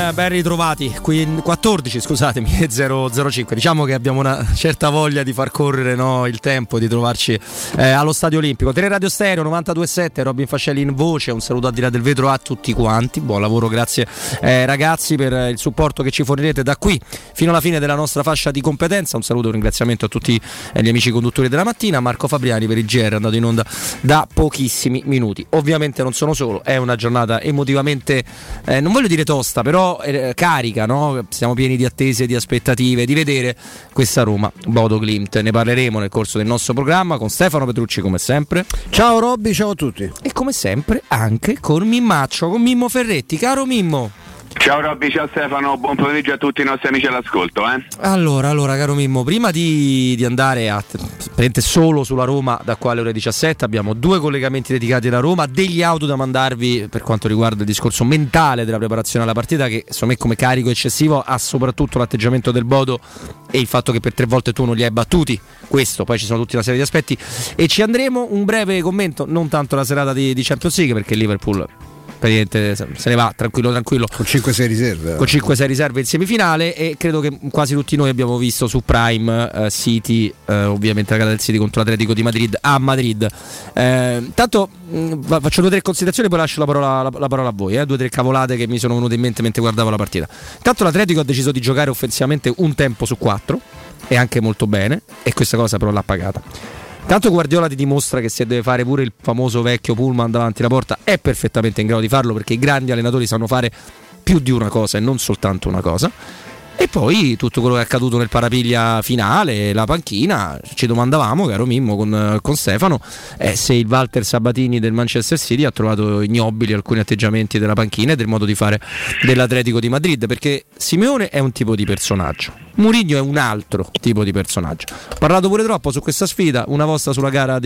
ben ritrovati. 14, scusatemi, 005. Diciamo che abbiamo una certa voglia di far correre, no, il tempo, di trovarci allo Stadio Olimpico. Teleradio Stereo 92.7, Robin Fascelli in voce. Un saluto al di là del vetro a tutti quanti. Buon lavoro, grazie ragazzi per il supporto che ci fornirete da qui fino alla fine della nostra fascia di competenza. Un saluto e un ringraziamento a tutti gli amici conduttori della mattina. Marco Fabriani per il GR, è andato in onda da pochissimi minuti. Ovviamente non sono solo, è una giornata emotivamente non voglio dire tosta, però carica, no? Siamo pieni di attese, di aspettative, di vedere questa Roma Bodo Glimt. Ne parleremo nel corso del nostro programma con Stefano Petrucci, come sempre. Ciao Robby, ciao a tutti. E come sempre anche con Mimmaccio, con Mimmo Ferretti. Caro Mimmo. Ciao Robby, ciao Stefano, buon pomeriggio a tutti i nostri amici all'ascolto. Allora, caro Mimmo, prima di andare solo sulla Roma da qua alle ore 17, abbiamo 2 collegamenti dedicati alla Roma, degli audio da mandarvi per quanto riguarda il discorso mentale della preparazione alla partita, che secondo me come carico eccessivo ha soprattutto l'atteggiamento del Bodo e il fatto che per 3 volte tu non li hai battuti. Questo, poi ci sono tutta una serie di aspetti e ci andremo. Un breve commento, non tanto la serata di Champions League, perché il Liverpool praticamente se ne va tranquillo con 5-6 riserve con 5-6 riserve in semifinale, e credo che quasi tutti noi abbiamo visto su Prime City, ovviamente la gara del City contro l'Atletico di Madrid a Madrid. Tanto faccio 2 o 3 considerazioni, poi lascio la parola a voi, 2 o 3 cavolate che mi sono venute in mente mentre guardavo la partita. Tanto l'Atletico ha deciso di giocare offensivamente un tempo su 4 e anche molto bene, e questa cosa però l'ha pagata. Tanto Guardiola ti dimostra che se deve fare pure il famoso vecchio pullman davanti alla porta è perfettamente in grado di farlo, perché i grandi allenatori sanno fare più di una cosa e non soltanto una cosa. E poi tutto quello che è accaduto nel parapiglia finale, la panchina, ci domandavamo, caro Mimmo, con Stefano, se il Walter Sabatini del Manchester City ha trovato ignobili alcuni atteggiamenti della panchina e del modo di fare dell'Atletico di Madrid, perché Simeone è un tipo di personaggio, Mourinho è un altro tipo di personaggio. Ho parlato pure troppo su questa sfida, una vostra sulla gara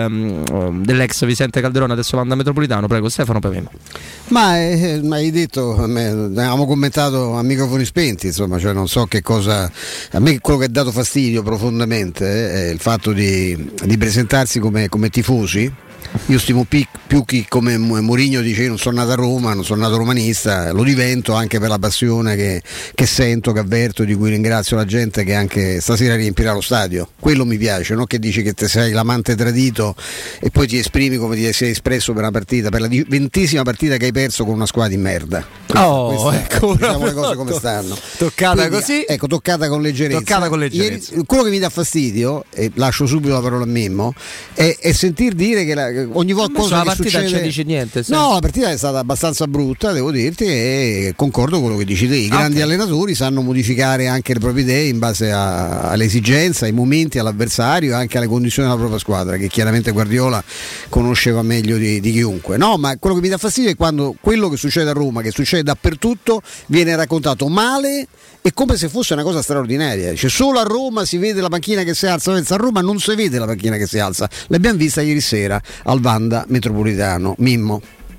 dell'ex Vicente Calderone, adesso Wanda Metropolitano. Prego Stefano, poi Mimmo. Ma hai detto, avevamo commentato a microfoni spenti, insomma, cioè non so che cosa. A me quello che ha dato fastidio profondamente è il fatto di presentarsi come tifosi. Io stimo più chi come Mourinho dice: io non sono nato a Roma, non sono nato romanista, lo divento anche per la passione che sento, che avverto, di cui ringrazio la gente che anche stasera riempirà lo stadio. Quello mi piace, no? Che dici che te sei l'amante tradito e poi ti esprimi come ti sei espresso per una partita, per la 20ª partita che hai perso con una squadra di merda. Ecco, diciamo le cose come stanno. Toccata così. Ecco, toccata con leggerezza. Quello che mi dà fastidio, e lascio subito la parola a Mimmo, è sentir dire che ogni volta cosa la che partita succede, non ci dice niente. No, la partita è stata abbastanza brutta, devo dirti, e concordo con quello che dici te. I grandi allenatori sanno modificare anche le proprie idee in base alle esigenze, ai momenti, all'avversario e anche alle condizioni della propria squadra, che chiaramente Guardiola conosceva meglio di chiunque. No, ma quello che mi dà fastidio è quando quello che succede a Roma, che succede dappertutto, viene raccontato male e come se fosse una cosa straordinaria. Cioè, solo a Roma si vede la panchina che si alza, a Roma non si vede la panchina che si alza. L'abbiamo vista ieri sera al Wanda Metropolitano. Mimmo.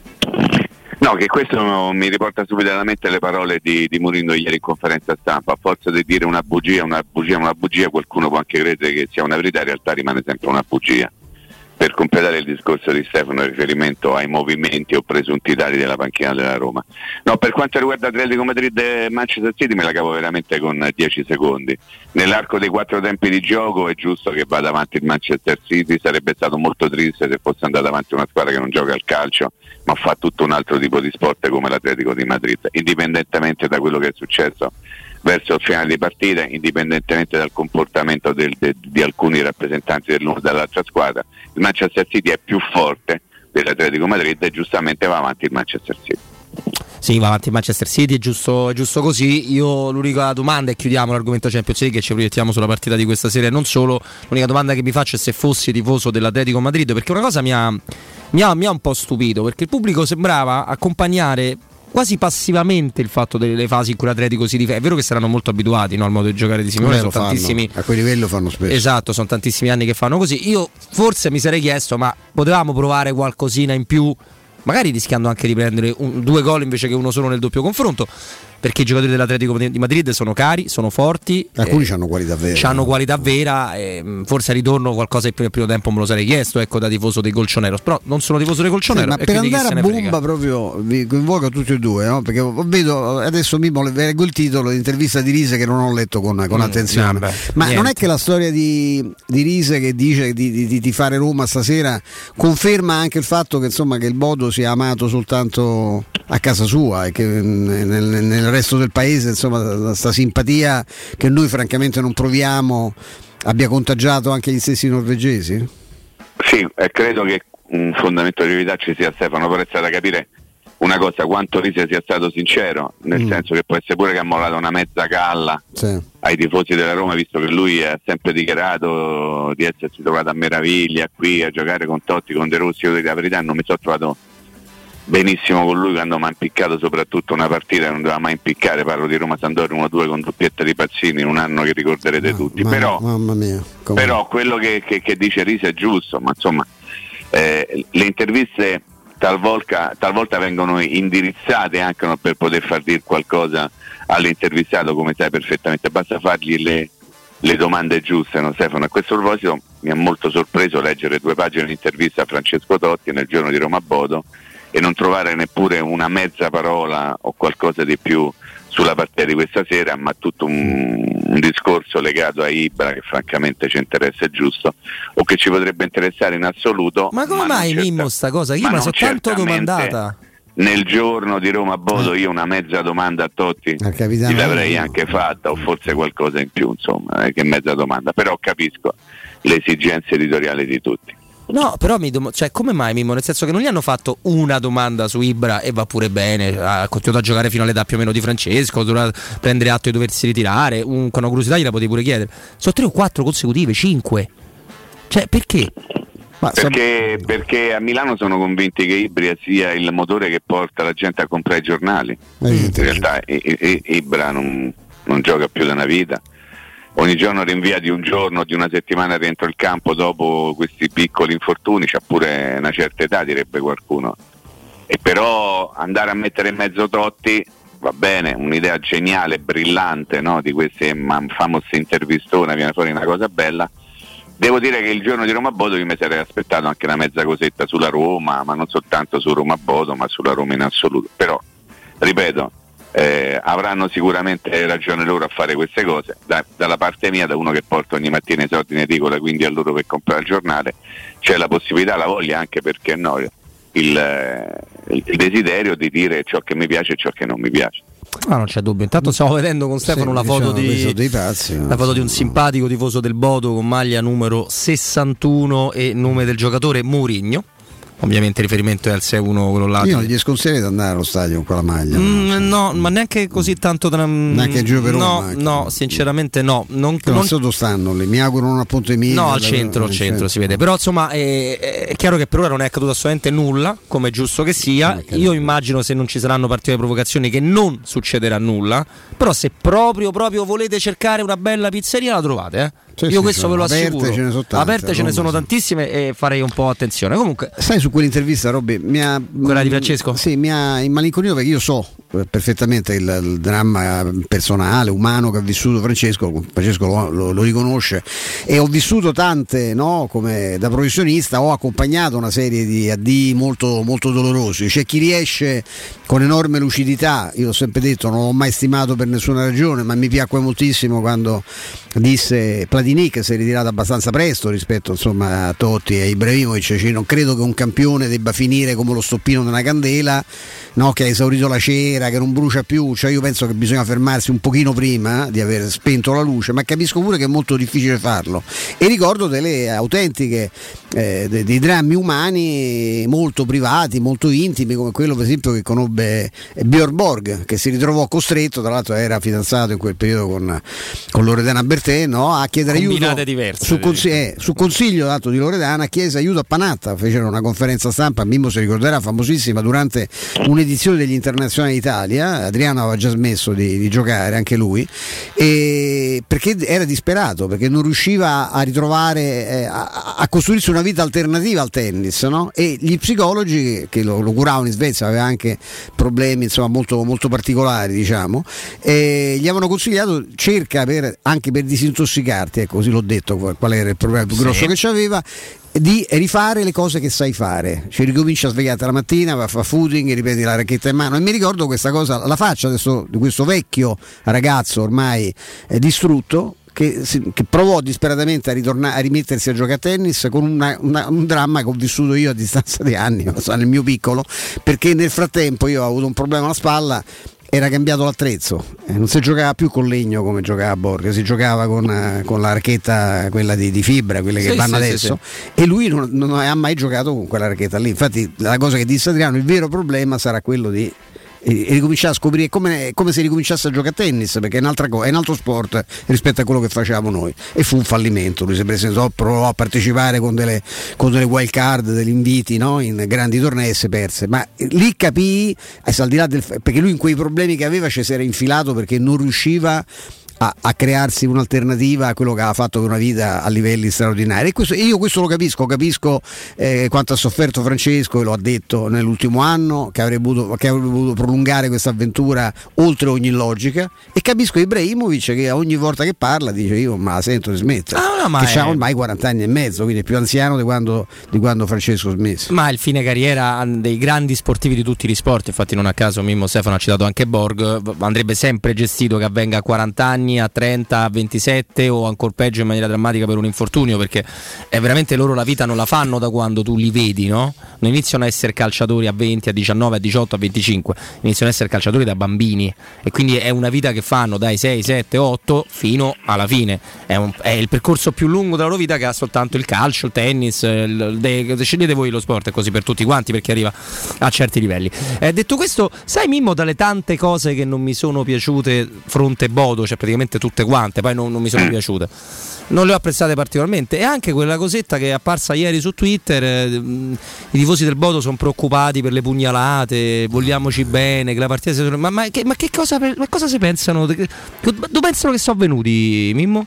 No, che questo mi riporta subito alla mente le parole di Mourinho ieri in conferenza stampa. A forza di dire una bugia, qualcuno può anche credere che sia una verità, in realtà rimane sempre una bugia. Per completare il discorso di Stefano in riferimento ai movimenti o presunti tali della panchina della Roma. No, per quanto riguarda Atletico Madrid e Manchester City me la cavo veramente con 10 secondi. Nell'arco dei 4 tempi di gioco è giusto che vada avanti il Manchester City, sarebbe stato molto triste se fosse andata avanti una squadra che non gioca al calcio ma fa tutto un altro tipo di sport come l'Atletico di Madrid, indipendentemente da quello che è successo verso il finale di partita, indipendentemente dal comportamento di alcuni rappresentanti dell'una e dell'altra squadra. Il Manchester City è più forte dell'Atletico Madrid e giustamente va avanti il Manchester City. Sì, va avanti il Manchester City, è giusto così. Io l'unica domanda, e chiudiamo l'argomento Champions League, che ci proiettiamo sulla partita di questa sera, e non solo, l'unica domanda che mi faccio è se fossi tifoso dell'Atletico Madrid, perché una cosa mi ha un po' stupito, perché il pubblico sembrava accompagnare quasi passivamente il fatto delle fasi in cui l'Atletico si difende. È vero che saranno molto abituati, no, al modo di giocare di Simeone, sono tantissimi, a quel livello fanno spesso. Esatto, sono tantissimi anni che fanno così. Io forse mi sarei chiesto, ma potevamo provare qualcosina in più, magari rischiando anche di prendere 2 gol invece che uno solo nel doppio confronto. perché i giocatori dell'Atletico di Madrid sono cari, sono forti, alcuni hanno qualità vera, hanno qualità vera, forse a ritorno qualcosa il primo tempo me lo sarei chiesto, ecco, da tifoso dei Colchoneros, però non sono tifoso dei Colchoneros. Ma per andare a bomba proprio vi coinvolgo tutti e due, no? Perché vedo adesso Mimmo leggo il titolo di intervista di Rise che non ho letto con attenzione, ma niente. Non è che la storia di Rise che dice di fare Roma stasera conferma anche il fatto che insomma che il Bodo sia amato soltanto a casa sua e che nel resto del paese insomma sta simpatia che noi francamente non proviamo abbia contagiato anche gli stessi norvegesi? Sì, credo che un fondamento di verità ci sia, Stefano, però è da capire una cosa, quanto Rise sia stato sincero, nel senso che può essere pure che ha mollato una mezza galla ai tifosi della Roma, visto che lui ha sempre dichiarato di essersi trovato a meraviglia qui a giocare con Totti, con De Rossi. Io la verità non mi sono trovato benissimo con lui quando mi ha impiccato soprattutto una partita che non doveva mai impiccare, parlo di Roma-Sampdoria 1-2 con doppietta di Pazzini in un anno che ricorderete tutti, mamma mia, però quello che dice Rise è giusto, ma insomma le interviste talvolta vengono indirizzate anche per poter far dire qualcosa all'intervistato, come sai perfettamente, basta fargli le domande giuste, no, Stefano? A questo proposito mi ha molto sorpreso leggere 2 pagine di intervista a Francesco Totti nel giorno di Roma-Bodo e non trovare neppure una mezza parola o qualcosa di più sulla partita di questa sera, ma tutto un discorso legato a Ibra che francamente ci interessa, è giusto, o che ci potrebbe interessare in assoluto. Ma come mai Mimmo sta cosa? Io mi sono tanto domandata. Nel giorno di Roma-Bodo io una mezza domanda a Totti l'avrei anche fatta, o forse qualcosa in più, insomma, che mezza domanda, però capisco le esigenze editoriali di tutti. No, però cioè, come mai Mimmo? Nel senso che non gli hanno fatto una domanda su Ibra e va pure bene, ha continuato a giocare fino all'età più o meno di Francesco, dovrà prendere atto di doversi ritirare, con una curiosità gliela potevi pure chiedere. Sono 3 o 4 consecutive, 5. Cioè, perché? Perché a Milano sono convinti che Ibra sia il motore che porta la gente a comprare i giornali. In realtà Ibra non gioca più da una vita. Ogni giorno rinvia di un giorno, di una settimana dentro il campo dopo questi piccoli infortuni, c'ha pure una certa età, direbbe qualcuno. E però andare a mettere in mezzo Totti va bene, un'idea geniale, brillante, no? Di queste famose intervistone, viene fuori una cosa bella. Devo dire che il giorno di Roma-Bodo io mi sarei aspettato anche una mezza cosetta sulla Roma, ma non soltanto su Roma-Bodo, ma sulla Roma in assoluto. Però, ripeto, avranno sicuramente ragione loro a fare queste cose. Dalla parte mia, da uno che porta ogni mattina i soldi in edicola, quindi a loro per comprare il giornale, c'è la possibilità, la voglia, anche perché no, il desiderio di dire ciò che mi piace e ciò che non mi piace. Ah, non c'è dubbio. Intanto stiamo vedendo con Stefano la foto la foto di un simpatico tifoso del Bodo con maglia numero 61 e nome del giocatore Mourinho. Ovviamente il riferimento è al 6-1 quello là. Io non gli sconsiglierei di andare allo stadio con quella maglia. No, ma neanche così tanto neanche in giro per Roma. No, sinceramente no. Non so stanno lì, mi auguro non appunto i miei. No, al centro si vede. Però insomma è chiaro che per ora non è accaduto assolutamente nulla, come è giusto che sia. Io immagino, se non ci saranno partite provocazioni, che non succederà nulla. Però se proprio volete cercare una bella pizzeria la trovate, Io questo ve lo assicuro. Aperte ce ne sono tantissime e farei un po' attenzione. Comunque, sai, su quell'intervista, Robby, quella di Francesco? Sì, mi ha immalinconito, perché io so perfettamente il dramma personale, umano che ha vissuto Francesco lo riconosce, e ho vissuto tante, no, come da professionista ho accompagnato una serie di addii molto, molto dolorosi. C'è chi riesce con enorme lucidità, io l'ho sempre detto, non l'ho mai stimato per nessuna ragione, ma mi piacque moltissimo quando disse Platini, che si è ritirato abbastanza presto rispetto, insomma, a Totti e Ibrahimovic, cioè, non credo che un campione debba finire come lo stoppino di una candela, no, che ha esaurito la cera, che non brucia più. Cioè, io penso che bisogna fermarsi un pochino prima di aver spento la luce, ma capisco pure che è molto difficile farlo, e ricordo delle autentiche dei drammi umani molto privati, molto intimi, come quello per esempio che conobbe Björn Borg, che si ritrovò costretto, tra l'altro era fidanzato in quel periodo con Loredana Bertè, no, a chiedere aiuto su consiglio dato di Loredana, chiese aiuto a Panatta. Fecero una conferenza stampa, Mimmo si ricorderà, famosissima, durante un'edizione degli Internazionali d'Italia, Italia. Adriano aveva già smesso di giocare anche lui, perché era disperato, perché non riusciva a ritrovare a costruirsi una vita alternativa al tennis, no? E gli psicologi che lo curavano in Svezia, aveva anche problemi insomma molto, molto particolari, diciamo, gli avevano consigliato: cerca anche per disintossicarti, ecco, così l'ho detto qual era il problema più grosso che c'aveva, di rifare le cose che sai fare, cioè ricomincia a svegliarti la mattina, va a fare footing, ripeti la racchetta in mano. E mi ricordo questa cosa, la faccia adesso di questo vecchio ragazzo ormai distrutto, che provò disperatamente a rimettersi a giocare a tennis, con un dramma che ho vissuto io a distanza di anni, nel mio piccolo, perché nel frattempo io ho avuto un problema alla spalla. Era cambiato l'attrezzo, non si giocava più con legno come giocava a Borghi, si giocava con la racchetta, quella di fibra, quelle che vanno adesso, e lui non aveva mai giocato con quella racchetta lì. Infatti la cosa che disse Adriano, il vero problema sarà quello di ricominciare a scoprire come se ricominciasse a giocare a tennis, perché è un'altra cosa, è un altro sport rispetto a quello che facevamo noi, e fu un fallimento. Lui si presentò, provò a partecipare con delle wild card, degli inviti, no? In grandi tornei, e si perse, ma lì capii, al di là perché lui in quei problemi che aveva ci si era infilato perché non riusciva a crearsi un'alternativa a quello che aveva fatto per una vita a livelli straordinari. E io questo lo capisco quanto ha sofferto Francesco, e lo ha detto nell'ultimo anno, che avrebbe voluto prolungare questa avventura oltre ogni logica, e capisco Ibrahimovic che ogni volta che parla dice: io ma la sento di smettere, che ha ormai 40 anni e mezzo, quindi è più anziano di quando Francesco smesse. Ma il fine carriera dei grandi sportivi di tutti gli sport, infatti non a caso Mimmo Stefano ha citato anche Borg, andrebbe sempre gestito che avvenga a 40 anni, a 30, a 27 o ancora peggio in maniera drammatica per un infortunio, perché è veramente loro la vita non la fanno da quando tu li vedi, no? Non iniziano a essere calciatori a 20, a 19, a 18, a 25, iniziano a essere calciatori da bambini, e quindi è una vita che fanno dai 6, 7, 8 fino alla fine. È il percorso più lungo della loro vita che ha soltanto il calcio, il tennis, scegliete voi lo sport, è così per tutti quanti, perché arriva a certi livelli. Detto questo, sai Mimmo, dalle tante cose che non mi sono piaciute fronte Bodo, cioè praticamente tutte quante, poi non mi sono piaciute, non le ho apprezzate particolarmente, e anche quella cosetta che è apparsa ieri su Twitter, i tifosi del Bodo sono preoccupati per le pugnalate, vogliamoci bene, che la partita ma che cosa si pensano, dove pensano che sono venuti, Mimmo?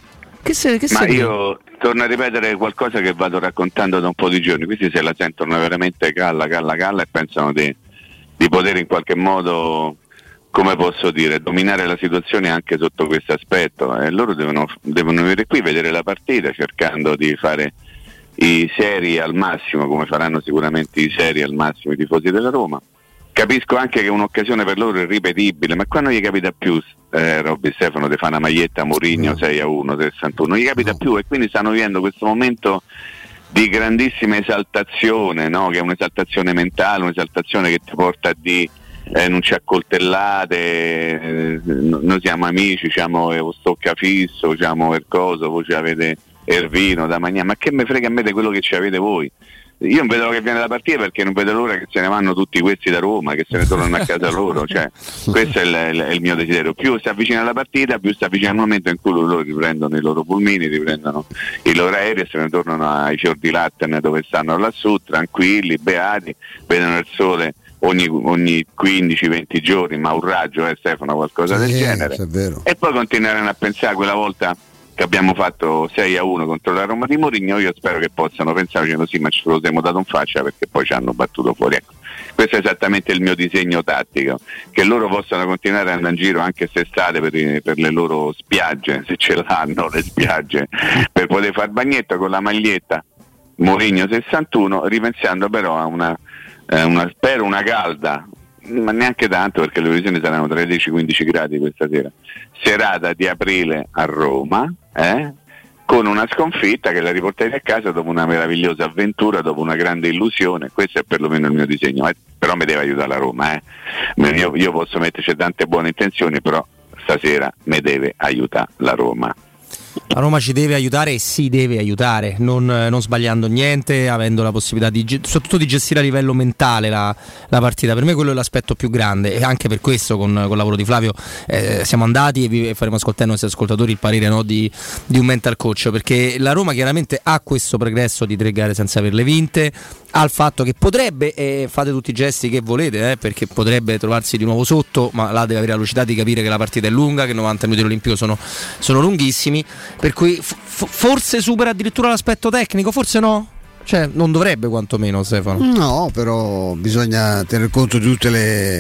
Io torno a ripetere qualcosa che vado raccontando da un po' di giorni. Questi se la sentono veramente calla e pensano di poter in qualche modo, come posso dire, dominare la situazione anche sotto questo aspetto, e loro devono venire qui, vedere la partita, cercando di fare i seri al massimo, come faranno sicuramente i seri al massimo i tifosi della Roma. Capisco anche che un'occasione per loro è ripetibile, ma qua non gli capita più, Robby Stefano, di fare una maglietta Mourinho 6-1, 61, non gli capita più, e quindi stanno vivendo questo momento di grandissima esaltazione, no? Che è un'esaltazione mentale, un'esaltazione che ti porta a dire non ci accoltellate, noi siamo amici, siamo stocca fisso, siamo il coso, voi ci avete Ervino da mangiare, ma che me frega a me di quello che ci avete voi? Io non vedo che viene la partita, perché non vedo l'ora che se ne vanno tutti questi da Roma, che se ne tornano a casa loro, cioè questo è il mio desiderio. Più si avvicina la partita, più si avvicina il momento in cui loro riprendono i loro pulmini, riprendono i loro aerei e se ne tornano ai fior di Latten, dove stanno lassù, tranquilli, beati, vedono il sole ogni 15-20 giorni, ma un raggio, Stefano, qualcosa del genere, e poi continueranno a pensare quella volta che abbiamo fatto 6-1 contro la Roma di Mourinho. Io spero che possano pensare dicendo: sì, ma ce lo siamo dato in faccia, perché poi ci hanno battuto fuori. Ecco, questo è esattamente il mio disegno tattico, che loro possano continuare ad andare in giro anche quest'estate per le loro spiagge, se ce l'hanno le spiagge, per poter far bagnetto con la maglietta Mourinho 61, ripensando però a una calda, ma neanche tanto, perché le previsioni saranno 13-15 gradi questa sera, serata di aprile a Roma, con una sconfitta che la riporterete a casa dopo una meravigliosa avventura, dopo una grande illusione. Questo è perlomeno il mio disegno, però mi deve aiutare la Roma, io posso metterci tante buone intenzioni, però stasera mi deve aiutare la Roma. La Roma ci deve aiutare e si deve aiutare, non sbagliando niente, avendo la possibilità soprattutto di gestire a livello mentale la partita. Per me quello è l'aspetto più grande, e anche per questo con il lavoro di Flavio siamo andati e faremo ascoltare ai nostri ascoltatori il parere, no, di un mental coach, perché la Roma chiaramente ha questo pregresso di 3 gare senza averle vinte, ha il fatto che potrebbe, fate tutti i gesti che volete, perché potrebbe trovarsi di nuovo sotto, ma là deve avere la lucidità di capire che la partita è lunga, che 90 minuti all'Olimpico sono lunghissimi, per cui forse supera addirittura l'aspetto tecnico, forse no? Cioè, non dovrebbe, quantomeno, Stefano. No, però bisogna tener conto di tutte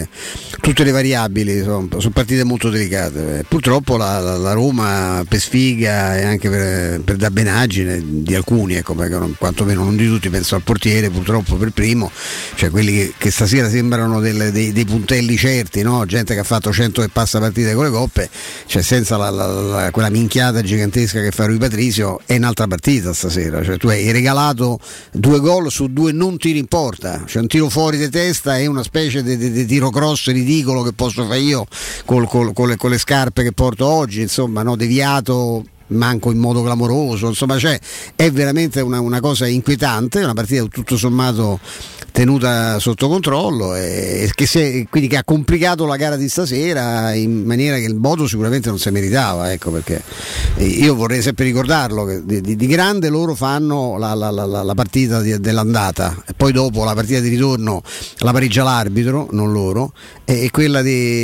le variabili, sono partite molto delicate. Purtroppo la Roma, per sfiga e anche per dabbenaggine di alcuni, ecco, perché quantomeno non di tutti, penso al portiere, purtroppo per primo, cioè quelli che stasera sembrano dei puntelli certi, no? Gente che ha fatto 100 e passa partite con le coppe, cioè senza quella minchiata gigantesca che fa Rui Patrizio, è un'altra partita stasera, cioè tu hai regalato 2 gol su 2 non tiri in porta, cioè un tiro fuori di testa e una specie di tiro cross ridicolo che posso fare io con le scarpe che porto oggi, insomma, no, deviato manco in modo clamoroso, insomma, cioè è veramente una cosa inquietante, una partita tutto sommato tenuta sotto controllo e quindi che ha complicato la gara di stasera in maniera che il Bodo sicuramente non si meritava, ecco, perché io vorrei sempre ricordarlo che di grande loro fanno la partita dell'andata e poi dopo la partita di ritorno la pareggia l'arbitro, non loro, e quella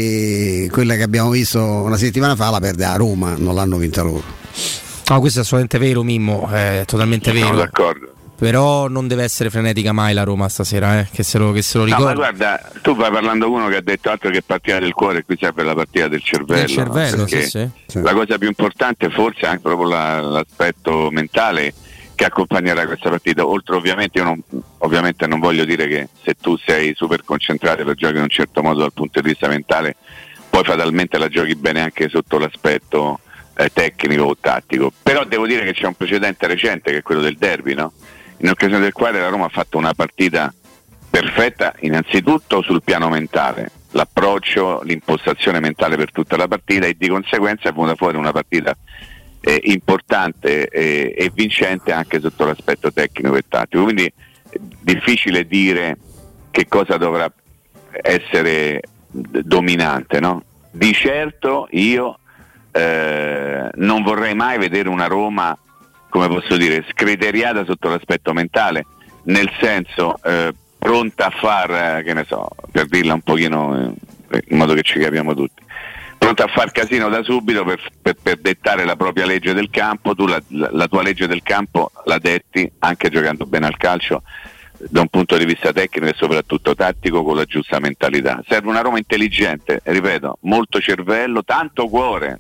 che abbiamo visto una settimana fa la perde a Roma, non l'hanno vinta loro. No, questo è assolutamente vero, Mimmo, è totalmente vero. Sono d'accordo. Però non deve essere frenetica mai la Roma stasera, che se lo ricorda. No, ma guarda, tu vai parlando con uno che ha detto altro che partita del cuore, qui serve la partita del cervello. Il cervello, sì. La cosa più importante forse è anche proprio l'aspetto mentale che accompagnerà questa partita. Oltre ovviamente, io ovviamente non voglio dire che se tu sei super concentrato per giocare in un certo modo dal punto di vista mentale, poi fatalmente la giochi bene anche sotto l'aspetto tecnico o tattico. Però devo dire che c'è un precedente recente che è quello del derby, no? In occasione del quale la Roma ha fatto una partita perfetta innanzitutto sul piano mentale, l'approccio, l'impostazione mentale per tutta la partita, e di conseguenza è venuta fuori una partita importante e vincente anche sotto l'aspetto tecnico e tattico. Quindi è difficile dire che cosa dovrà essere dominante, no? Di certo io non vorrei mai vedere una Roma, come posso dire, scriteriata sotto l'aspetto mentale, nel senso pronta a far, che ne so, per dirla un pochino in modo che ci capiamo tutti, pronta a far casino da subito per dettare la propria legge del campo. Tu la tua legge del campo la detti anche giocando bene al calcio da un punto di vista tecnico e soprattutto tattico, con la giusta mentalità. Serve una Roma intelligente, ripeto, molto cervello, tanto cuore,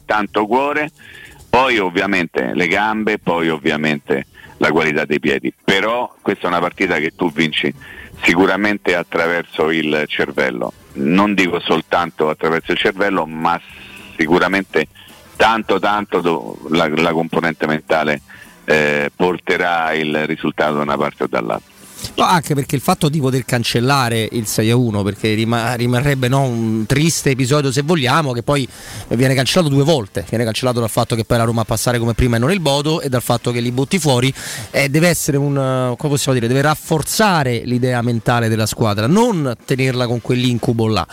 poi ovviamente le gambe, poi ovviamente la qualità dei piedi. Però questa è una partita che tu vinci sicuramente attraverso il cervello, non dico soltanto attraverso il cervello, ma sicuramente tanto la componente mentale porterà il risultato da una parte o dall'altra. No, anche perché il fatto di poter cancellare il 6-1, perché rimarrebbe un triste episodio, se vogliamo, che poi viene cancellato 2 volte, viene cancellato dal fatto che poi la Roma a passare come prima e non il Bodo, e dal fatto che li butti fuori, deve essere come possiamo dire, deve rafforzare l'idea mentale della squadra, non tenerla con quell'incubo là.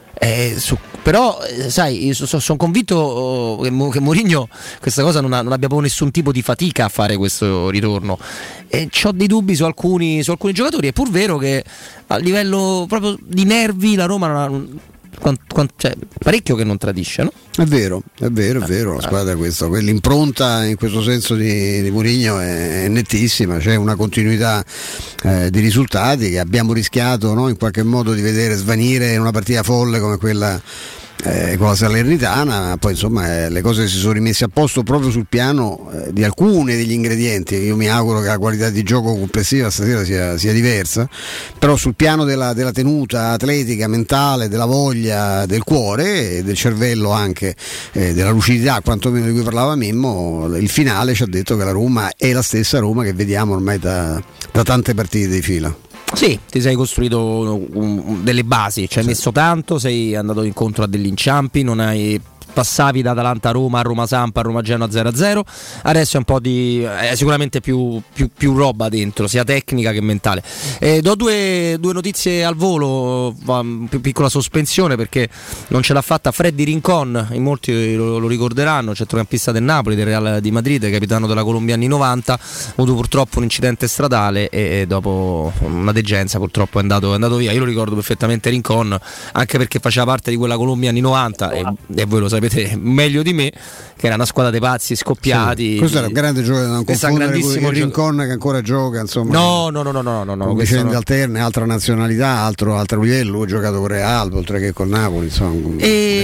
Però sai, sono convinto che Mourinho questa cosa non abbia proprio nessun tipo di fatica a fare questo ritorno, e ho dei dubbi su alcuni giocatori. È pur vero che a livello proprio di nervi la Roma cioè, parecchio che non tradisce, no? È vero, la squadra quell'impronta in questo senso di Mourinho è nettissima, c'è una continuità di risultati che abbiamo rischiato, no, in qualche modo di vedere svanire in una partita folle come quella con la Salernitana. Poi insomma le cose si sono rimesse a posto proprio sul piano di alcuni degli ingredienti. Io mi auguro che la qualità di gioco complessiva stasera sia diversa, però sul piano della tenuta atletica, mentale, della voglia, del cuore e del cervello, anche della lucidità quantomeno di cui parlava Mimmo, il finale ci ha detto che la Roma è la stessa Roma che vediamo ormai da tante partite di fila. Sì, ti sei costruito delle basi, ci hai messo tanto, sei andato incontro a degli inciampi, non hai passavi da Atalanta a Roma, a Roma Sampa, a Roma Genoa 0-0, adesso è un po' di sicuramente più roba dentro, sia tecnica che mentale. Do due notizie al volo, piccola sospensione perché non ce l'ha fatta Freddy Rincon, in molti lo ricorderanno, centrocampista del Napoli, del Real di Madrid, capitano della Colombia anni 90, ha avuto purtroppo un incidente stradale e dopo una degenza purtroppo è andato via. Io lo ricordo perfettamente Rincon, anche perché faceva parte di quella Colombia anni 90 e voi lo sapete meglio di me, che era una squadra dei pazzi scoppiati. Sì, questo era un grande giocatore, non confondere con il Rincon che ancora gioca, insomma. No, vicende alterne, altra nazionalità, altro livello. Lui ha giocato con Real oltre che con Napoli, insomma.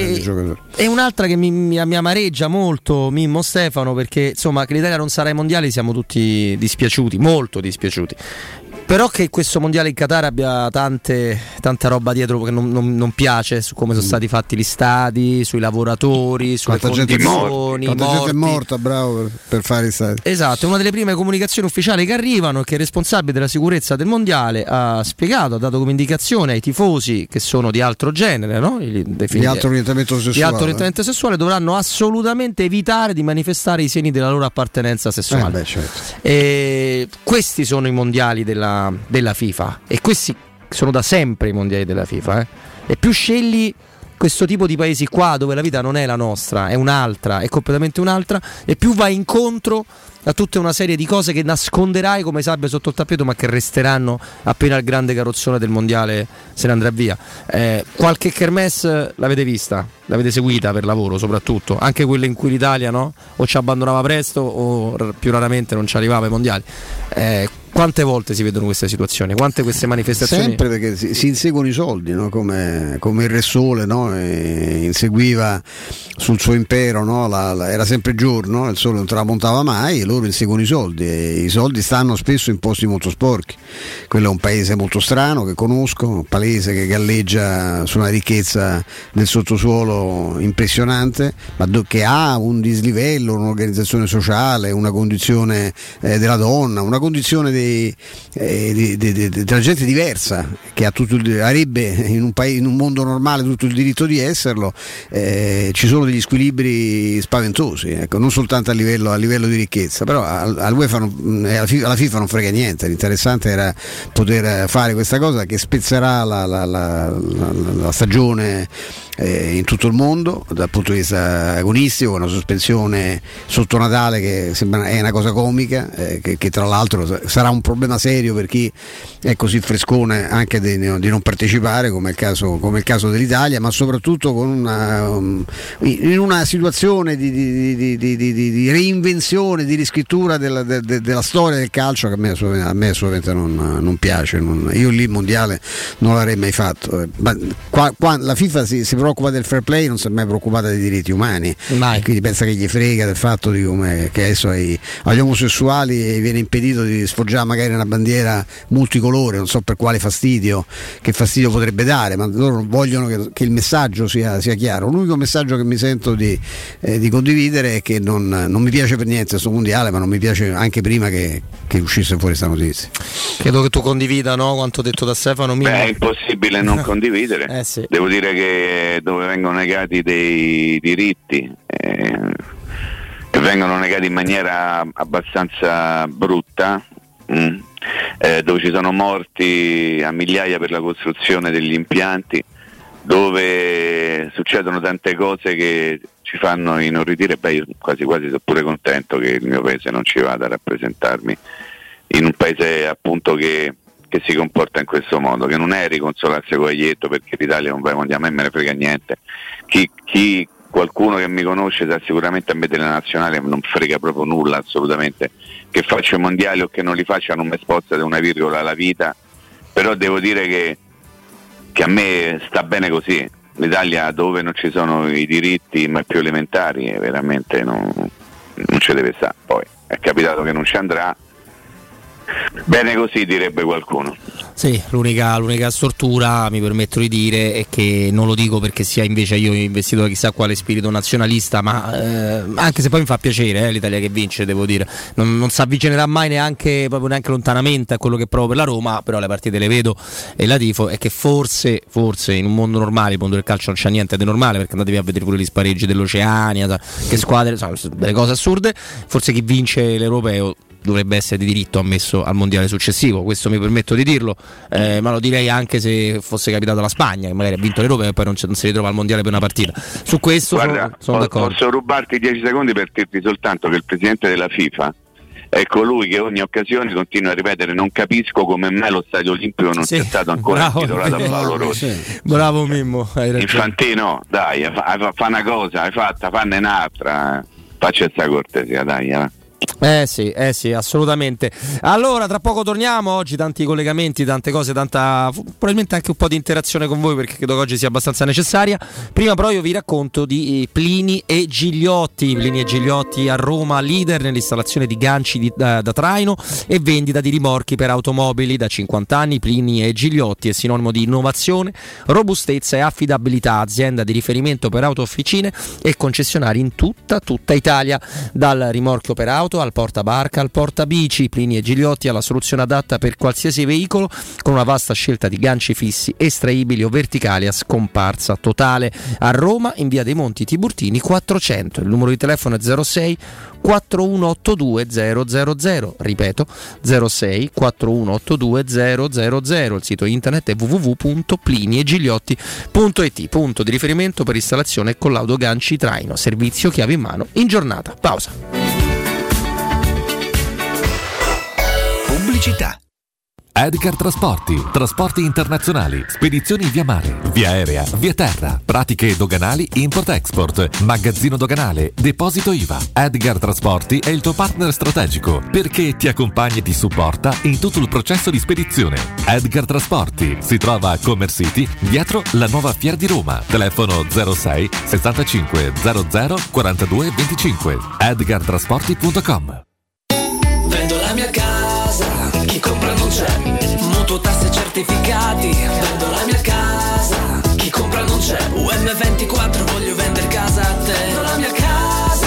E un'altra che mi amareggia molto, Mimmo Stefano, perché insomma che l'Italia non sarà ai mondiali siamo tutti dispiaciuti, molto dispiaciuti. Però che questo mondiale in Qatar abbia tanta roba dietro che non piace, su come sono stati fatti gli stadi, sui lavoratori, sulle condizioni. Quanta gente è morta, bravo, per fare i stadi. Esatto, è una delle prime comunicazioni ufficiali che arrivano, che il responsabile della sicurezza del mondiale ha spiegato, ha dato come indicazione ai tifosi che sono di altro genere, no? Di altro orientamento sessuale, dovranno assolutamente evitare di manifestare i segni della loro appartenenza sessuale. Certo. E questi sono i mondiali della FIFA, e questi sono da sempre i mondiali della FIFA, e più scegli questo tipo di paesi qua dove la vita non è la nostra, è un'altra, è completamente un'altra, e più vai incontro a tutta una serie di cose che nasconderai come sabbia sotto il tappeto, ma che resteranno appena il grande carrozzone del mondiale se ne andrà via. Qualche kermesse l'avete vista? L'avete seguita per lavoro soprattutto? Anche quelle in cui l'Italia, no? O ci abbandonava presto o più raramente non ci arrivava ai mondiali. Quante volte si vedono queste situazioni? Quante queste manifestazioni? Sempre, perché si inseguono i soldi, no? Come il Re Sole, no? Inseguiva sul suo impero, no? Era sempre giorno, il sole non tramontava mai, e loro inseguono i soldi, e i soldi stanno spesso in posti molto sporchi. Quello è un paese molto strano che conosco, un paese che galleggia su una ricchezza del sottosuolo impressionante, ma che ha un dislivello, un'organizzazione sociale, una condizione della donna, una condizione della gente diversa, che avrebbe in un mondo normale tutto il diritto di esserlo. Ci sono degli squilibri spaventosi, ecco, non soltanto a livello di ricchezza, però all'UEFA alla FIFA non frega niente. L'interessante era poter fare questa cosa che spezzerà la stagione in tutto il mondo dal punto di vista agonistico, una sospensione sotto Natale che sembra è una cosa comica, che tra l'altro sarà un problema serio per chi è così frescone anche di non partecipare, come il caso dell'Italia, ma soprattutto in una situazione di reinvenzione, di riscrittura della storia del calcio che a me assolutamente non piace. Io lì il mondiale non l'avrei mai fatto. Ma qua la FIFA si preoccupa del fair play, non si è mai preoccupata dei diritti umani, quindi pensa che gli frega del fatto di come che adesso agli omosessuali viene impedito di sfoggiare magari una bandiera multicolore, non so per quale fastidio, che fastidio potrebbe dare, ma loro vogliono che il messaggio sia chiaro. L'unico messaggio che mi sento di condividere è che non mi piace per niente questo mondiale, ma non mi piace anche prima che uscisse fuori questa notizia. Credo che tu condivida, no? Quanto detto da Stefano. È impossibile non condividere. Sì. Devo dire che dove vengono negati dei diritti e vengono negati in maniera abbastanza brutta, dove ci sono morti a migliaia per la costruzione degli impianti, dove succedono tante cose che ci fanno inorridire. Io quasi sono pure contento che il mio paese non ci vada a rappresentarmi in un paese appunto che si comporta in questo modo, che non è riconsolarsi con Aietto perché l'Italia non va ai mondiali, a me me ne frega niente. Qualcuno che mi conosce sa sicuramente a me della nazionale non frega proprio nulla, assolutamente, che faccio i mondiali o che non li faccia non mi spozza di una virgola la vita, però devo dire che a me sta bene così. L'Italia dove non ci sono i diritti ma più elementari veramente non ci deve stare. Poi è capitato che non ci andrà, Bene così, direbbe qualcuno. Sì, l'unica stortura, mi permetto di dire, è che non lo dico perché sia invece io investito da chissà quale spirito nazionalista, ma anche se poi mi fa piacere l'Italia che vince, devo dire, non si avvicinerà mai neanche lontanamente a quello che provo per la Roma, però le partite le vedo e la tifo, è che forse in un mondo normale, il mondo del calcio non c'è niente di normale, perché andatevi a vedere pure gli spareggi dell'Oceania, che squadre, delle cose assurde, forse chi vince l'Europeo dovrebbe essere di diritto ammesso al mondiale successivo, questo mi permetto di dirlo, ma lo direi anche se fosse capitato alla Spagna, che magari ha vinto l'Europeo e poi non si ritrova al mondiale per una partita. Su questo sono d'accordo. Posso rubarti 10 secondi per dirti soltanto che il presidente della FIFA è colui che ogni occasione continua a ripetere: non capisco come mai lo Stadio Olimpico non sia stato ancora titolato a Paolo Rossi. Bravo Mimmo, hai ragione. Infantino, dai, fa una cosa, hai fatta, fanne un'altra, faccia questa cortesia, dai. Sì, assolutamente. Allora, tra poco torniamo. Oggi tanti collegamenti, tante cose, probabilmente anche un po' di interazione con voi, perché credo che oggi sia abbastanza necessaria. Prima però io vi racconto di Plini e Gigliotti. Plini e Gigliotti a Roma, leader nell'installazione di ganci da traino e vendita di rimorchi per automobili. Da 50 anni Plini e Gigliotti è sinonimo di innovazione, robustezza e affidabilità, azienda di riferimento per auto officine e concessionari in tutta Italia, dal rimorchio per auto al portabarca, al portabici. Plini e Gigliotti ha la soluzione adatta per qualsiasi veicolo, con una vasta scelta di ganci fissi, estraibili o verticali a scomparsa totale. A Roma, in via dei Monti Tiburtini 400. Il numero di telefono è 06 4182 000, ripeto 06 4182 000. Il sito internet è www.pliniegigliotti.it, punto di riferimento per installazione e collaudo ganci traino, servizio chiave in mano in giornata. Pausa. Pubblicità. Edgar trasporti internazionali, spedizioni via mare, via aerea, via terra, pratiche doganali, import-export, magazzino doganale, deposito IVA. Edgar Trasporti è il tuo partner strategico perché ti accompagna e ti supporta in tutto il processo di spedizione. Edgar Trasporti si trova a Commerce City, dietro la nuova Fiera di Roma. Telefono 06 65 00 42 25. edgartrasporti.com. Vendo la mia casa, chi compra non c'è, mutuo, tasse, certificati. Vendo la mia casa, chi compra non c'è, UM24 voglio vendere casa a te. Vendo la mia casa,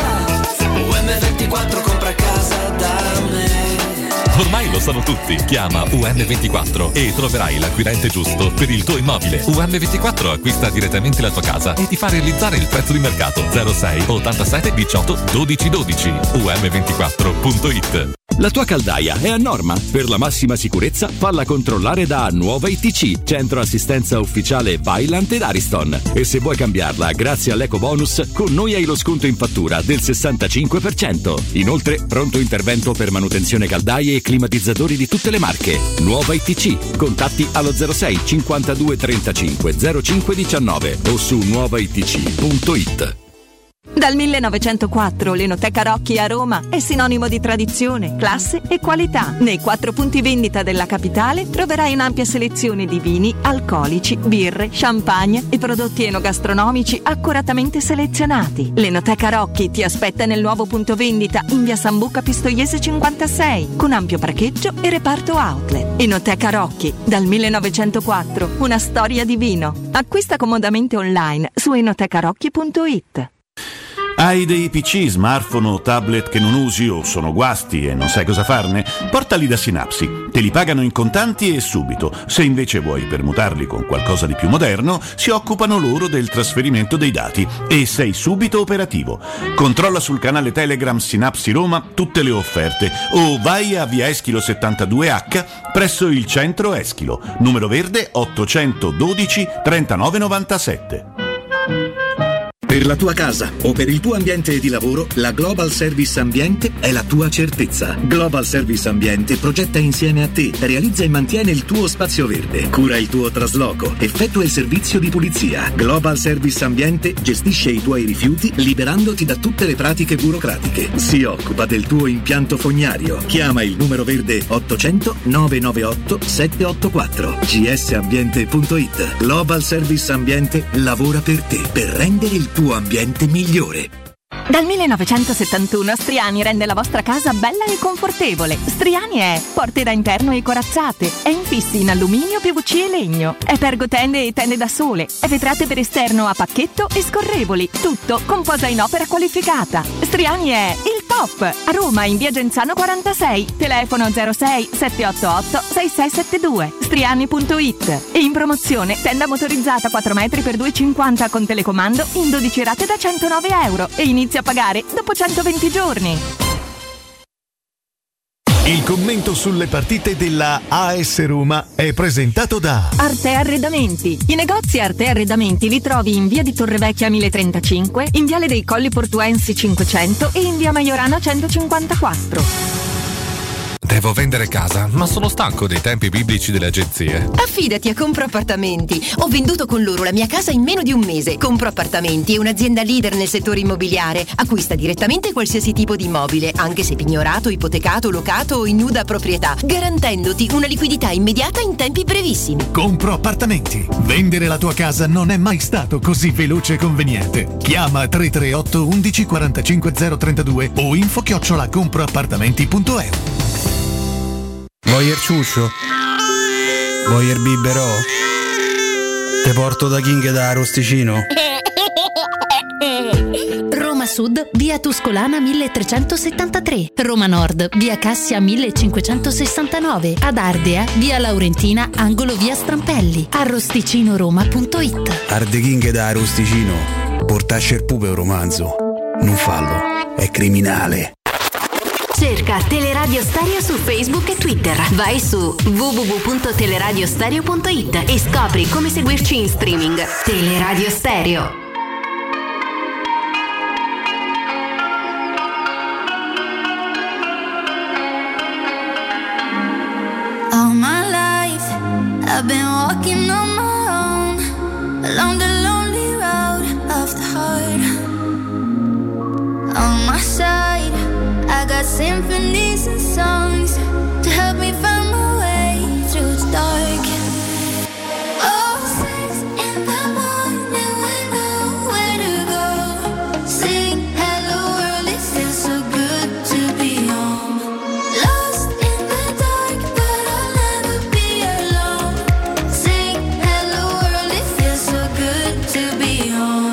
UM24 compra casa da me. Ormai lo sanno tutti, chiama UM24 e troverai l'acquirente giusto per il tuo immobile. UM24 acquista direttamente la tua casa e ti fa realizzare il prezzo di mercato. 06 87 18 12 12. UM24.it. La tua caldaia è a norma. Per la massima sicurezza, falla controllare da Nuova ITC, centro assistenza ufficiale Vaillant ed Ariston. E se vuoi cambiarla grazie all'eco bonus, con noi hai lo sconto in fattura del 65%. Inoltre, pronto intervento per manutenzione caldaie e climatizzatori di tutte le marche. Nuova ITC. Contatti allo 06 52 35 05 19 o su nuovaitc.it. Dal 1904 l'Enoteca Rocchi a Roma è sinonimo di tradizione, classe e qualità. Nei 4 punti vendita della capitale troverai un'ampia selezione di vini, alcolici, birre, champagne e prodotti enogastronomici accuratamente selezionati. L'Enoteca Rocchi ti aspetta nel nuovo punto vendita in via Sambuca Pistoiese 56, con ampio parcheggio e reparto outlet. Enoteca Rocchi, dal 1904, una storia di vino. Acquista comodamente online su enotecarocchi.it. Hai dei PC, smartphone o tablet che non usi o sono guasti e non sai cosa farne? Portali da Synapsi, te li pagano in contanti e subito. Se invece vuoi permutarli con qualcosa di più moderno, si occupano loro del trasferimento dei dati e sei subito operativo. Controlla sul canale Telegram Synapsi Roma tutte le offerte o vai a via Eschilo 72H presso il centro Eschilo, numero verde 812 3997. Per la tua casa o per il tuo ambiente di lavoro, la Global Service Ambiente è la tua certezza. Global Service Ambiente progetta insieme a te, realizza e mantiene il tuo spazio verde, cura il tuo trasloco, effettua il servizio di pulizia. Global Service Ambiente gestisce i tuoi rifiuti liberandoti da tutte le pratiche burocratiche. Si occupa del tuo impianto fognario. Chiama il numero verde 800 998 784. gsambiente.it. Global Service Ambiente lavora per te per rendere il tuo ambiente migliore. Dal 1971 Striani rende la vostra casa bella e confortevole. Striani è porte da interno e corazzate, è infissi in alluminio, PVC e legno, è pergotende e tende da sole, è vetrate per esterno a pacchetto e scorrevoli, tutto con posa in opera qualificata. Striani è il top! A Roma in via Genzano 46, telefono 06 788 6672, striani.it. E in promozione tenda motorizzata 4 metri per 2,50 con telecomando in 12 rate da €109 e inizia a pagare dopo 120 giorni. Il commento sulle partite della AS Roma è presentato da Arte Arredamenti. I negozi Arte Arredamenti li trovi in via di Torrevecchia 1035, in viale dei Colli Portuensi 500 e in via Maiorana 154. Devo vendere casa, ma sono stanco dei tempi biblici delle agenzie. Affidati a Compro Appartamenti. Ho venduto con loro la mia casa in meno di un mese. Compro Appartamenti è un'azienda leader nel settore immobiliare. Acquista direttamente qualsiasi tipo di immobile, anche se pignorato, ipotecato, locato o in nuda proprietà, garantendoti una liquidità immediata in tempi brevissimi. Compro Appartamenti. Vendere la tua casa non è mai stato così veloce e conveniente. Chiama 338 11 45 032 o info@comproappartamenti.eu. Vuoi il ciuscio? Vuoi il biberò? Te porto da King da Arosticino? Roma Sud, via Tuscolana 1373. Roma Nord, via Cassia 1569. Ad Ardea, via Laurentina, angolo via Strampelli. Arrosticinoroma.it. Arde King da Arosticino. Portasce il pupe un romanzo. Non fallo, è criminale. Cerca Teleradio Stereo su Facebook e Twitter. Vai su www.teleradiostereo.it e scopri come seguirci in streaming. Teleradio Stereo. All my life I've been walking on my own, along the lonely road of the heart. On my side I got symphonies and songs to help me find my way through the dark. Oh, 6 in the morning, we know where to go. Sing hello world, it feels so good to be home. Lost in the dark, but I'll never be alone. Sing hello world, it feels so good to be home.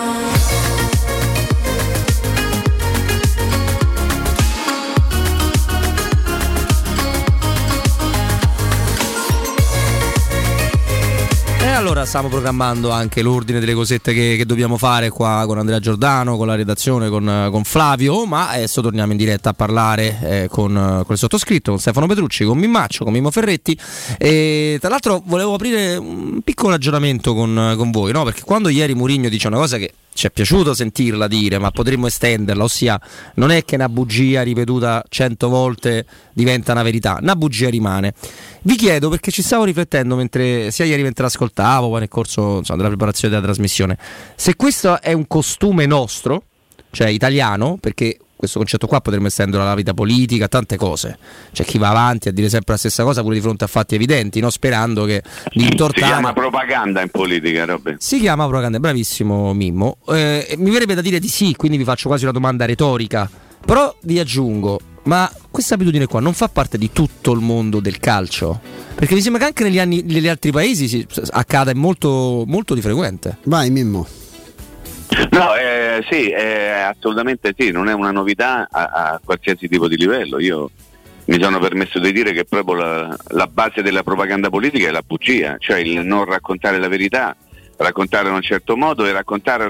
Allora stiamo programmando anche l'ordine delle cosette che dobbiamo fare qua con Andrea Giordano, con la redazione, con Flavio, ma adesso torniamo in diretta a parlare con il sottoscritto, con Stefano Petrucci, con Mimmaccio, con Mimmo Ferretti, e tra l'altro volevo aprire un piccolo ragionamento con voi, no? Perché quando ieri Mourinho dice una cosa che ci è piaciuto sentirla dire, ma potremmo estenderla, ossia non è che una bugia ripetuta 100 volte diventa una verità, una bugia rimane. Vi chiedo, perché ci stavo riflettendo mentre sia ieri mentre l'ascoltavo, poi nel corso della preparazione della trasmissione, se questo è un costume nostro, cioè italiano, perché questo concetto qua potremmo estenderlo alla vita politica, a tante cose. C'è chi va avanti a dire sempre la stessa cosa pure di fronte a fatti evidenti, no? Sperando che di intortare. Si chiama propaganda in politica, Robby. Si chiama propaganda, bravissimo Mimmo. Mi verrebbe da dire di sì, quindi vi faccio quasi una domanda retorica. Però vi aggiungo, ma questa abitudine qua non fa parte di tutto il mondo del calcio? Perché mi sembra che anche negli altri paesi accada molto, molto di frequente. Vai Mimmo. No, sì, assolutamente sì, non è una novità a qualsiasi tipo di livello. Io mi sono permesso di dire che proprio la base della propaganda politica è la bugia, cioè il non raccontare la verità, raccontare in un certo modo e raccontare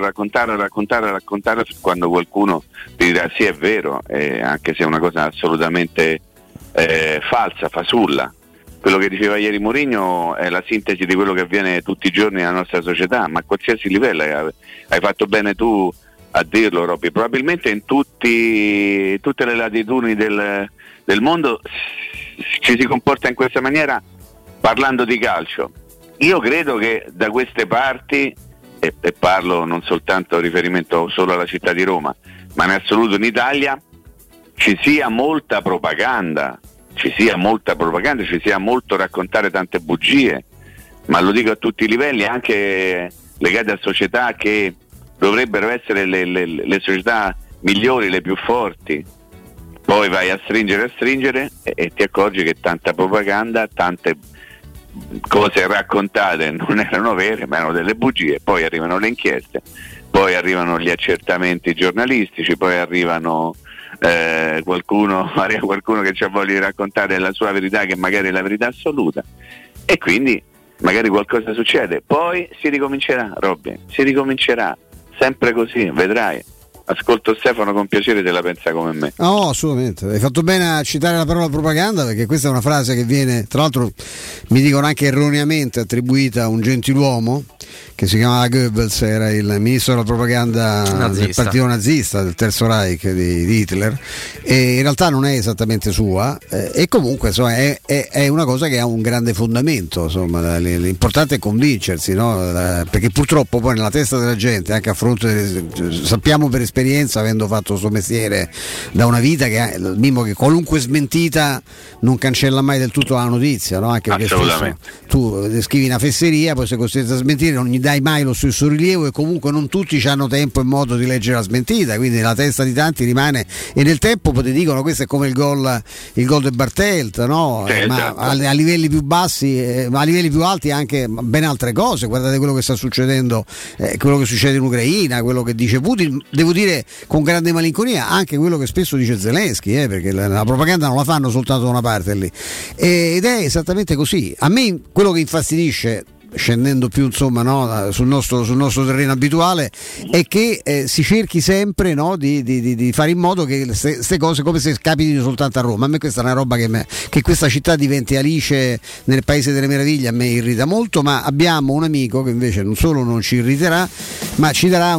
quando qualcuno ti dirà sì è vero, anche se è una cosa assolutamente falsa, fasulla. Quello che diceva ieri Mourinho è la sintesi di quello che avviene tutti i giorni nella nostra società, ma a qualsiasi livello. Hai fatto bene tu a dirlo, Robby. Probabilmente in tutte le latitudini del mondo ci si comporta in questa maniera parlando di calcio. Io credo che da queste parti, e parlo non soltanto riferimento solo alla città di Roma, ma in assoluto in Italia, ci sia molta propaganda, ci sia molto raccontare tante bugie, ma lo dico a tutti i livelli, anche legate a società che dovrebbero essere le società migliori, le più forti. Poi vai a stringere e ti accorgi che tanta propaganda, tante cose raccontate non erano vere, ma erano delle bugie. Poi arrivano le inchieste, poi arrivano gli accertamenti giornalistici, poi arrivano qualcuno che ci ha voglia di raccontare la sua verità, che magari è la verità assoluta, e quindi magari qualcosa succede. Poi si ricomincerà, Robby, sempre così, vedrai. Ascolto Stefano con piacere, se la pensa come me. No, assolutamente. Hai fatto bene a citare la parola propaganda, perché questa è una frase che viene, tra l'altro, mi dicono anche erroneamente attribuita a un gentiluomo che si chiamava Goebbels, era il ministro della propaganda del partito nazista, del Terzo Reich di Hitler, e in realtà non è esattamente sua, e comunque insomma, è una cosa che ha un grande fondamento, insomma, l'importante è convincersi, no? Perché purtroppo poi nella testa della gente, anche a fronte sappiamo per esperienza, avendo fatto il suo mestiere da una vita, che qualunque smentita non cancella mai del tutto la notizia, no? Anche perché spesso tu scrivi una fesseria, poi sei costretto a smentire, non gli dai mai lo stesso rilievo, e comunque non tutti hanno tempo e modo di leggere la smentita, quindi nella testa di tanti rimane, e nel tempo poi ti dicono questo è come il gol di Bartelt, no? Ma a livelli più bassi, a livelli più alti anche ben altre cose. Guardate quello che sta succedendo, quello che succede in Ucraina, quello che dice Putin, devo dire con grande malinconia anche quello che spesso dice Zelensky, perché la propaganda non la fanno soltanto da una parte lì, ed è esattamente così. A me quello che infastidisce, scendendo più insomma, no, sul nostro terreno abituale, è che si cerchi sempre, no, di fare in modo che queste cose come se capitino soltanto a Roma. A me questa è una roba che questa città diventi Alice nel Paese delle Meraviglie, a me irrita molto, ma abbiamo un amico che invece non solo non ci irriterà, ma ci darà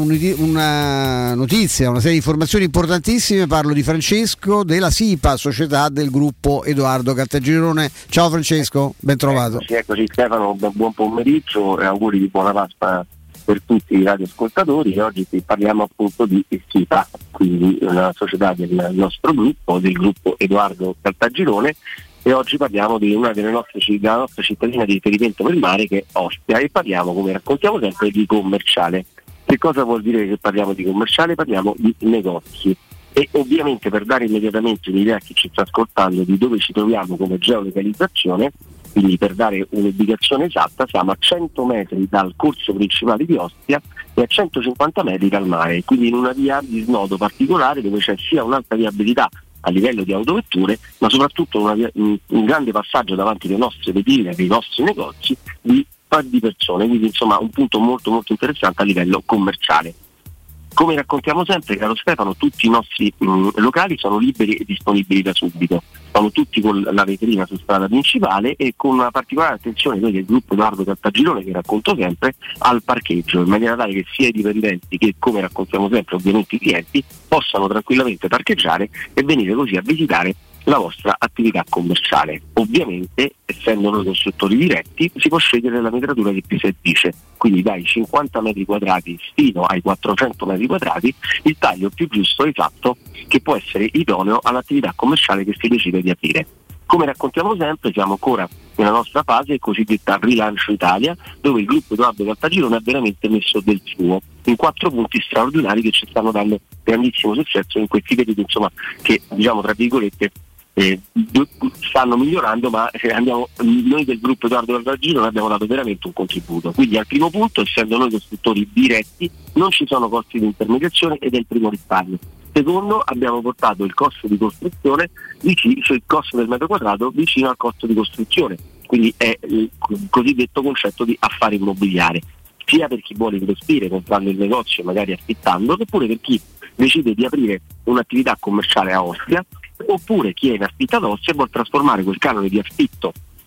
una notizia, una serie di informazioni importantissime. Parlo di Francesco della SIPA, società del gruppo Edoardo Caltagirone. Ciao Francesco, ben trovato. Eccoci Stefano, buon pomeriggio e auguri di buona Pasqua per tutti i radioascoltatori. Oggi parliamo appunto di SIPA, quindi una società del nostro gruppo, del gruppo Edoardo Caltagirone, e oggi parliamo di una della nostra cittadina di riferimento per il mare, che è Ostia, e parliamo, come raccontiamo sempre, di commerciale. Che cosa vuol dire che parliamo di commerciale? Parliamo di negozi. E ovviamente, per dare immediatamente un'idea a chi ci sta ascoltando di dove ci troviamo come geolocalizzazione, quindi per dare un'indicazione esatta, siamo a 100 metri dal corso principale di Ostia e a 150 metri dal mare, quindi in una via di snodo particolare dove c'è sia un'alta viabilità a livello di autovetture, ma soprattutto un grande passaggio davanti alle nostre vetrine, dei nostri negozi di persone, quindi insomma un punto molto molto interessante a livello commerciale. Come raccontiamo sempre, caro Stefano, tutti i nostri locali sono liberi e disponibili da subito, sono tutti con la vetrina su strada principale e con una particolare attenzione noi del gruppo Edoardo Caltagirone, che racconto sempre, al parcheggio, in maniera tale che sia i dipendenti che, come raccontiamo sempre, ovviamente i clienti possano tranquillamente parcheggiare e venire così a visitare la vostra attività commerciale. Ovviamente, essendo noi costruttori diretti, si può scegliere la metratura che più si dice, quindi dai 50 metri quadrati fino ai 400 metri quadrati il taglio più giusto e esatto che può essere idoneo all'attività commerciale che si decide di aprire. Come raccontiamo sempre, siamo ancora nella nostra fase cosiddetta Rilancio Italia, dove il gruppo Edoardo Caltagirone ha veramente messo del suo in 4 punti straordinari che ci stanno dando grandissimo successo in questi periodi, insomma, che diciamo tra virgolette stanno migliorando, ma noi del gruppo Edoardo Caltagirone abbiamo dato veramente un contributo. Quindi al primo punto, essendo noi costruttori diretti, non ci sono costi di intermediazione ed è il primo risparmio. Secondo, abbiamo portato il costo di costruzione cioè il costo del metro quadrato vicino al costo di costruzione, quindi è il cosiddetto concetto di affare immobiliare, sia per chi vuole investire comprando il negozio, magari affittando, oppure per chi decide di aprire un'attività commerciale a Ostia, oppure chi è in affitto ad Ostia e vuole trasformare quel canone di affitto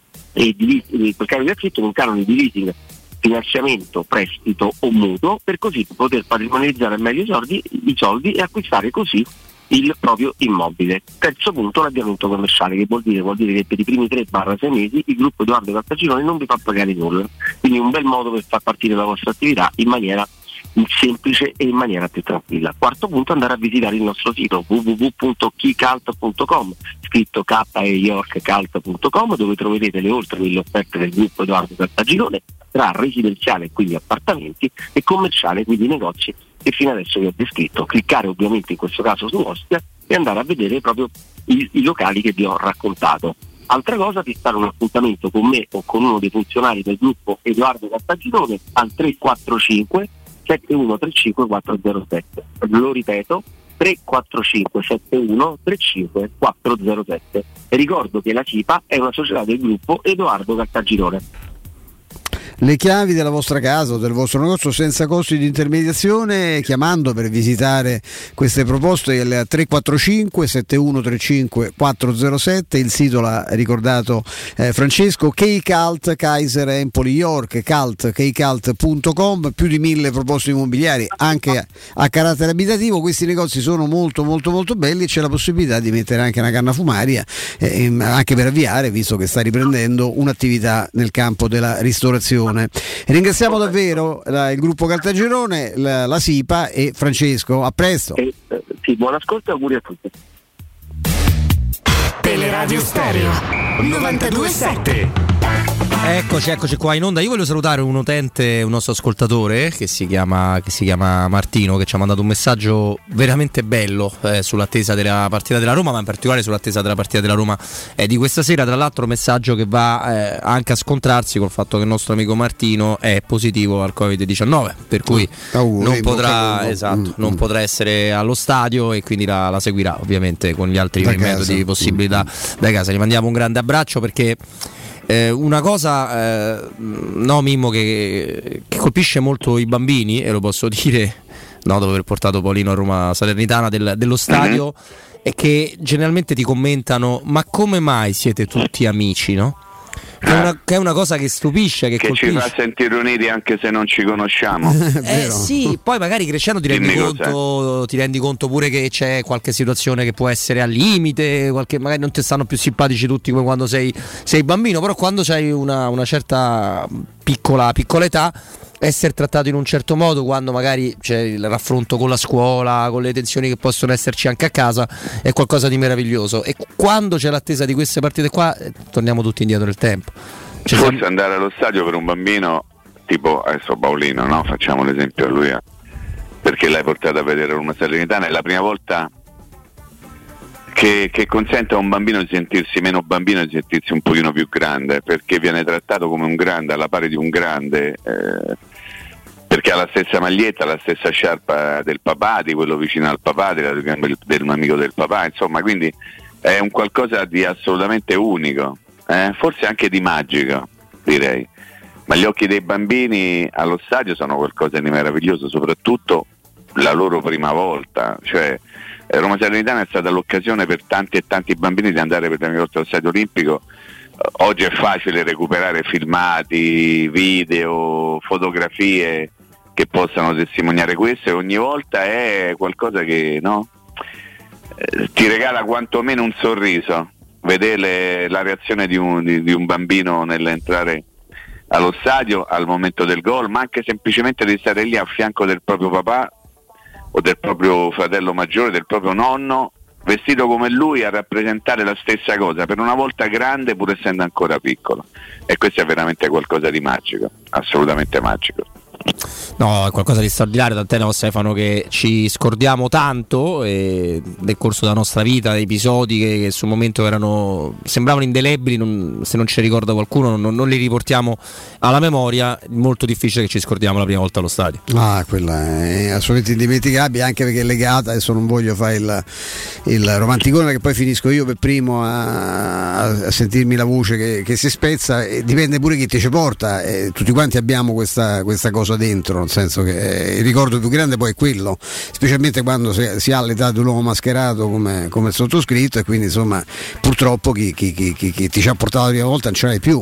in un canone di leasing, finanziamento, prestito o mutuo, per così poter patrimonializzare al meglio i soldi e acquistare così il proprio immobile. Terzo punto, l'avviamento commerciale, che vuol dire che per i primi 3-6 mesi il gruppo Edoardo Caltagirone non vi fa pagare nulla, quindi un bel modo per far partire la vostra attività in maniera semplice e in maniera più tranquilla. Quarto punto, andare a visitare il nostro sito www.keycult.com, scritto KEYorkCult.com, dove troverete le oltre 1000 offerte del gruppo Edoardo Caltagirone tra residenziale, quindi appartamenti, e commerciale, quindi negozi che fino adesso vi ho descritto. Cliccare ovviamente in questo caso su Ostia e andare a vedere proprio i locali che vi ho raccontato. Altra cosa, fissare un appuntamento con me o con uno dei funzionari del gruppo Edoardo Cartagirone al 345 7135 407. Lo ripeto, 345 7135 407. E ricordo che la CIPA è una società del gruppo Edoardo Cartagirone. Le chiavi della vostra casa o del vostro negozio senza costi di intermediazione, chiamando per visitare queste proposte al 345 7135 407. Il sito l'ha ricordato Francesco, K-Cult, Kaiser, Empoli, York, kcult.com, più di 1000 proposte immobiliari anche a carattere abitativo. Questi negozi sono molto molto molto belli e c'è la possibilità di mettere anche una canna fumaria anche per avviare, visto che sta riprendendo un'attività nel campo della ristorazione. Ringraziamo davvero il gruppo Caltagirone, la SIPA e Francesco. A presto. Sì, buon ascolto e auguri a tutti. Teleradio Stereo 92.7. Eccoci qua in onda. Io voglio salutare un utente, un nostro ascoltatore che si chiama Martino, che ci ha mandato un messaggio veramente bello sull'attesa della partita della Roma, ma in particolare sull'attesa della partita della Roma di questa sera. Tra l'altro messaggio che va anche a scontrarsi col fatto che il nostro amico Martino è positivo al Covid-19, per cui non potrà potrà essere allo stadio e quindi la seguirà ovviamente con gli altri metodi possibili da casa. Gli mandiamo un grande abbraccio, perché una cosa Mimmo, che colpisce molto i bambini, e lo posso dire dopo aver portato Paolino a Roma Salernitana dello stadio, è che generalmente ti commentano: ma come mai siete tutti amici, no? Che è una cosa che stupisce, che colpisce. Ci fa sentire uniti anche se non ci conosciamo. Sì, poi magari crescendo ti rendi conto pure che c'è qualche situazione che può essere al limite, magari non ti stanno più simpatici tutti come quando sei bambino, però quando c'hai una certa piccola età, essere trattato in un certo modo, quando magari c'è il raffronto con la scuola, con le tensioni che possono esserci anche a casa, è qualcosa di meraviglioso. E quando c'è l'attesa di queste partite qua, torniamo tutti indietro nel tempo. Forse andare allo stadio per un bambino tipo adesso Paolino, no? Facciamo l'esempio a lui, perché l'hai portato a vedere Roma Salernitana, è la prima volta che consente a un bambino di sentirsi meno bambino e di sentirsi un pochino più grande, perché viene trattato come un grande, alla pari di un grande, perché ha la stessa maglietta, la stessa sciarpa del papà, di quello vicino al papà, del amico del papà, insomma, quindi è un qualcosa di assolutamente unico, forse anche di magico, direi. Ma gli occhi dei bambini allo stadio sono qualcosa di meraviglioso, soprattutto la loro prima volta, cioè Roma Salernitana è stata l'occasione per tanti e tanti bambini di andare per la prima volta allo Stadio Olimpico. Oggi è facile recuperare filmati, video, fotografie che possano testimoniare questo, e ogni volta è qualcosa che ti regala quantomeno un sorriso, vedere la reazione di un bambino nell'entrare allo stadio al momento del gol, ma anche semplicemente di stare lì a fianco del proprio papà o del proprio fratello maggiore, del proprio nonno, vestito come lui, a rappresentare la stessa cosa, per una volta grande pur essendo ancora piccolo. E questo è veramente qualcosa di magico, assolutamente magico. No, è qualcosa di straordinario, tant'è, Stefano, che ci scordiamo tanto nel corso della nostra vita, episodi che sul momento sembravano indelebili, se non ci ricorda qualcuno non li riportiamo alla memoria. Molto difficile che ci scordiamo la prima volta allo stadio. Quella è assolutamente indimenticabile, anche perché è legata, adesso non voglio fare il romanticone, che poi finisco io per primo a sentirmi la voce che si spezza, e dipende pure chi ti ci porta, tutti quanti abbiamo questa cosa dentro, nel senso che il ricordo più grande poi è quello, specialmente quando si ha l'età di un uomo mascherato come il sottoscritto, e quindi insomma purtroppo chi ti ci ha portato la prima volta non ce l'hai più,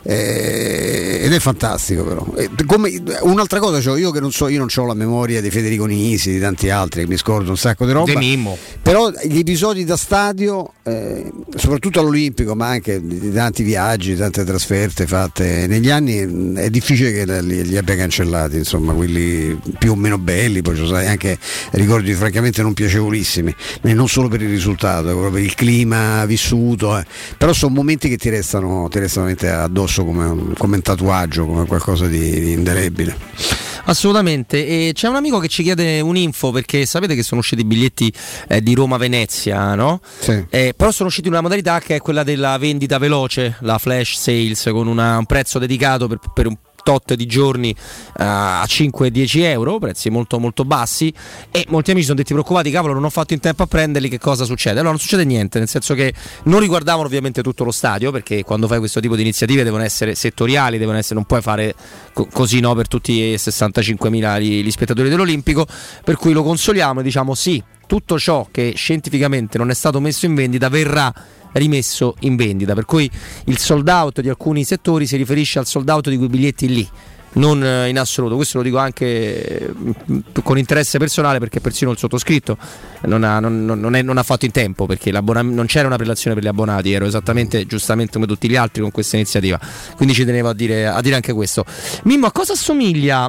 ed è fantastico. Però come un'altra cosa, io che non ho la memoria di Federico Nisi, di tanti altri, che mi scordo un sacco di roba, però gli episodi da stadio, soprattutto all'Olimpico, ma anche di tanti viaggi, tante trasferte fatte negli anni, è difficile che li abbia cancellati, insomma, quelli più o meno belli. Poi ci sono anche ricordi francamente non piacevolissimi, non solo per il risultato, proprio per il clima vissuto, però sono momenti che ti restano veramente addosso come un tatuaggio, come qualcosa di indelebile. Assolutamente, e c'è un amico che ci chiede un'info, perché sapete che sono usciti i biglietti di Roma-Venezia, no? Sì. Però sono usciti in una modalità che è quella della vendita veloce, la flash sales, con un prezzo dedicato per un tot di giorni a 5-10 euro, prezzi molto molto bassi, e molti amici sono detti preoccupati, cavolo, non ho fatto in tempo a prenderli, che cosa succede? Allora non succede niente, nel senso che non riguardavano ovviamente tutto lo stadio, perché quando fai questo tipo di iniziative devono essere settoriali, non puoi fare così, no, per tutti i 65.000 gli spettatori dell'Olimpico, per cui lo consoliamo e diciamo sì, tutto ciò che scientificamente non è stato messo in vendita verrà rimesso in vendita, per cui il sold out di alcuni settori si riferisce al sold out di quei biglietti lì, non in assoluto. Questo lo dico anche con interesse personale, perché persino il sottoscritto non ha fatto in tempo, perché non c'era una prelazione per gli abbonati, ero esattamente, giustamente come tutti gli altri con questa iniziativa, quindi ci tenevo a dire anche questo. Mimmo, a cosa assomiglia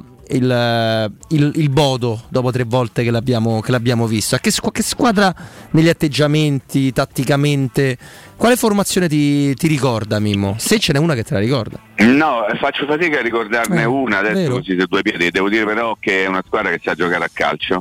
il Bodo dopo 3 volte che l'abbiamo visto? A che squadra negli atteggiamenti, tatticamente, quale formazione ti ricorda, Mimmo? Se ce n'è una che te la ricorda. No, faccio fatica a ricordarne una adesso, vero. così su due piedi. Devo dire però che è una squadra che sa giocare a calcio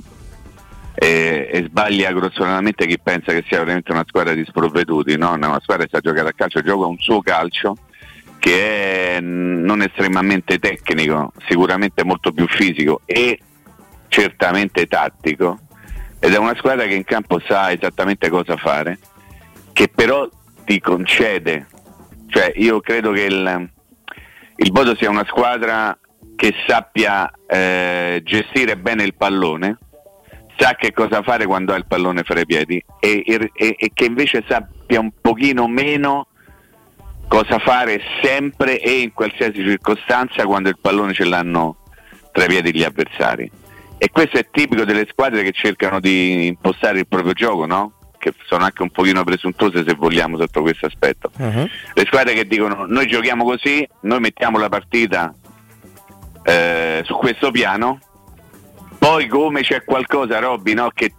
e sbaglia grossolanamente chi pensa che sia veramente una squadra di sprovveduti, no? È una squadra che sa giocare a calcio, gioca un suo calcio che è non estremamente tecnico, sicuramente molto più fisico e certamente tattico, ed è una squadra che in campo sa esattamente cosa fare, che però ti concede, cioè io credo che il Bodo sia una squadra che sappia gestire bene il pallone, sa che cosa fare quando ha il pallone fra i piedi e che invece sappia un pochino meno cosa fare sempre e in qualsiasi circostanza quando il pallone ce l'hanno tra i piedi gli avversari. E questo è tipico delle squadre che cercano di impostare il proprio gioco, no? Che sono anche un pochino presuntuose, se vogliamo, sotto questo aspetto. Le squadre che dicono noi giochiamo così, noi mettiamo la partita su questo piano, poi come c'è qualcosa, Robby, no? che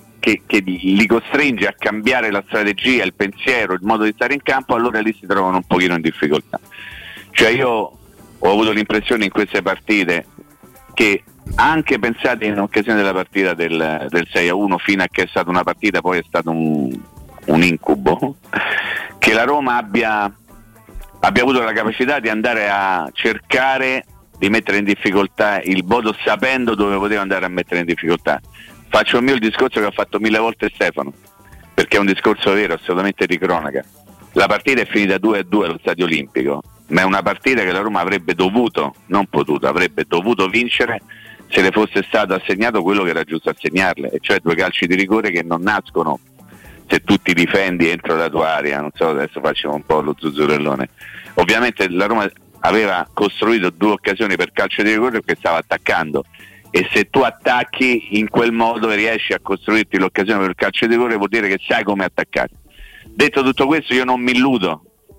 li costringe a cambiare la strategia, il pensiero, il modo di stare in campo, allora lì si trovano un pochino in difficoltà. Cioè io ho avuto l'impressione in queste partite che, anche pensate in occasione della partita del 6-1, fino a che è stata una partita, poi è stato un incubo, che la Roma abbia avuto la capacità di andare a cercare di mettere in difficoltà il Bodo, sapendo dove poteva andare a mettere in difficoltà. Faccio il mio il discorso che ha fatto 1000 volte Stefano, perché è un discorso vero, assolutamente di cronaca. La partita è finita 2-2 allo Stadio Olimpico, ma è una partita che la Roma avrebbe dovuto, non potuto, avrebbe dovuto vincere se le fosse stato assegnato quello che era giusto assegnarle, e cioè 2 calci di rigore che non nascono se tu ti difendi entro la tua area. Non so, adesso facciamo un po' lo zuzzurellone. Ovviamente la Roma aveva costruito 2 occasioni per calcio di rigore perché stava attaccando, e se tu attacchi in quel modo e riesci a costruirti l'occasione per il calcio di rigore, vuol dire che sai come attaccare. Detto tutto questo, io non mi illudo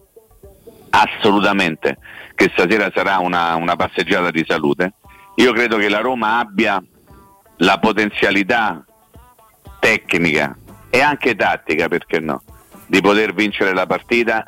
assolutamente che stasera sarà una passeggiata di salute. Io credo che la Roma abbia la potenzialità tecnica e anche tattica, perché no, di poter vincere la partita.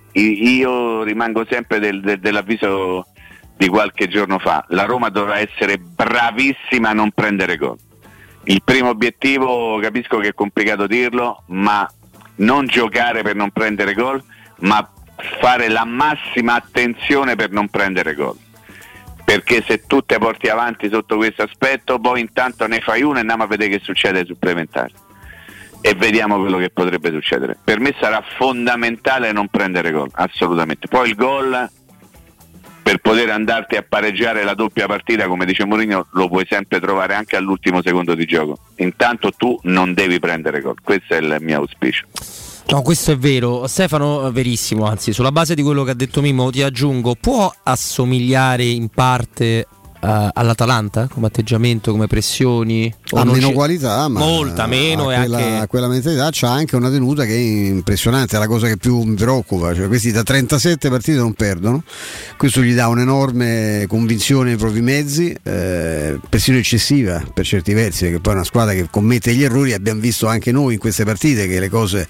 Io rimango sempre dell'avviso di qualche giorno fa: la Roma dovrà essere bravissima a non prendere gol. Il primo obiettivo, capisco che è complicato dirlo, ma non giocare per non prendere gol, ma fare la massima attenzione per non prendere gol, perché se tu te porti avanti sotto questo aspetto, poi intanto ne fai uno e andiamo a vedere che succede ai supplementari e vediamo quello che potrebbe succedere. Per me sarà fondamentale non prendere gol, assolutamente. Poi il gol, per poter andarti a pareggiare la doppia partita, come dice Mourinho, lo puoi sempre trovare anche all'ultimo secondo di gioco. Intanto tu non devi prendere gol, questo è il mio auspicio. No, questo è vero, Stefano, verissimo, anzi sulla base di quello che ha detto Mimmo ti aggiungo, può assomigliare in parte all'Atalanta come atteggiamento, come pressioni? Ha meno qualità, ma molta meno, e quella mentalità. C'ha anche una tenuta che è impressionante, è la cosa che più mi preoccupa, cioè questi da 37 partite non perdono, questo gli dà un'enorme convinzione nei propri mezzi, persino eccessiva per certi versi, perché poi è una squadra che commette gli errori. Abbiamo visto anche noi in queste partite che le cose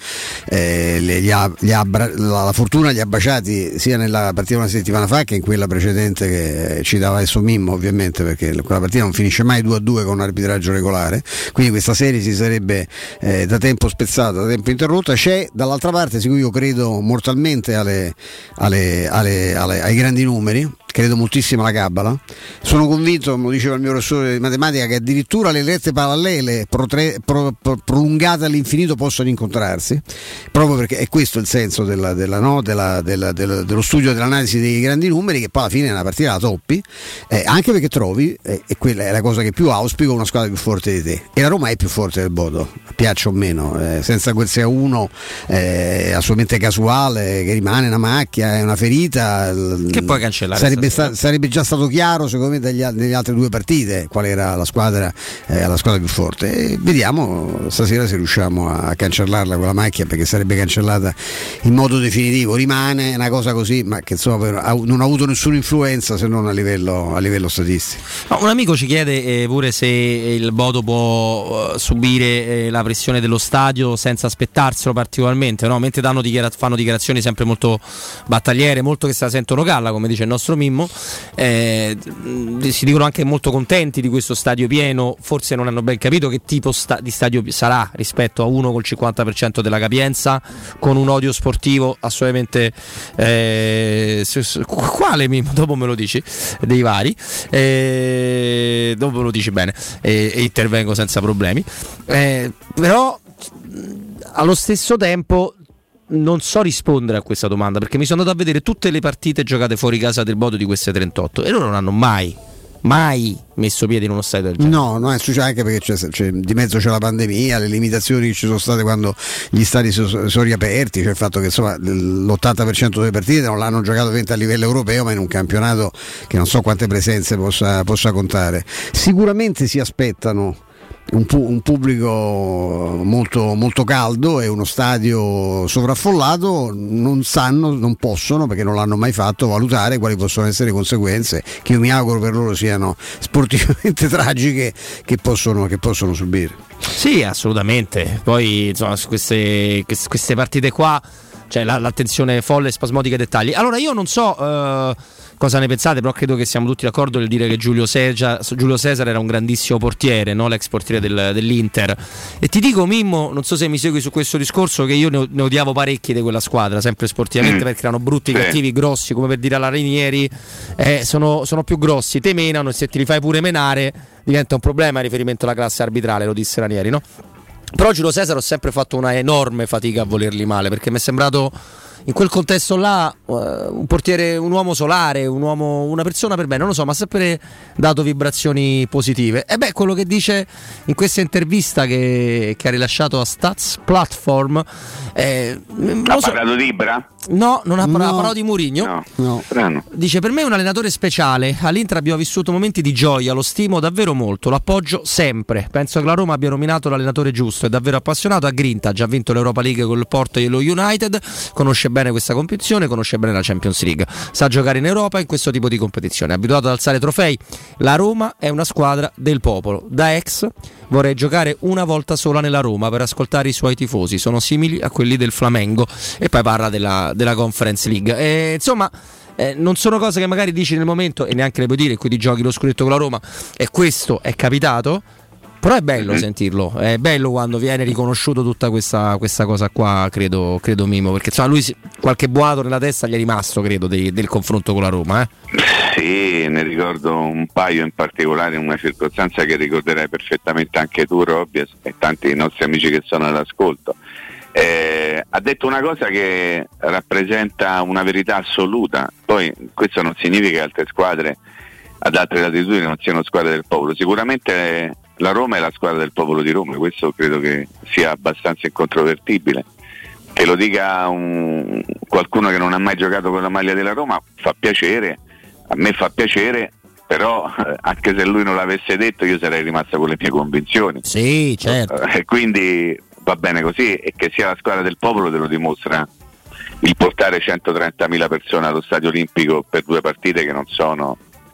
la fortuna li ha baciati sia nella partita una settimana fa che in quella precedente che ci dava adesso Mimmo, ovviamente, perché quella partita non finisce mai 2-2 con un arbitraggio regolare, quindi questa serie si sarebbe da tempo spezzata, da tempo interrotta. C'è dall'altra parte, siccome io credo mortalmente ai grandi numeri, credo moltissimo alla Cabala, sono convinto, me lo diceva il mio professore di matematica, che addirittura le rette parallele prolungate all'infinito possono incontrarsi, proprio perché è questo il senso dello studio dell'analisi dei grandi numeri, che poi alla fine è una partita la toppi, anche perché trovi, e quella è la cosa che più auspico, una squadra più forte di te, e la Roma è più forte del Bodo, piaccia o meno, senza quel 6-1 assolutamente casuale, che rimane una macchia, è una ferita che puoi cancellare. Sarebbe già stato chiaro secondo me nelle altre due partite qual era la squadra più forte, e vediamo stasera se riusciamo a cancellarla quella macchia, perché sarebbe cancellata in modo definitivo. Rimane una cosa così, ma che insomma non ha avuto nessuna influenza se non a livello statistico. Un amico ci chiede pure se il Bodo può subire la pressione dello stadio senza aspettarselo particolarmente, no? Mentre fanno dichiarazioni sempre molto battagliere, molto che se la sentono galla, come dice il nostro Mimmo. Si dicono anche molto contenti di questo stadio pieno, forse non hanno ben capito che tipo di stadio sarà rispetto a uno col 50% della capienza, con un odio sportivo assolutamente quale, Mimmo? Dopo me lo dici, dei vari, dopo me lo dici bene, e intervengo senza problemi, però allo stesso tempo non so rispondere a questa domanda, perché mi sono andato a vedere tutte le partite giocate fuori casa del Bodo di queste 38 e loro non hanno mai messo piede in uno stadio del genere. No, è successo anche perché c'è di mezzo c'è la pandemia, le limitazioni che ci sono state quando gli stadi sono riaperti, cioè il fatto che insomma l'80% delle partite non l'hanno giocato ovviamente a livello europeo, ma in un campionato che non so quante presenze possa contare. Sicuramente si aspettano un pubblico molto, molto caldo e uno stadio sovraffollato. Non possono, perché non l'hanno mai fatto, valutare quali possono essere le conseguenze, che io mi auguro per loro siano sportivamente tragiche, che possono subire. Sì, assolutamente. Poi insomma, su queste partite qua, cioè l'attenzione folle e spasmodica ai dettagli. Allora io non so cosa ne pensate, però credo che siamo tutti d'accordo nel dire che Giulio Cesar era un grandissimo portiere, no? L'ex portiere dell'Inter. E ti dico, Mimmo, non so se mi segui su questo discorso, che io ne odiavo parecchi di quella squadra, sempre sportivamente, perché erano brutti, cattivi, grossi, come per dire alla Ranieri, sono più grossi, te menano, e se ti li fai pure menare diventa un problema in riferimento alla classe arbitrale, lo disse Ranieri, no? Però Giulio Cesar ho sempre fatto una enorme fatica a volerli male, perché mi è sembrato in quel contesto là un portiere, un uomo solare, una persona per bene, non lo so, ma ha sempre dato vibrazioni positive. E quello che dice in questa intervista che ha rilasciato a Stats Platform, ha parlato di Ibra? No, non ha parlato di Mourinho. No. Dice: per me è un allenatore speciale, all'Inter abbiamo vissuto momenti di gioia, lo stimo davvero molto, l'appoggio sempre. Penso che la Roma abbia nominato l'allenatore giusto, è davvero appassionato, ha grinta, ha già vinto l'Europa League con il Porto e lo United, conosce bene questa competizione, conosce bene la Champions League, sa giocare in Europa in questo tipo di competizione, è abituato ad alzare trofei. La Roma è una squadra del popolo, da ex vorrei giocare una volta sola nella Roma per ascoltare i suoi tifosi, sono simili a quelli del Flamengo. E poi parla della Conference League, insomma non sono cose che magari dici nel momento e neanche le puoi dire, in cui ti giochi lo scudetto con la Roma, e questo è capitato. Però è bello sentirlo, è bello quando viene riconosciuto tutta questa cosa qua, credo Mimmo, perché insomma lui qualche boato nella testa gli è rimasto, credo, del confronto con la Roma. Sì, ne ricordo un paio in particolare, in una circostanza che ricorderai perfettamente anche tu, Robby, e tanti dei nostri amici che sono all'ascolto. Ha detto una cosa che rappresenta una verità assoluta. Poi questo non significa che altre squadre ad altre latitudini non siano squadre del popolo. Sicuramente la Roma è la squadra del popolo di Roma, questo credo che sia abbastanza incontrovertibile. Che lo dica qualcuno che non ha mai giocato con la maglia della Roma fa piacere, a me fa piacere, però anche se lui non l'avesse detto io sarei rimasto con le mie convinzioni. Sì, certo. Quindi va bene così, e che sia la squadra del popolo te lo dimostra il portare 130.000 persone allo Stadio Olimpico per due partite che non sono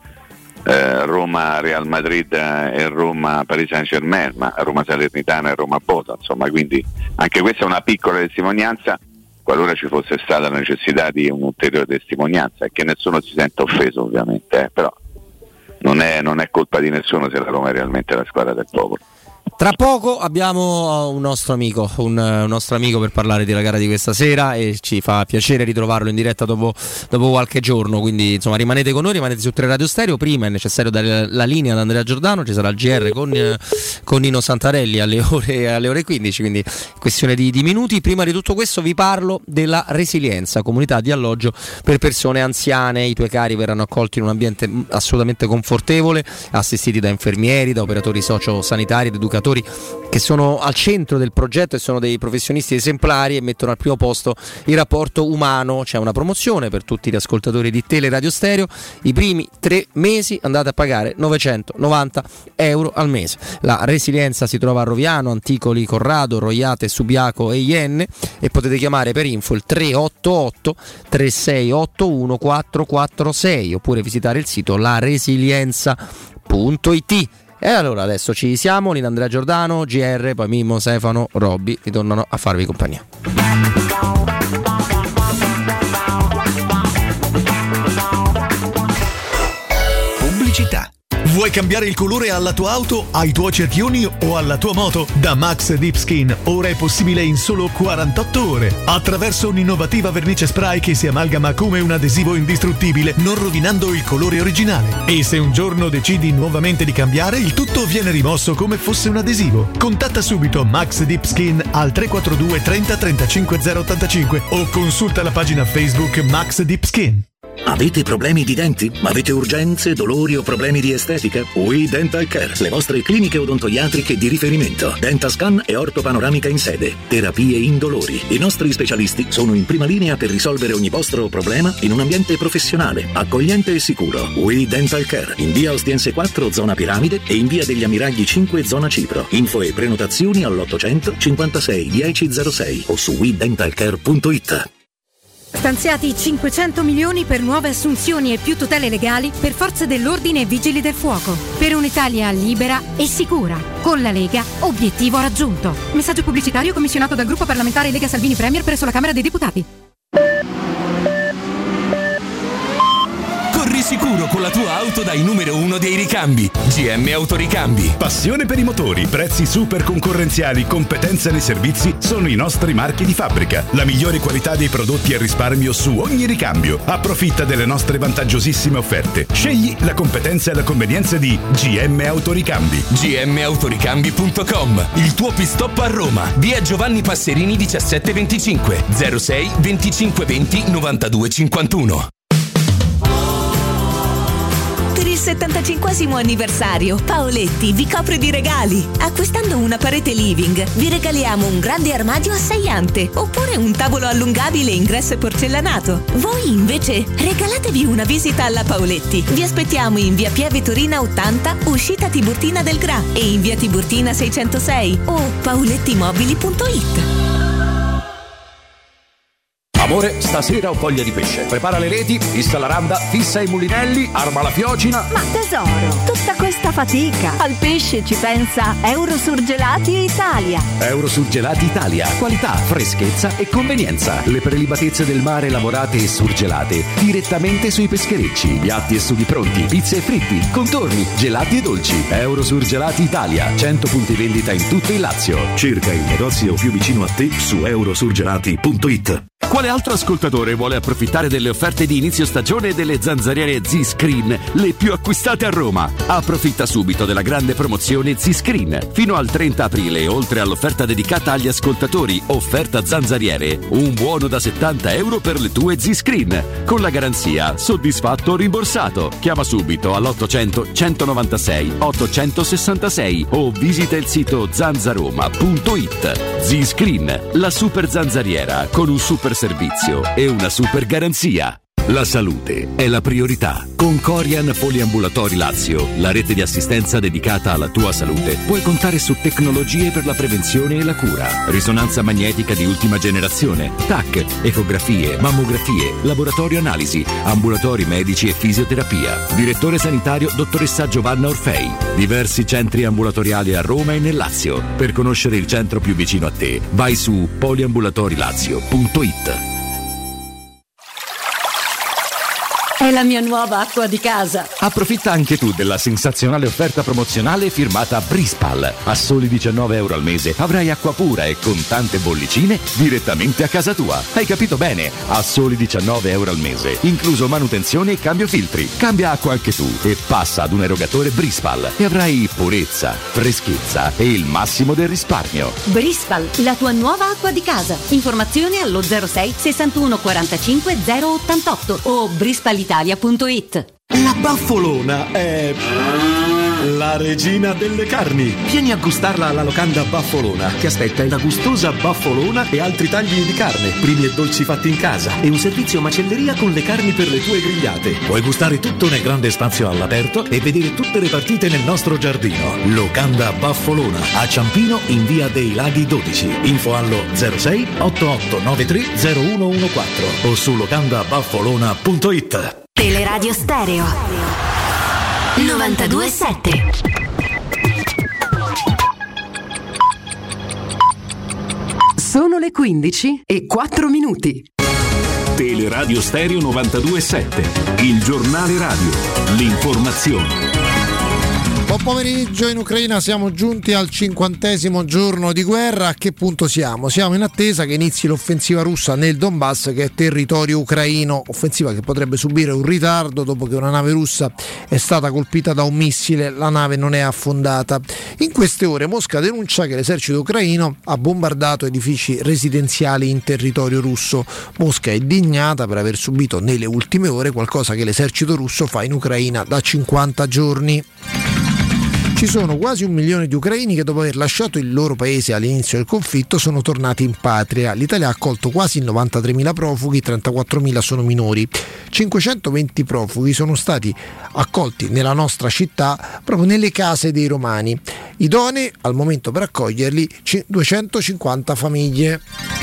Roma Real Madrid e Roma Paris Saint-Germain, ma Roma Salernitana e Roma Bodo, insomma, quindi anche questa è una piccola testimonianza, qualora ci fosse stata la necessità di un'ulteriore testimonianza, e che nessuno si senta offeso ovviamente, però non è colpa di nessuno se la Roma è realmente la squadra del popolo. Tra poco abbiamo un nostro amico per parlare della gara di questa sera, e ci fa piacere ritrovarlo in diretta dopo qualche giorno, quindi insomma rimanete con noi, rimanete su 3 Radio Stereo. Prima è necessario dare la linea ad Andrea Giordano, ci sarà il GR con Nino Santarelli alle ore 15, quindi questione di minuti. Prima di tutto questo vi parlo della Resilienza, comunità di alloggio per persone anziane. I tuoi cari verranno accolti in un ambiente assolutamente confortevole, assistiti da infermieri, da operatori sociosanitari ed educatori che sono al centro del progetto e sono dei professionisti esemplari e mettono al primo posto il rapporto umano. C'è una promozione per tutti gli ascoltatori di Teleradio Stereo: i primi 3 mesi andate a pagare 990 euro al mese. La Resilienza si trova a Roviano, Anticoli, Corrado, Roiate, Subiaco e Ienne, e potete chiamare per info il 388 3681 446 oppure visitare il sito laresilienza.it. E allora adesso ci siamo, Lino Andrea Giordano, GR, poi Mimmo, Stefano, Robby ritornano a farvi compagnia. Pubblicità. Vuoi cambiare il colore alla tua auto, ai tuoi cerchioni o alla tua moto? Da Max Deep Skin ora è possibile in solo 48 ore attraverso un'innovativa vernice spray che si amalgama come un adesivo indistruttibile, non rovinando il colore originale. E se un giorno decidi nuovamente di cambiare, il tutto viene rimosso come fosse un adesivo. Contatta subito Max Deep Skin al 342 30 35 085 o consulta la pagina Facebook Max Deep Skin. Avete problemi di denti? Avete urgenze, dolori o problemi di estetica? We Dental Care, le vostre cliniche odontoiatriche di riferimento. Dentascan e ortopanoramica in sede. Terapie indolori. I nostri specialisti sono in prima linea per risolvere ogni vostro problema in un ambiente professionale, accogliente e sicuro. We Dental Care, in via Ostiense 4, zona Piramide, e in via degli Ammiragli 5, zona Cipro. Info e prenotazioni all'800 56 1006 o su wedentalcare.it. Stanziati 500 milioni per nuove assunzioni e più tutele legali per forze dell'ordine e vigili del fuoco. Per un'Italia libera e sicura. Con la Lega, obiettivo raggiunto. Messaggio pubblicitario commissionato dal gruppo parlamentare Lega Salvini Premier presso la Camera dei Deputati. Corri sicuro con la tua auto dai numero 1 dei ricambi. GM Autoricambi. Passione per i motori, prezzi super concorrenziali, competenza nei servizi sono i nostri marchi di fabbrica. La migliore qualità dei prodotti e risparmio su ogni ricambio. Approfitta delle nostre vantaggiosissime offerte. Scegli la competenza e la convenienza di GM Autoricambi. gmautoricambi.com. Il tuo pit stop a Roma. Via Giovanni Passerini 1725 06 25 20 92 51. Per il 75° anniversario, Paoletti vi copre di regali. Acquistando una parete living, vi regaliamo un grande armadio a 6 ante oppure un tavolo allungabile ingresso e porcellanato. Voi invece regalatevi una visita alla Paoletti. Vi aspettiamo in via Pieve Torina 80, uscita Tiburtina del Gra, e in via Tiburtina 606 o paolettimobili.it. Amore, stasera ho voglia di pesce. Prepara le reti, fissa la randa, fissa i mulinelli, arma la fiocina. Ma tesoro, tutta questa fatica. Al pesce ci pensa Eurosurgelati Italia. Eurosurgelati Italia. Qualità, freschezza e convenienza. Le prelibatezze del mare lavorate e surgelate direttamente sui pescherecci. Piatti e sughi pronti, pizze e fritti, contorni, gelati e dolci. Eurosurgelati Italia. 100 punti vendita in tutto il Lazio. Cerca il negozio più vicino a te su eurosurgelati.it. Quale altro ascoltatore vuole approfittare delle offerte di inizio stagione delle zanzariere Z-Screen, le più acquistate a Roma? Approfitta subito della grande promozione Z-Screen. Fino al 30 aprile, oltre all'offerta dedicata agli ascoltatori, offerta zanzariere, un buono da 70 euro per le tue Z-Screen, con la garanzia soddisfatto o rimborsato. Chiama subito all'800 196 866 o visita il sito zanzaroma.it. Z-Screen, la super zanzariera con un super servizio e una super garanzia. La salute è la priorità. Con Corian Poliambulatori Lazio, la rete di assistenza dedicata alla tua salute, puoi contare su tecnologie per la prevenzione e la cura. Risonanza magnetica di ultima generazione, TAC, ecografie, mammografie, laboratorio analisi, ambulatori medici e fisioterapia. Direttore sanitario dottoressa Giovanna Orfei. Diversi centri ambulatoriali a Roma e nel Lazio. Per conoscere il centro più vicino a te, vai su poliambulatorilazio.it. È la mia nuova acqua di casa. Approfitta anche tu della sensazionale offerta promozionale firmata Brispal. A soli €19 al mese avrai acqua pura e con tante bollicine direttamente a casa tua. Hai capito bene? A soli €19 al mese, incluso manutenzione e cambio filtri. Cambia acqua anche tu e passa ad un erogatore Brispal e avrai purezza, freschezza e il massimo del risparmio. Brispal, la tua nuova acqua di casa. Informazioni allo 06 61 45 088 o brispalitalia.it. La Baffolona è la regina delle carni. Vieni a gustarla alla locanda Baffolona. Ti aspetta una gustosa baffolona e altri tagli di carne, primi e dolci fatti in casa e un servizio macelleria con le carni per le tue grigliate. Puoi gustare tutto nel grande spazio all'aperto e vedere tutte le partite nel nostro giardino. Locanda Baffolona a Ciampino in via dei Laghi 12. Info allo 06 8893 0114 o su locandabaffolona.it. Teleradio Stereo 92.7. Sono le 15:04. Teleradio Stereo 92.7, il giornale radio, l'informazione. Buon pomeriggio. In Ucraina siamo giunti al 50° giorno di guerra. A che punto siamo? Siamo in attesa che inizi l'offensiva russa nel Donbass, che è territorio ucraino, offensiva che potrebbe subire un ritardo dopo che una nave russa è stata colpita da un missile. La nave non è affondata. In queste ore Mosca denuncia che l'esercito ucraino ha bombardato edifici residenziali in territorio russo. Mosca è indignata per aver subito nelle ultime ore qualcosa che l'esercito russo fa in Ucraina da 50 giorni. Ci sono quasi 1 milione di ucraini che dopo aver lasciato il loro paese all'inizio del conflitto sono tornati in patria. L'Italia ha accolto quasi 93.000 profughi, 34.000 sono minori. 520 profughi sono stati accolti nella nostra città, proprio nelle case dei romani. Idonee al momento per accoglierli 250 famiglie.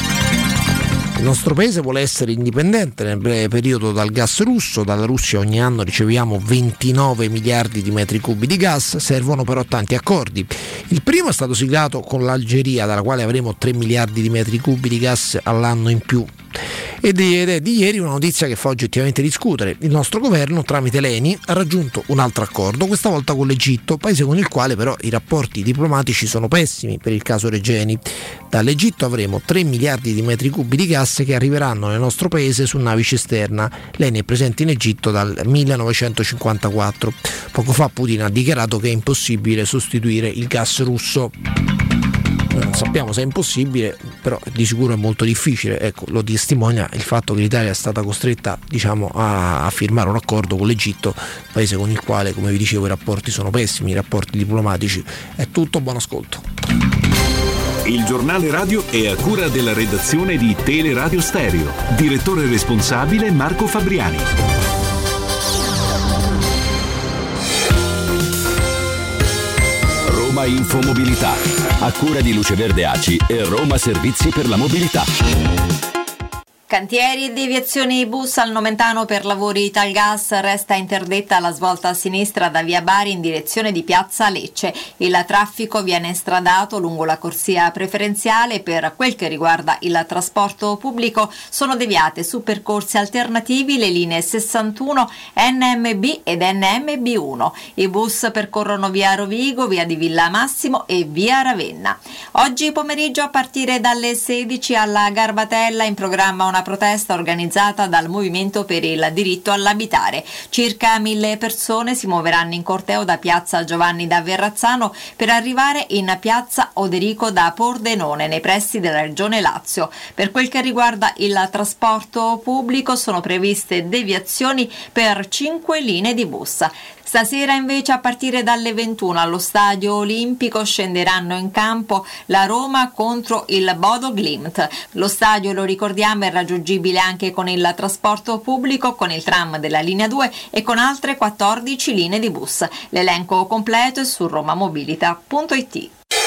Il nostro paese vuole essere indipendente nel breve periodo dal gas russo. Dalla Russia ogni anno riceviamo 29 miliardi di metri cubi di gas, servono però tanti accordi. Il primo è stato siglato con l'Algeria, dalla quale avremo 3 miliardi di metri cubi di gas all'anno in più. Ed è di ieri una notizia che fa oggettivamente discutere. Il nostro governo, tramite l'ENI, ha raggiunto un altro accordo, questa volta con l'Egitto, paese con il quale però i rapporti diplomatici sono pessimi per il caso Regeni. Dall'Egitto avremo 3 miliardi di metri cubi di gas che arriveranno nel nostro paese su navi cisterna. L'ENI è presente in Egitto dal 1954. Poco fa Putin ha dichiarato che è impossibile sostituire il gas russo. Non sappiamo se è impossibile, però di sicuro è molto difficile. Ecco, lo testimonia il fatto che l'Italia è stata costretta, a firmare un accordo con l'Egitto, paese con il quale, come vi dicevo, i rapporti sono pessimi, i rapporti diplomatici. È tutto, buon ascolto. Il giornale radio è a cura della redazione di Teleradio Stereo. Direttore responsabile Marco Fabriani. Roma Infomobilità, a cura di Luce Verde ACI e Roma Servizi per la Mobilità. Cantieri e deviazioni bus al Nomentano per lavori Italgas. Resta interdetta la svolta a sinistra da via Bari in direzione di piazza Lecce. Il traffico viene stradato lungo la corsia preferenziale. Per quel che riguarda il trasporto pubblico sono deviate su percorsi alternativi le linee 61, NMB ed NMB1. I bus percorrono via Rovigo, via di Villa Massimo e via Ravenna. Oggi pomeriggio a partire dalle 16 alla Garbatella in programma una protesta organizzata dal Movimento per il diritto all'abitare. Circa 1000 persone si muoveranno in corteo da piazza Giovanni da Verrazzano per arrivare in piazza Oderico da Pordenone nei pressi della Regione Lazio. Per quel che riguarda il trasporto pubblico sono previste deviazioni per 5 linee di bus. Stasera invece a partire dalle 21 allo Stadio Olimpico scenderanno in campo la Roma contro il Bodo Glimt. Lo stadio, lo ricordiamo, è raggiungibile anche con il trasporto pubblico, con il tram della linea 2 e con altre 14 linee di bus. L'elenco completo è su romamobilita.it.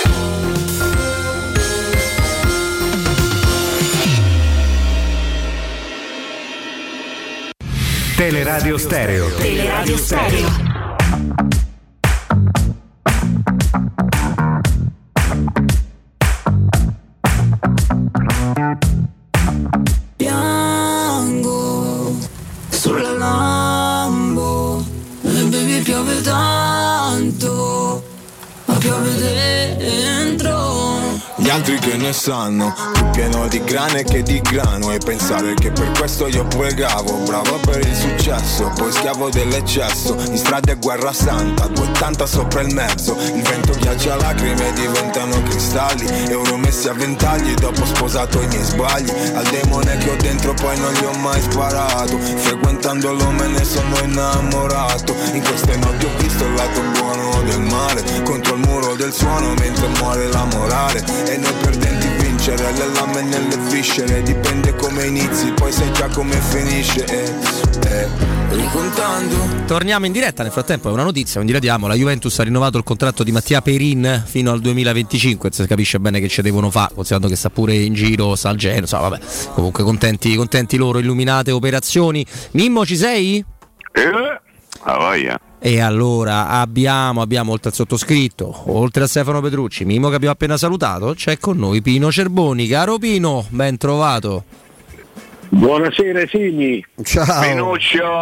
Teleradio Stereo. Teleradio Stereo. Piango sulla nave. piove dentro. Gli altri che ne sanno, più pieno di grane che di grano. E pensare che per questo io pregavo, bravo per il successo, poi schiavo dell'eccesso. In strada è guerra santa, 280 sopra il mezzo. Il vento ghiaccia lacrime, diventano cristalli. Euro messi a ventagli, dopo sposato i miei sbagli. Al demone che ho dentro poi non gli ho mai sparato. Frequentandolo me ne sono innamorato. In queste notti ho visto il lato buono del male, contro il muro del suono mentre muore la morale. E noi perdenti vincere, le lame nelle viscere. Dipende come inizi, poi sai già come finisce. Ricontando. Torniamo in diretta, nel frattempo è una notizia, quindi la diamo. La Juventus ha rinnovato il contratto di Mattia Perin fino al 2025. Si capisce bene che ci devono fare, considerando che sta pure in giro, sta al Genoa, so, vabbè. Comunque contenti loro, illuminate operazioni. Mimmo, ci sei? Voglia. E allora abbiamo oltre al sottoscritto, oltre a Stefano Petrucci, Mimmo che abbiamo appena salutato, c'è con noi Pino Cerboni. Caro Pino, ben trovato. Buonasera Simi. Ciao.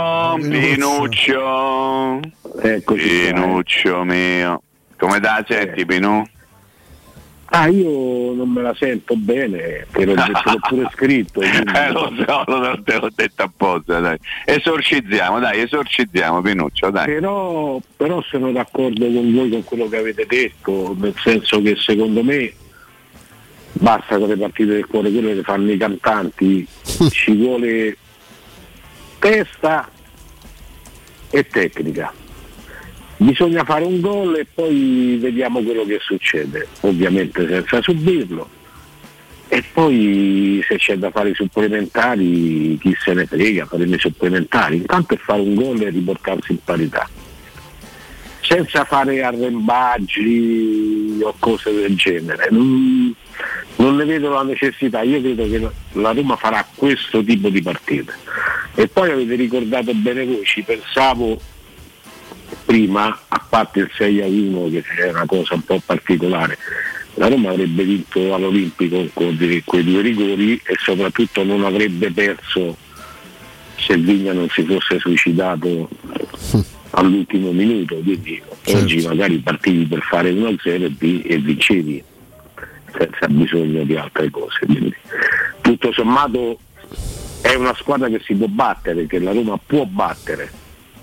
Pinuccio. Eccoci. Pinuccio mio. Come da senti, Pinu? Io non me la sento bene, te l'ho pure scritto. Lo so, te l'ho detto apposta, dai. Esorcizziamo, Pinuccio, dai. Però sono d'accordo con voi con quello che avete detto, nel senso che secondo me basta con le partite del cuore, quelle che fanno i cantanti, ci vuole testa e tecnica. Bisogna fare un gol e poi vediamo quello che succede, ovviamente senza subirlo. E poi se c'è da fare i supplementari, chi se ne frega, faremo i supplementari. Intanto è fare un gol e riportarsi in parità, senza fare arrembaggi o cose del genere. Non ne vedo la necessità. Io credo che la Roma farà questo tipo di partite. E poi avete ricordato bene voi, ci pensavo prima, a parte il 6-1 che è una cosa un po' particolare, la Roma avrebbe vinto all'Olimpico con quei 2 rigori e soprattutto non avrebbe perso se Vigna non si fosse suicidato all'ultimo minuto. Quindi oggi magari partivi per fare 1-0 e vincevi senza bisogno di altre cose. Quindi tutto sommato è una squadra che si può battere, che la Roma può battere.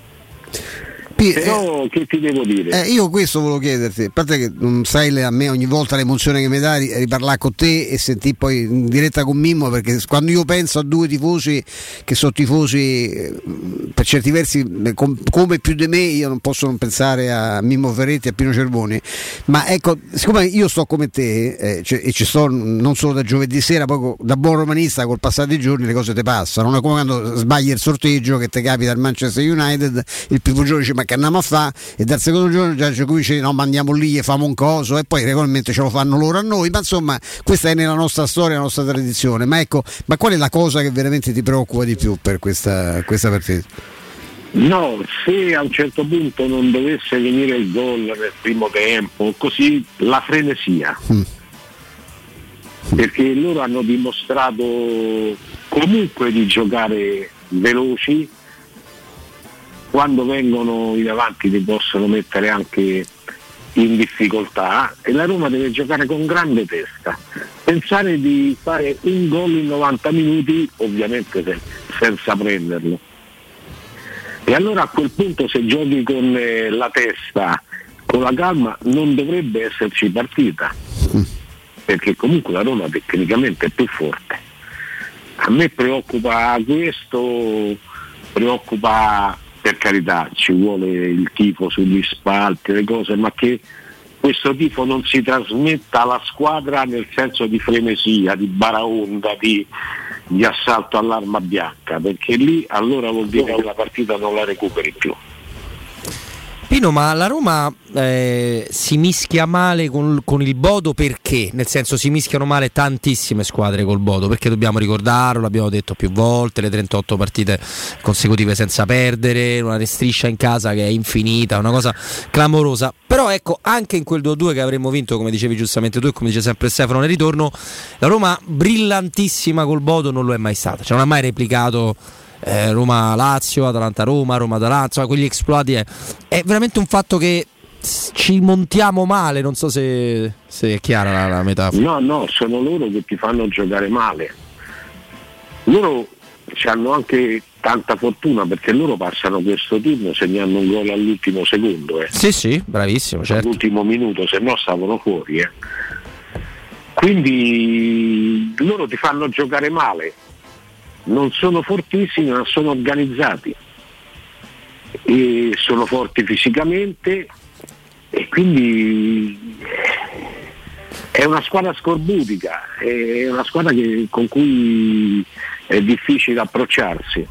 Però che ti devo dire? Io questo volevo chiederti, a parte che non sai a me ogni volta l'emozione che mi dai riparlare con te e sentire poi in diretta con Mimmo, perché quando io penso a 2 tifosi che sono tifosi per certi versi come più di me, io non posso non pensare a Mimmo Ferretti e a Pino Cerboni. Ma ecco, siccome io sto come te e ci sto non solo da giovedì sera, poi da buon romanista col passare dei giorni le cose ti passano, non è come quando sbagli il sorteggio che ti capita al Manchester United, il primo giorno dici ma che andiamo a fare, e dal secondo giorno già ci cominci, no, ma andiamo lì e famo un coso, e poi regolarmente ce lo fanno loro a noi. Ma insomma, questa è nella nostra storia, la nostra tradizione. Ma ecco, ma qual è la cosa che veramente ti preoccupa di più per questa partita? No, se a un certo punto non dovesse venire il gol nel primo tempo, così la frenesia, perché loro hanno dimostrato comunque di giocare veloci. Quando vengono in avanti ti possono mettere anche in difficoltà, e la Roma deve giocare con grande testa, pensare di fare un gol in 90 minuti, ovviamente senza prenderlo. E allora a quel punto, se giochi con la testa, con la calma, non dovrebbe esserci partita, perché comunque la Roma tecnicamente è più forte. A me preoccupa questo, preoccupa, per carità, ci vuole il tifo sugli spalti, le cose, ma che questo tifo non si trasmetta alla squadra nel senso di frenesia, di baraonda, di assalto all'arma bianca, perché lì allora vuol dire che la partita non la recuperi più. Pino, ma la Roma si mischia male con il Bodo perché? Nel senso, si mischiano male tantissime squadre col Bodo, perché dobbiamo ricordarlo, l'abbiamo detto più volte, le 38 partite consecutive senza perdere, una restriscia in casa che è infinita, una cosa clamorosa. Però ecco, anche in quel 2-2 che avremmo vinto, come dicevi giustamente tu e come dice sempre Stefano nel ritorno, la Roma brillantissima col Bodo non lo è mai stata, cioè non ha mai replicato Roma-Lazio, Atalanta-Roma, Roma-Atalanta, quegli esploiti. È veramente un fatto che ci montiamo male, non so se è chiara la metafora. No, sono loro che ti fanno giocare male. Loro hanno anche tanta fortuna perché loro passano questo turno segnando un gol all'ultimo secondo. Sì, bravissimo, certo. All'ultimo minuto, se no stavano fuori. Quindi loro ti fanno giocare male. Non sono fortissimi, ma sono organizzati. E sono forti fisicamente e quindi è una squadra scorbutica, è una squadra con cui è difficile approcciarsi.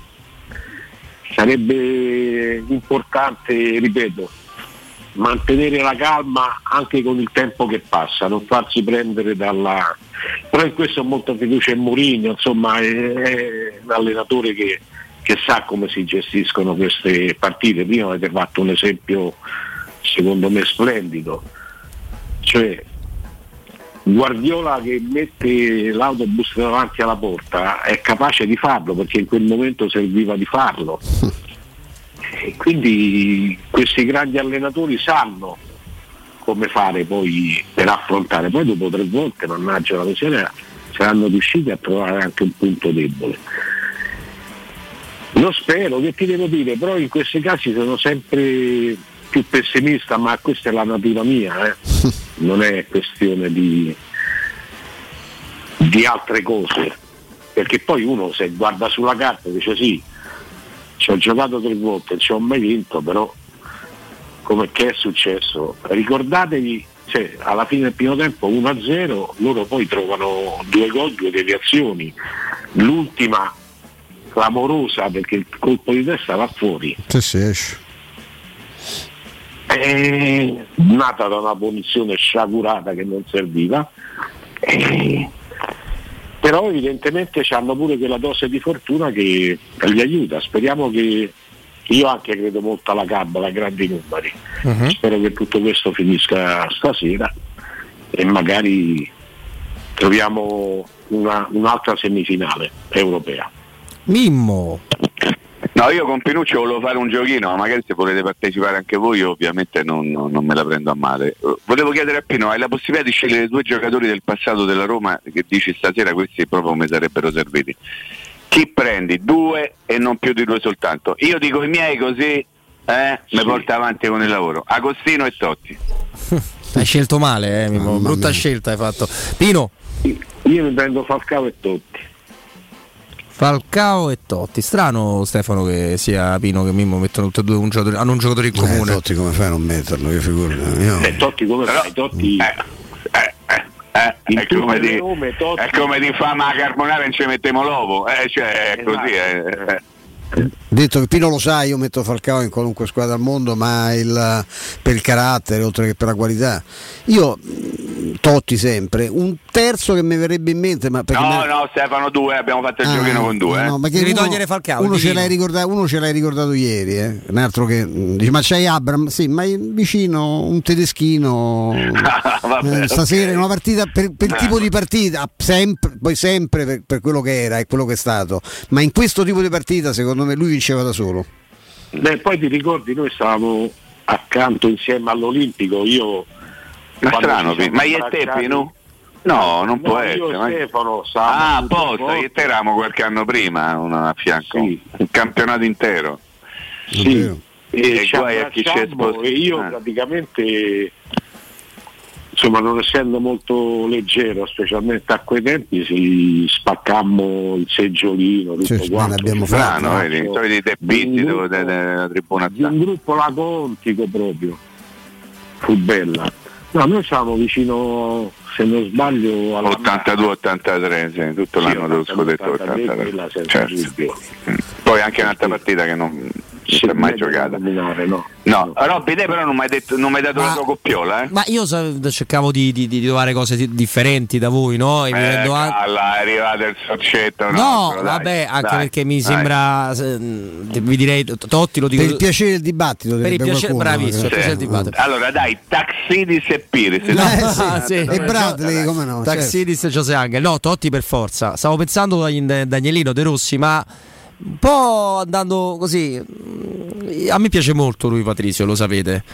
Sarebbe importante, ripeto, mantenere la calma anche con il tempo che passa, non farsi prendere dalla... Però in questo ho molta fiducia in Mourinho, insomma è un allenatore che sa come si gestiscono queste partite. Prima avete fatto un esempio secondo me splendido, cioè Guardiola che mette l'autobus davanti alla porta è capace di farlo perché in quel momento serviva di farlo e quindi questi grandi allenatori sanno come fare poi per affrontare. Poi dopo 3 volte, mannaggia la miseria, saranno riusciti a trovare anche un punto debole. Lo spero, che ti devo dire, però in questi casi sono sempre più pessimista, ma questa è la natura mia, non è questione di altre cose, perché poi uno se guarda sulla carta dice sì, ci ho giocato 3 volte, non ci ho mai vinto, però come che è successo? Ricordatevi, cioè, alla fine del primo tempo 1-0, loro poi trovano 2 gol, 2 deviazioni, l'ultima clamorosa perché il colpo di testa va fuori. Si esce. È nata da una punizione sciagurata che non serviva, però evidentemente hanno pure quella dose di fortuna che gli aiuta. Speriamo che, io anche credo molto alla cabala, a grandi numeri, spero che tutto questo finisca stasera e magari troviamo un'altra semifinale europea. Mimmo. No, io con Pinuccio volevo fare un giochino, ma magari se volete partecipare anche voi, io ovviamente non me la prendo a male. Volevo chiedere a Pino, hai la possibilità di scegliere 2 giocatori del passato della Roma che dici stasera questi proprio mi sarebbero serviti? Chi prendi? 2 e non più di 2 soltanto. Io dico i miei così mi porta avanti con il lavoro. Agostino e Totti. Hai scelto male, Mimmo. Brutta scelta hai fatto. Pino? Io mi prendo Falcao e Totti. Falcao e Totti. Strano, Stefano, che sia Pino che Mimmo mettono tutti e 2 un giocatore, hanno un giocatore in comune. Totti come fai a non metterlo? Io figurati. Totti come fai? Totti è come di fama a carbonara non ci mettiamo l'uovo, cioè è così. Detto che Pino lo sa, io metto Falcao in qualunque squadra al mondo, ma per il carattere oltre che per la qualità. Io Totti sempre, un terzo che mi verrebbe in mente, ma perché no Stefano 2, abbiamo fatto il giochino con 2. No, perché devi togliere Falcao. Uno ce l'hai ricordato ieri, un altro che dice ma c'hai Abram, sì, ma vicino un tedeschino stasera in una partita per tipo di partita, sempre per quello che era e quello che è stato, ma in questo tipo di partita secondo me lui vinceva da solo. Poi ti ricordi, noi stavamo accanto insieme all'Olimpico, io ma strano, ma io e te Pino? No, non può essere. Io e Stefano apposta, io e te eravamo qualche anno prima a fianco, sì. Un campionato intero. Sì. E guai a chi c'è spostato. E io praticamente, insomma, non essendo molto leggero, specialmente a quei tempi, si spaccammo il seggiolino, tutto quanto. Abbiamo fatto. Vedi, soliti debiti della tribuna. Di un gruppo lacontico proprio. Fu bella. No, noi siamo vicino, se non sbaglio, alla 82-83, sì, tutto l'anno dello scudetto 83. Certo. Poi anche un'altra partita che non si è mai giocata. No, Robby, te però non mi hai dato la tua coppiola, Ma io cercavo di trovare cose differenti da voi, no? E è arrivato il soccetto. No, vabbè, anche perché mi sembra, vi direi, Totti lo dico per il piacere del dibattito. Per il piacere, bravissimo, il piacere del dibattito. Allora dai, Taxidis e Piris. Sì. E Bradley, come no? Taxidis e José Angel. No, Totti per forza. Stavo pensando a Danielino De Rossi, ma un po' andando così. A me piace molto lui, Patrizio, lo sapete.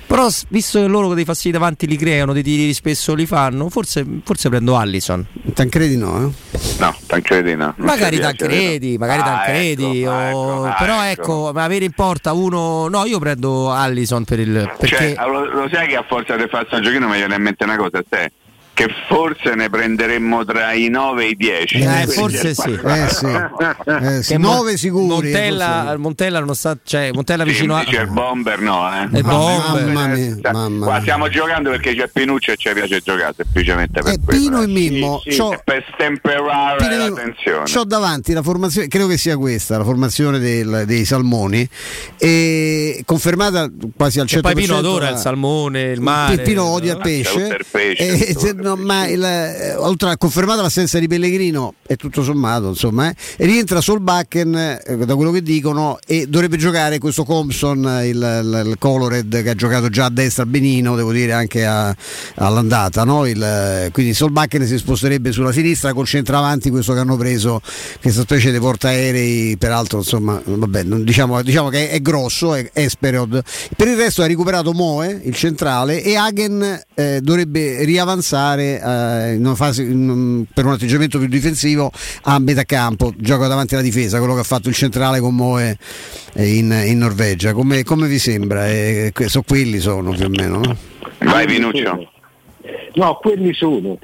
Però visto che loro dei fastidi davanti li creano, dei tiri spesso li fanno, forse prendo Allison. Tancredi no? No, Tancredi no. Magari Tancredi, però ecco, avere in porta uno. No, io prendo Allison perché lo sai che a forza di fare un giochino mi viene in mente una cosa, che forse ne prenderemmo tra i 9 e i 10. Forse sì. Che 9 sicuri. Montella non sta, Montella vicino a il Bomber il Bomber. Qua stiamo giocando perché c'è Pinuccio e ci piace giocare semplicemente per Pino e Mimmo per stemperare la tensione. C'ho davanti la formazione, credo che sia questa la formazione dei Salmoni, e confermata quasi al 100%. Poi Pino adora il salmone, il mare. Pino odia il pesce. Oltre a confermata l'assenza di Pellegrino e tutto sommato rientra Solbakken, da quello che dicono, e dovrebbe giocare questo Compson, il Colored, che ha giocato già a destra benino, devo dire, anche all'andata, no? Quindi Solbakken si sposterebbe sulla sinistra col centravanti, questo che hanno preso, questa specie di portaerei, peraltro diciamo che è grosso, è Esperod. Per il resto ha recuperato Moe, il centrale, e Hagen dovrebbe riavanzare in una fase per un atteggiamento più difensivo a metà campo, gioca davanti alla difesa, quello che ha fatto il centrale con Moe in Norvegia. Come vi sembra? Quelli sono più o meno, no? Vai Pinuccio. No, quelli sono.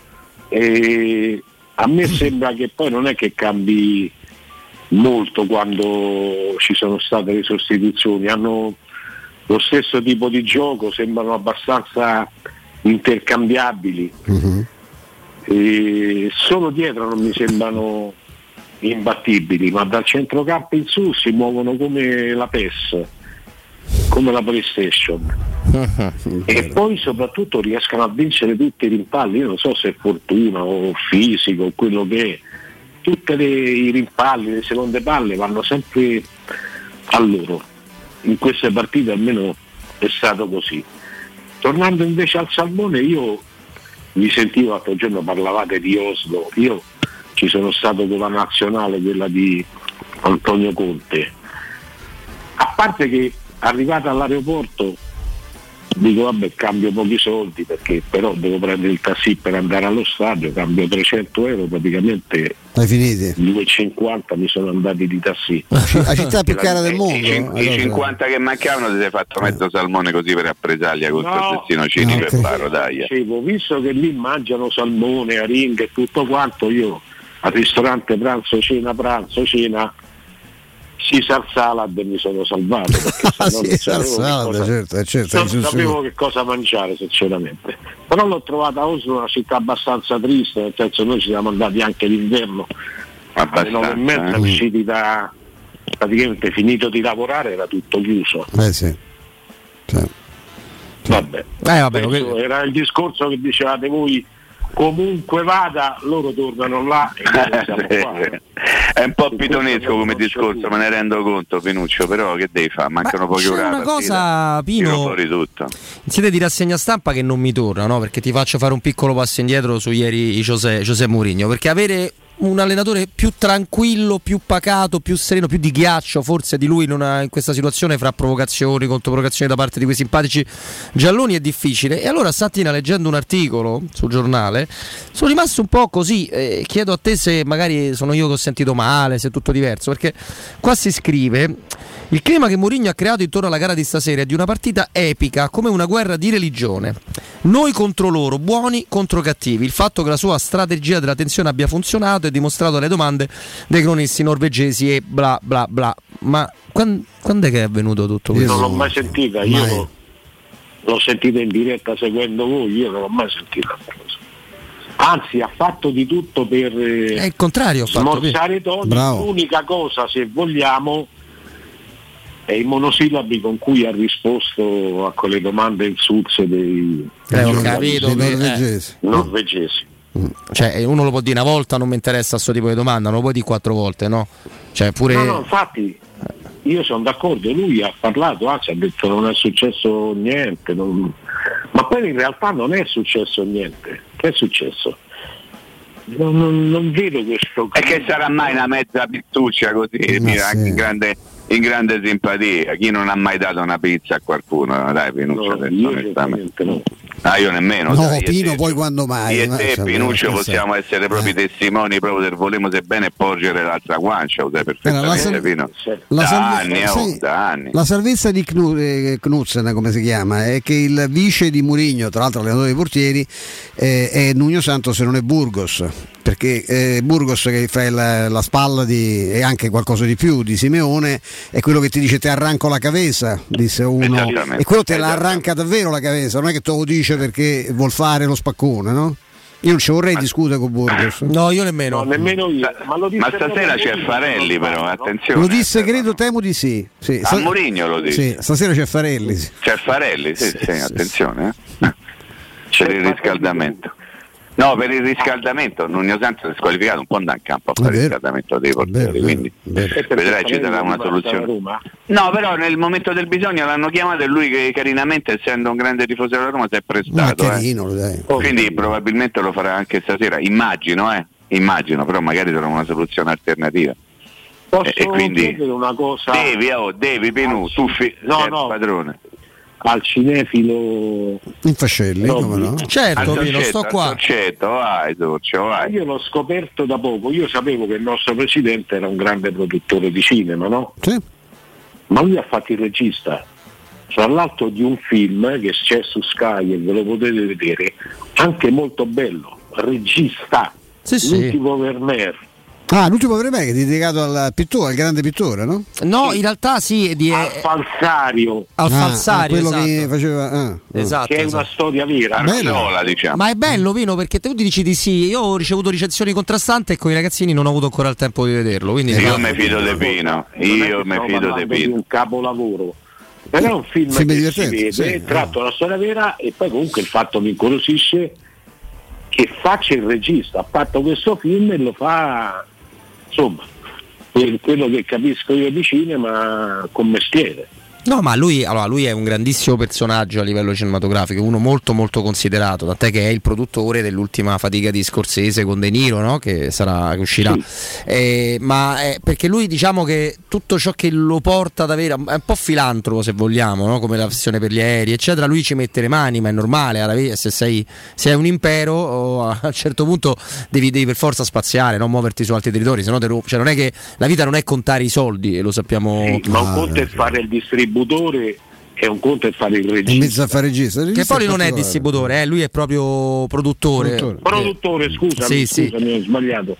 A me sembra che poi non è che cambi molto quando ci sono state le sostituzioni, hanno lo stesso tipo di gioco, sembrano abbastanza intercambiabili. Solo dietro non mi sembrano imbattibili, ma dal centrocampo in su si muovono come la PES, come la PlayStation. E poi soprattutto riescono a vincere tutti i rimpalli. Io non so se è fortuna o fisico o quello che è, tutti i rimpalli, le seconde palle vanno sempre a loro. In queste partite almeno è stato così. Tornando invece al Salmone, io mi sentivo l'altro giorno, parlavate di Oslo, io ci sono stato con la nazionale, quella di Antonio Conte. A parte che arrivata all'aeroporto dico cambio pochi soldi, perché però devo prendere il taxi per andare allo stadio, cambio 300 euro, praticamente hai finiti 2,50 mi sono andati di taxi. La città più cara del mondo. I 50 che mancavano ti sei fatto mezzo salmone così per rappresaglia con il cinico e paro, dai. Dicevo, visto che lì mangiano salmone, aringhe e tutto quanto, io al ristorante pranzo cena Caesar salad mi sono salvato, perché non sapevo che cosa mangiare sinceramente. Però l'ho trovata a Oslo una città abbastanza triste, nel senso noi ci siamo andati anche d'inverno alle 9:30, usciti praticamente finito di lavorare, era tutto chiuso. Vabbè, era il discorso che dicevate voi. Comunque vada, loro tornano là e noi siamo qua. È un po' pitonesco come discorso, me ne rendo conto, Pinuccio, però che devi fare? Mancano poche ore. C'è una cosa, Pino, siete di rassegna stampa che non mi torna, no? Perché ti faccio fare un piccolo passo indietro su ieri José Mourinho, perché avere un allenatore più tranquillo, più pacato, più sereno, più di ghiaccio forse di lui in questa situazione, fra provocazioni, controprovocazioni da parte di quei simpatici gialloni, è difficile. E allora stamattina, leggendo un articolo sul giornale, sono rimasto un po' così, chiedo a te se magari sono io che ho sentito male, se è tutto diverso, perché qua si scrive: il clima che Mourinho ha creato intorno alla gara di stasera è di una partita epica, come una guerra di religione. Noi contro loro, buoni contro cattivi. Il fatto che la sua strategia della tensione abbia funzionato è dimostrato dalle domande dei cronisti norvegesi e bla bla bla. Ma quando è che è avvenuto tutto questo? Io non l'ho mai sentita, io l'ho sentita in diretta seguendo voi, io non l'ho mai sentita. Anzi, ha fatto di tutto per è il contrario, smorzare toni. L'unica cosa, se vogliamo, è i monosillabi con cui ha risposto a quelle domande insulse dei norvegesi. Cioè, uno lo può dire una volta, non mi interessa questo tipo di domanda, non lo puoi dire 4 volte, no? Cioè, pure... No, infatti io sono d'accordo, lui ha parlato, anzi ha detto non è successo niente, ma poi in realtà non è successo niente. Che è successo? Non vedo questo. E che sarà mai una mezza pizzuccia così, anche in grande in grande simpatia. Chi non ha mai dato una pizza a qualcuno? Dai, Pinuccio, onestamente. No. Io nemmeno. No, dai, Pino, poi quando mai? Io e te, Pinuccio, possiamo essere proprio testimoni proprio del volemo se bene porgere l'altra guancia, lo sai perfettamente, Pino. Da anni. La salvezza di Knudsen, come si chiama, è che il vice di Mourinho, tra l'altro allenatore dei portieri, è Nuno Santos e non è Burgos, perché Burgos che fa la spalla e anche qualcosa di più di Simeone è quello che ti dice te arranco la cabeza, disse uno, e quello te la arranca davvero la cabeza, non è che te lo dice perché vuol fare lo spaccone, no? Io non ci vorrei discutere con Burgos. No, io nemmeno. No, nemmeno io. Ma stasera c'è Farelli, però, attenzione. Lo disse, credo, temo di sì. A Mourinho lo disse. Sì, stasera c'è Farelli. Sì. C'è Farelli, sì, attenzione. C'è il riscaldamento. No, per il riscaldamento Nuno Santos è squalificato, un po' da in campo a fare il riscaldamento dei portieri, quindi vedrai ci sarà una soluzione. No, però nel momento del bisogno l'hanno chiamato e lui che carinamente, essendo un grande tifoso della Roma, si è prestato. Quindi probabilmente lo farà anche stasera, immagino, però magari sarà una soluzione alternativa. Posso quindi chiedere una cosa? Devi Pinù, tu padrone. Al cinefilo Infascelli, come no? Certo, Pino, sto qua. Vai. Io l'ho scoperto da poco. Io sapevo che il nostro presidente era un grande produttore di cinema, no? Sì. Ma lui ha fatto il regista, tra l'altro, di un film che c'è su Sky e ve lo potete vedere, anche molto bello. Regista, l'ultimo Vermeer. L'ultimo Vermeer che è dedicato al pittore, al grande pittore, no? No, in realtà sì, al falsario. Al falsario, quello esatto. Che faceva esatto, che è una storia vera, diciamo. Ma è bello, Pino, perché tu dici di sì. Io ho ricevuto recensioni contrastanti e con i ragazzini non ho avuto ancora il tempo di vederlo. Quindi io mi fido di Pino. Di un capolavoro. Però è un film che si vede, tratto una storia vera, e poi comunque il fatto mi incuriosisce che faccia il regista. Ha fatto questo film e lo fa, insomma, per quello che capisco io di cinema, con mestiere. No, ma lui è un grandissimo personaggio a livello cinematografico, uno molto molto considerato, tant'è che è il produttore dell'ultima fatica di Scorsese con De Niro, no? che uscirà. Sì. Ma perché lui, diciamo che tutto ciò che lo porta ad avere, è un po' filantropo se vogliamo, no? Come la passione per gli aerei eccetera, lui ci mette le mani, ma è normale, se sei un impero a un certo punto devi per forza spaziare, non muoverti su altri territori, sennò non è che la vita non è contare i soldi, e lo sappiamo. Sì, ma un conto è fare il distributore, è un conto è fare il regista. In mezzo a fare regista. Che poi non è distributore, lui è proprio produttore. Scusami, ho sbagliato.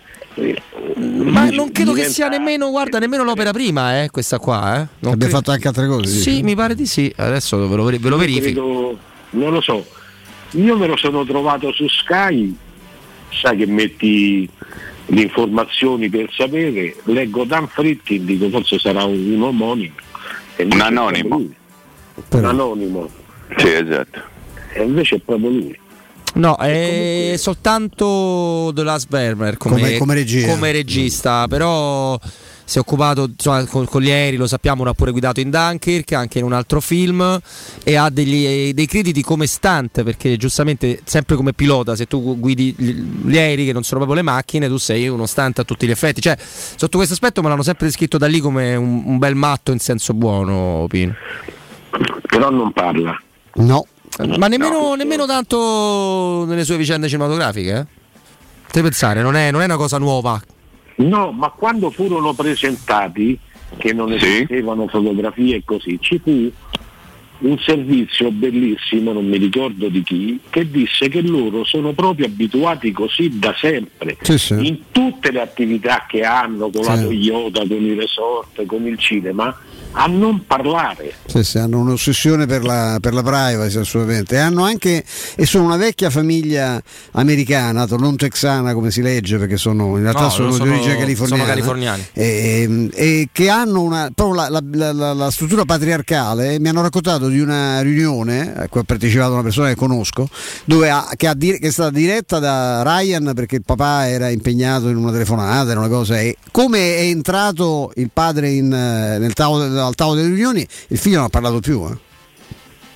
Ma non credo che sia nemmeno l'opera prima, questa qua. Abbia fatto anche altre cose. Sì, mi pare di sì. Adesso ve lo verifico. Non lo so. Io me lo sono trovato su Sky, sai che metti le informazioni per sapere, leggo Dan Fritti, dico forse sarà un omonimo. Un anonimo. Un anonimo. Sì, esatto. E invece è proprio lui. No, è soltanto The Last Vermeer come regista, però si è occupato, insomma, con gli aerei, lo sappiamo, ha pure guidato in Dunkirk, anche in un altro film, e ha dei crediti come stunt, perché giustamente sempre come pilota, se tu guidi gli aerei che non sono proprio le macchine, tu sei uno stunt a tutti gli effetti, cioè sotto questo aspetto me l'hanno sempre descritto da lì come un bel matto in senso buono, Pino. Però non parla. No. Ma nemmeno tanto nelle sue vicende cinematografiche, Devi pensare, non è una cosa nuova. No, ma quando furono presentati, che non esistevano fotografie e così, ci fu un servizio bellissimo, non mi ricordo di chi, che disse che loro sono proprio abituati così da sempre, in tutte le attività che hanno, con la Toyota, con i resort, con il cinema, a non parlare. Sì, hanno un'ossessione per la privacy, assolutamente. Hanno anche, e sono una vecchia famiglia americana, non texana come si legge, perché in realtà sono di origine californiana. Sono californiani. E che hanno proprio la struttura patriarcale. Mi hanno raccontato di una riunione a cui ha partecipato una persona che conosco, che è stata diretta da Ryan perché il papà era impegnato in una telefonata, era una cosa, e come è entrato il padre al tavolo delle riunioni, il figlio non ha parlato più.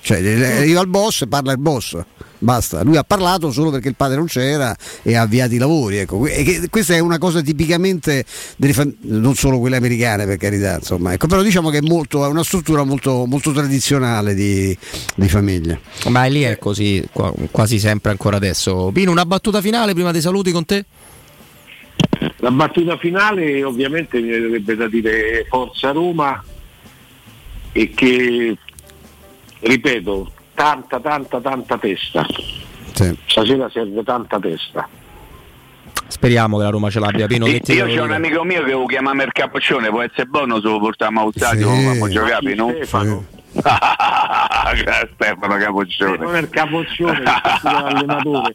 cioè arriva il boss e parla il boss. Basta, lui ha parlato solo perché il padre non c'era e ha avviato i lavori, ecco. E questa è una cosa tipicamente non solo quelle americane, per carità, insomma, ecco, però diciamo che è una struttura molto, molto tradizionale di famiglia. Ma lì è così quasi sempre ancora adesso. Pino, una battuta finale prima dei saluti con te? La battuta finale ovviamente mi verrebbe da dire forza Roma, e che, ripeto, tanta testa. Sì. Stasera serve tanta testa. Speriamo che la Roma ce l'abbia. Pino, io c'ho un amico mio che lo chiamiamo il Capoccione, può essere buono se lo portiamo allo stadio, a giocare, no? Stefano. Stefano Capoccione. Stefano il Capoccione, l'allenatore.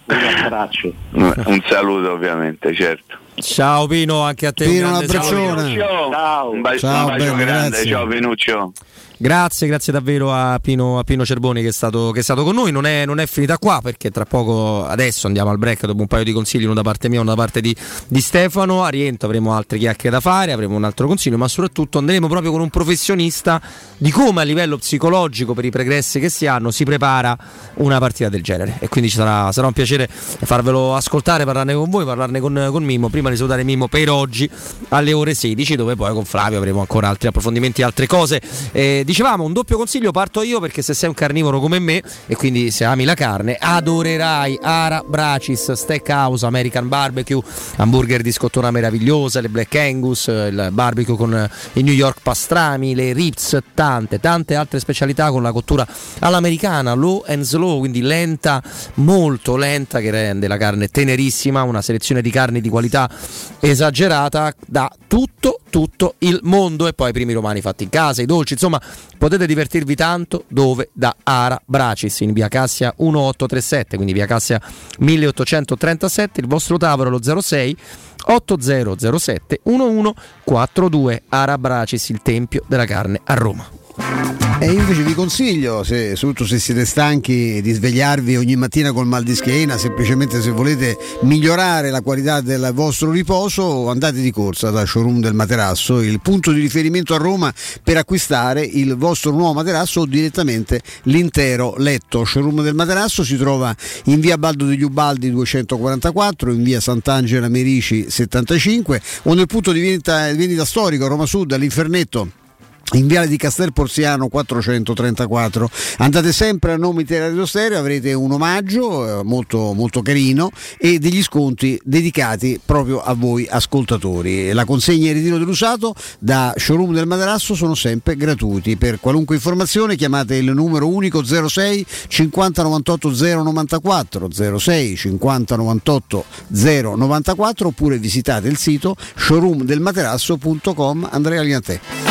Un saluto ovviamente, certo. Ciao Pino, anche a te. Pino, un abbraccione. Ciao. Un bacio grande, grazie. ciao Pinuccio. Grazie davvero a Pino Cerboni che è stato con noi. Non è finita qua, perché tra poco, adesso andiamo al break dopo un paio di consigli, uno da parte mia, uno da parte di Stefano. A rientro avremo altre chiacchiere da fare, avremo un altro consiglio, ma soprattutto andremo proprio con un professionista di come a livello psicologico, per i pregressi che si hanno, si prepara una partita del genere, e quindi sarà un piacere farvelo ascoltare, parlarne con voi, parlarne con Mimmo. Prima di salutare Mimmo per oggi alle ore 16, dove poi con Flavio avremo ancora altri approfondimenti e altre cose. Dicevamo, un doppio consiglio, parto io, perché se sei un carnivoro come me e quindi se ami la carne, adorerai Ara Bracis Steakhouse American Barbecue, hamburger di scottona meravigliosa, le Black Angus, il barbecue con i New York pastrami, le ribs, tante altre specialità con la cottura all'americana, low and slow, quindi lenta, molto lenta, che rende la carne tenerissima, una selezione di carni di qualità esagerata da tutto il mondo, e poi i primi romani fatti in casa, i dolci, insomma potete divertirvi tanto dove? Da Ara Bracis, in via Cassia 1837, quindi via Cassia 1837. Il vostro tavolo è lo 06 8007 1142. Ara Bracis, il tempio della carne a Roma. E io invece vi consiglio, soprattutto se siete stanchi di svegliarvi ogni mattina col mal di schiena, semplicemente se volete migliorare la qualità del vostro riposo, andate di corsa da Showroom del Materasso, il punto di riferimento a Roma per acquistare il vostro nuovo materasso o direttamente l'intero letto. Showroom del Materasso si trova in via Baldo degli Ubaldi 244, in via Sant'Angela Merici 75, o nel punto di vendita storico a Roma Sud, all'Infernetto, in viale di Castel Porziano 434. Andate sempre a nome di Radio Stereo, avrete un omaggio molto, molto carino e degli sconti dedicati proprio a voi ascoltatori. La consegna e il ritiro dell'usato da Showroom del Materasso sono sempre gratuiti. Per qualunque informazione chiamate il numero unico 06 50 98 094 06 50 98 094, oppure visitate il sito showroomdelmaterasso.com. Andrea Liantè.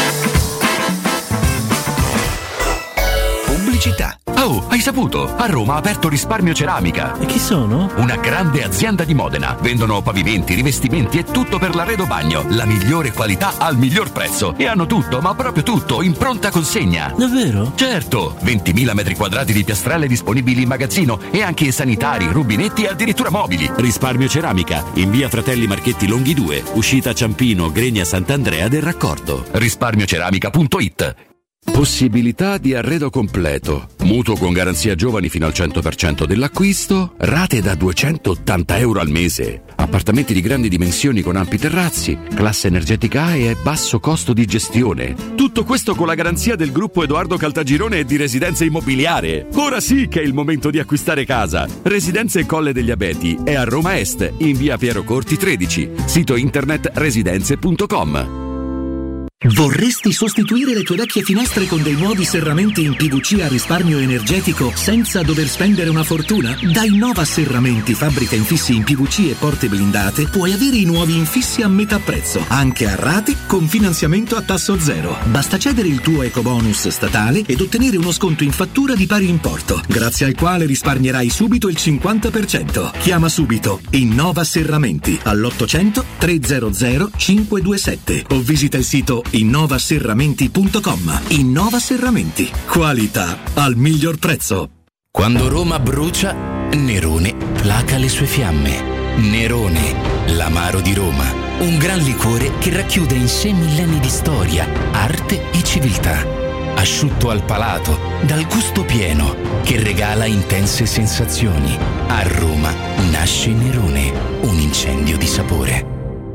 Pubblicità. Oh, hai saputo? A Roma ha aperto Risparmio Ceramica. E chi sono? Una grande azienda di Modena. Vendono pavimenti, rivestimenti e tutto per l'arredo bagno. La migliore qualità al miglior prezzo. E hanno tutto, ma proprio tutto, in pronta consegna. Davvero? Certo. 20.000 metri quadrati di piastrelle disponibili in magazzino e anche sanitari, rubinetti e addirittura mobili. Risparmio Ceramica, in via Fratelli Marchetti Longhi 2, uscita Ciampino, Gregna Sant'Andrea del Raccordo. Risparmioceramica.it. Possibilità di arredo completo, mutuo con garanzia giovani fino al 100% dell'acquisto, rate da €280 al mese, appartamenti di grandi dimensioni con ampi terrazzi, classe energetica A e basso costo di gestione. Tutto questo con la garanzia del gruppo Edoardo Caltagirone e di Residenza Immobiliare. Ora sì che è il momento di acquistare casa. Residenze Colle degli Abeti è a Roma Est, in via Piero Corti 13, sito internet residenze.com. Vorresti sostituire le tue vecchie finestre con dei nuovi serramenti in PVC a risparmio energetico senza dover spendere una fortuna? Da Innova Serramenti, fabbrica infissi in PVC e porte blindate, puoi avere i nuovi infissi a metà prezzo, anche a rate con finanziamento a tasso zero. Basta cedere il tuo ecobonus statale ed ottenere uno sconto in fattura di pari importo, grazie al quale risparmierai subito il 50%. Chiama subito Innova Serramenti all'800 300 527 o visita il sito innovaserramenti.com. Innova Serramenti, qualità al miglior prezzo. Quando Roma brucia, Nerone placa le sue fiamme. Nerone, l'amaro di Roma, un gran liquore che racchiude in sé millenni di storia, arte e civiltà. asciutto al palato, dal gusto pieno, che regala intense sensazioni. A Roma nasce Nerone, un incendio di sapore.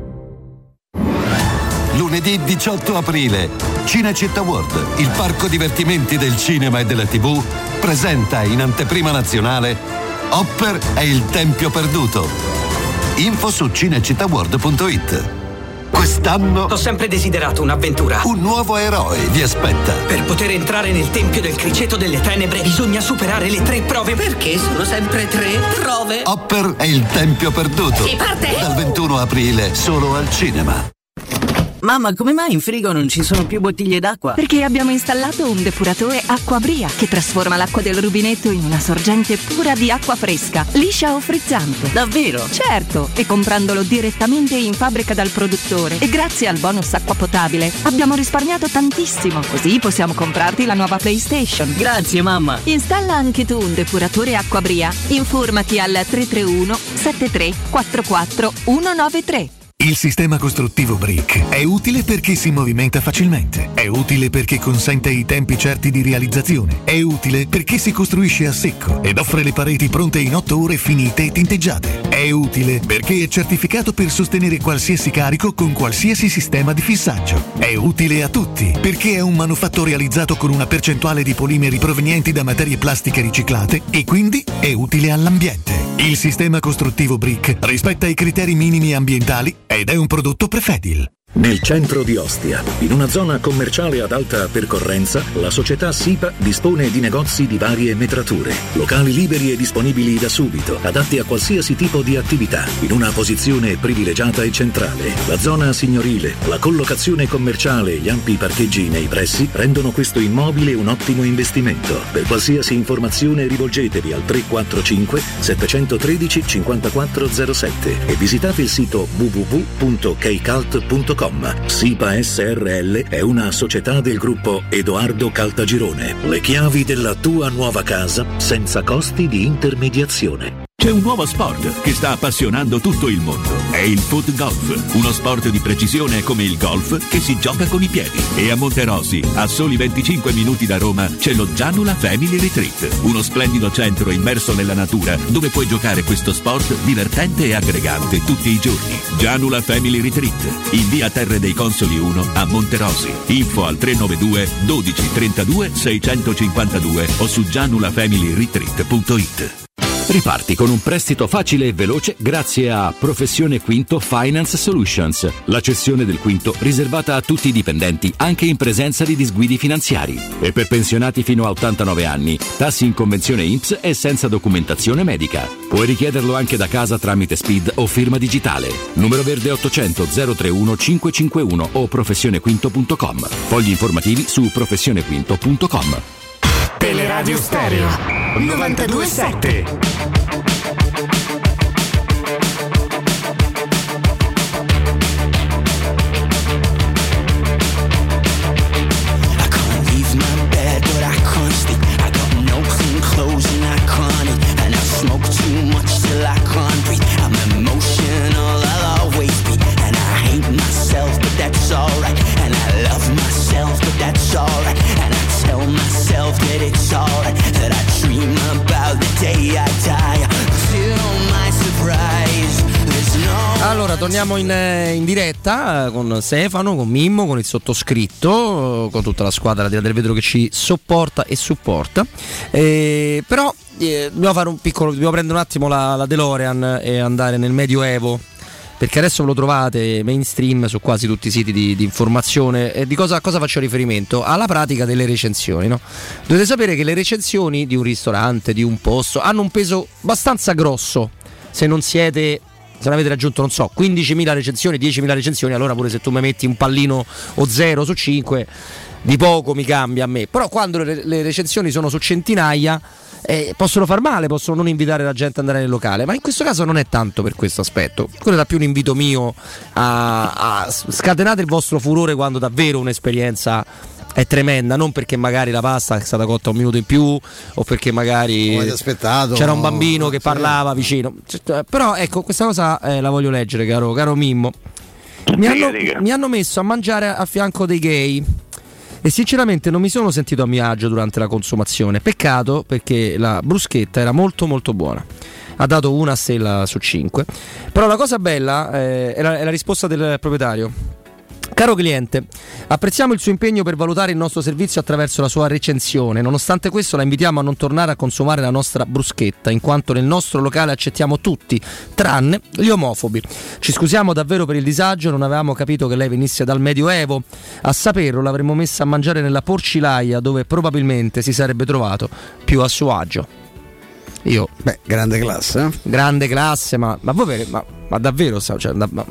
Lunedì 18 aprile, Cinecittà World, il parco divertimenti del cinema e della TV, presenta in anteprima nazionale Hopper e il Tempio Perduto. Info su cinecittàworld.it. Quest'anno ho sempre desiderato un'avventura. Un nuovo eroe vi aspetta. Per poter entrare nel Tempio del Criceto delle Tenebre bisogna superare le 3 prove. Perché sono sempre 3 prove? Hopper e il Tempio Perduto. Si parte! Dal 21 aprile solo al cinema. Mamma, come mai in frigo non ci sono più bottiglie d'acqua? Perché abbiamo installato un depuratore Acquabria che trasforma l'acqua del rubinetto in una sorgente pura di acqua fresca, liscia o frizzante. Davvero? Certo, e comprandolo direttamente in fabbrica dal produttore e grazie al bonus acqua potabile abbiamo risparmiato tantissimo. Così possiamo comprarti la nuova PlayStation. Grazie mamma. Installa anche tu un depuratore Acquabria. Informati al 331 73 44 193. Il sistema costruttivo Brick è utile perché si movimenta facilmente, è utile perché consente i tempi certi di realizzazione, è utile perché si costruisce a secco ed offre le pareti pronte in 8 ore finite e tinteggiate, è utile perché è certificato per sostenere qualsiasi carico con qualsiasi sistema di fissaggio, è utile a tutti perché è un manufatto realizzato con una percentuale di polimeri provenienti da materie plastiche riciclate e quindi è utile all'ambiente. Il sistema costruttivo Brick rispetta i criteri minimi ambientali ed è un prodotto Prefedil. Nel centro di Ostia, in una zona commerciale ad alta percorrenza, la società SIPA dispone di negozi di varie metrature, locali liberi e disponibili da subito, adatti a qualsiasi tipo di attività, in una posizione privilegiata e centrale. La zona signorile, la collocazione commerciale e gli ampi parcheggi nei pressi rendono questo immobile un ottimo investimento. Per qualsiasi informazione rivolgetevi al 345 713 5407 e visitate il sito www.keicalt.com. SIPA SRL è una società del gruppo Edoardo Caltagirone. Le chiavi della tua nuova casa senza costi di intermediazione. C'è un nuovo sport che sta appassionando tutto il mondo. È il foot golf, uno sport di precisione come il golf che si gioca con i piedi. E a Monterosi, a soli 25 minuti da Roma, c'è lo Gianula Family Retreat, uno splendido centro immerso nella natura dove puoi giocare questo sport divertente e aggregante tutti i giorni. Gianula Family Retreat, in via Terre dei Consoli 1 a Monterosi. Info al 392 12 32 652 o su gianulafamilyretreat.it. Riparti con un prestito facile e veloce grazie a Professione Quinto Finance Solutions, la cessione del quinto riservata a tutti i dipendenti anche in presenza di disguidi finanziari. E per pensionati fino a 89 anni, tassi in convenzione INPS e senza documentazione medica. Puoi richiederlo anche da casa tramite SPID o firma digitale. Numero verde 800 031 551 o professionequinto.com. Fogli informativi su professionequinto.com. Teleradio Stereo 92.7. Allora torniamo in diretta con Stefano, con Mimmo, con il sottoscritto, con tutta la squadra del Vetro che ci sopporta e supporta. Però dobbiamo prendere un attimo la DeLorean e andare nel Medioevo, perché adesso ve lo trovate mainstream su quasi tutti i siti di informazione. E di cosa faccio riferimento? Alla pratica delle recensioni, no? Dovete sapere che le recensioni di un ristorante, di un posto, hanno un peso abbastanza grosso. Se non avete raggiunto, non so, 15.000 recensioni, 10.000 recensioni, allora pure se tu mi metti un pallino o 0 su 5, di poco mi cambia a me. Però quando le recensioni sono su centinaia, possono far male, possono non invitare la gente ad andare nel locale, ma in questo caso non è tanto per questo aspetto. Quello era più un invito mio a scatenare il vostro furore quando davvero un'esperienza è tremenda, non perché magari la pasta è stata cotta un minuto in più o perché magari c'era un bambino che parlava vicino. Però ecco, questa cosa la voglio leggere, caro Mimmo. Mi hanno messo a mangiare a fianco dei gay. e sinceramente non mi sono sentito a mio agio durante la consumazione. Peccato, perché la bruschetta era molto molto buona. Ha dato 1 stella su 5. Però la cosa bella è la risposta del proprietario. Caro cliente, apprezziamo il suo impegno per valutare il nostro servizio attraverso la sua recensione. Nonostante questo la invitiamo a non tornare a consumare la nostra bruschetta, in quanto nel nostro locale accettiamo tutti, tranne gli omofobi. Ci scusiamo davvero per il disagio, non avevamo capito che lei venisse dal Medioevo. A saperlo l'avremmo messa a mangiare nella porcilaia, dove probabilmente si sarebbe trovato più a suo agio. Io, grande classe, grande classe, ma davvero, cioè,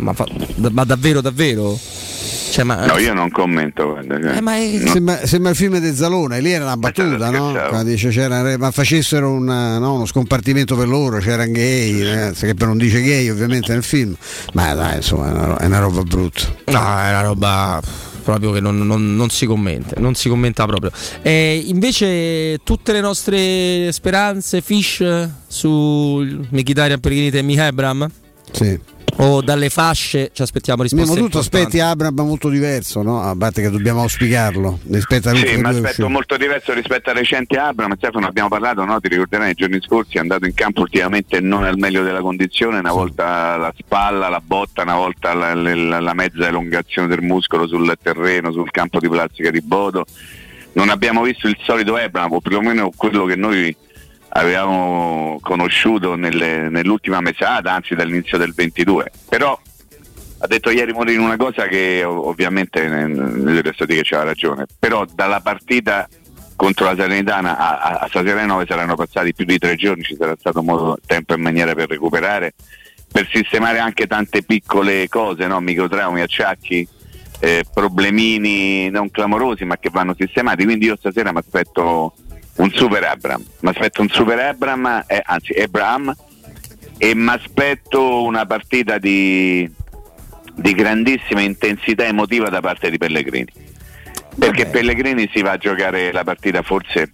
ma davvero? Cioè, no, io non commento. Sembra il film di Zalone, lì era una battuta, no? Dice ma facessero uno scompartimento per loro, c'erano gay, ragazzi, che per non dice gay ovviamente nel film, ma dai, insomma, è una roba brutta. No, è una roba proprio che non si commenta proprio. E invece tutte le nostre speranze fish su Mkhitaryan, Pellegrini e Mihebram? Sì. O dalle fasce ci aspettiamo risposte tutto aspetti Abram molto diverso, no? A parte che dobbiamo auspicarlo rispetto a sì, ma aspetto molto diverso rispetto al recente Abram. Stefano, abbiamo parlato, no? Ti ricorderai nei giorni scorsi, è andato in campo ultimamente non al meglio della condizione, una volta la spalla, la botta, una volta la mezza elongazione del muscolo sul terreno, sul campo di plastica di Bodo. Non abbiamo visto il solito Abram, o perlomeno quello che noi avevamo conosciuto nell'ultima mesata, anzi dall'inizio del 22. Però ha detto ieri Mourinho una cosa che ovviamente nel resto di che c'era ragione, però dalla partita contro la Salernitana a Saserno saranno passati più di 3 giorni, ci sarà stato modo, tempo e maniera per recuperare, per sistemare anche tante piccole cose, no? Microtraumi, acciacchi, problemini non clamorosi ma che vanno sistemati. Quindi io stasera mi aspetto un super Abraham, e mi aspetto una partita di grandissima intensità emotiva da parte di Pellegrini, perché Pellegrini si va a giocare la partita forse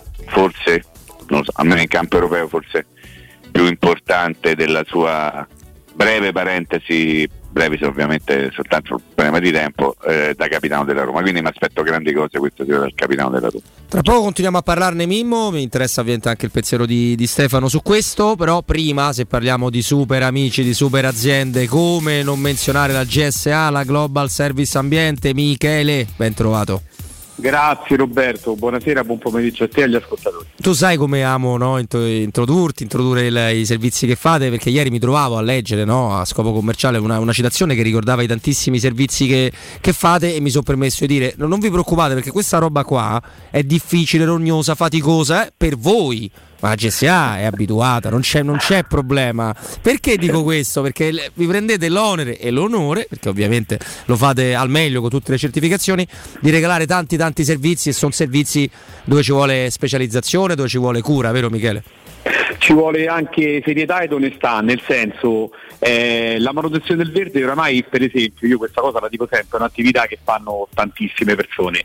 non so, almeno in campo europeo forse più importante della sua breve parentesi, brevi ovviamente soltanto un problema di tempo, da capitano della Roma. Quindi mi aspetto grandi cose questa sera dal capitano della Roma. Tra poco continuiamo a parlarne, Mimmo, mi interessa ovviamente anche il pensiero di Stefano su questo, però prima, se parliamo di super amici, di super aziende, come non menzionare la GSA, la Global Service Ambiente. Michele, ben trovato. Grazie Roberto, buonasera, buon pomeriggio a te e agli ascoltatori. Tu sai come amo, no, introdurre i servizi che fate, perché ieri mi trovavo a leggere, no, a scopo commerciale una citazione che riguardava i tantissimi servizi che fate, e mi sono permesso di dire non vi preoccupate, perché questa roba qua è difficile, rognosa, faticosa per voi, ma la GSA è abituata, non c'è problema. Perché dico questo? Perché vi prendete l'onere e l'onore, perché ovviamente lo fate al meglio con tutte le certificazioni, di regalare tanti servizi, e sono servizi dove ci vuole specializzazione, dove ci vuole cura, vero Michele? Ci vuole anche serietà ed onestà, nel senso la manutenzione del verde oramai, per esempio, io questa cosa la dico sempre, è un'attività che fanno tantissime persone,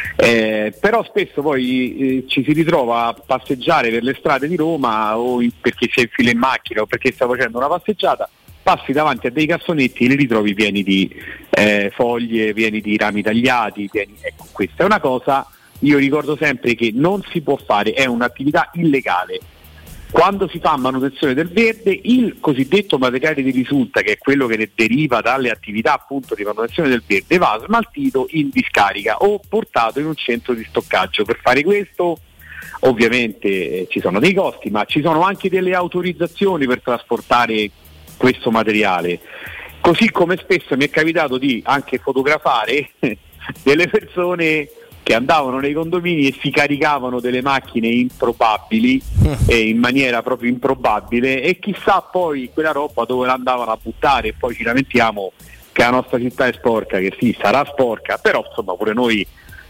però spesso poi ci si ritrova a passeggiare per le strade di Roma perché si è in fila in macchina o perché sta facendo una passeggiata, passi davanti a dei cassonetti e li ritrovi pieni di foglie, pieni di rami tagliati, ecco, questa è una cosa, io ricordo sempre che non si può fare, è un'attività illegale. Quando si fa manutenzione del verde, il cosiddetto materiale di risulta, che è quello che ne deriva dalle attività appunto di manutenzione del verde, va smaltito in discarica o portato in un centro di stoccaggio. Per fare questo ovviamente ci sono dei costi, ma ci sono anche delle autorizzazioni per trasportare questo materiale, così come spesso mi è capitato di anche fotografare delle persone che andavano nei condomini e si caricavano delle macchine improbabili in maniera proprio improbabile, e chissà poi quella roba dove l'andavano a buttare, e poi ci lamentiamo che la nostra città è sporca, che sì, sarà sporca, però insomma pure noi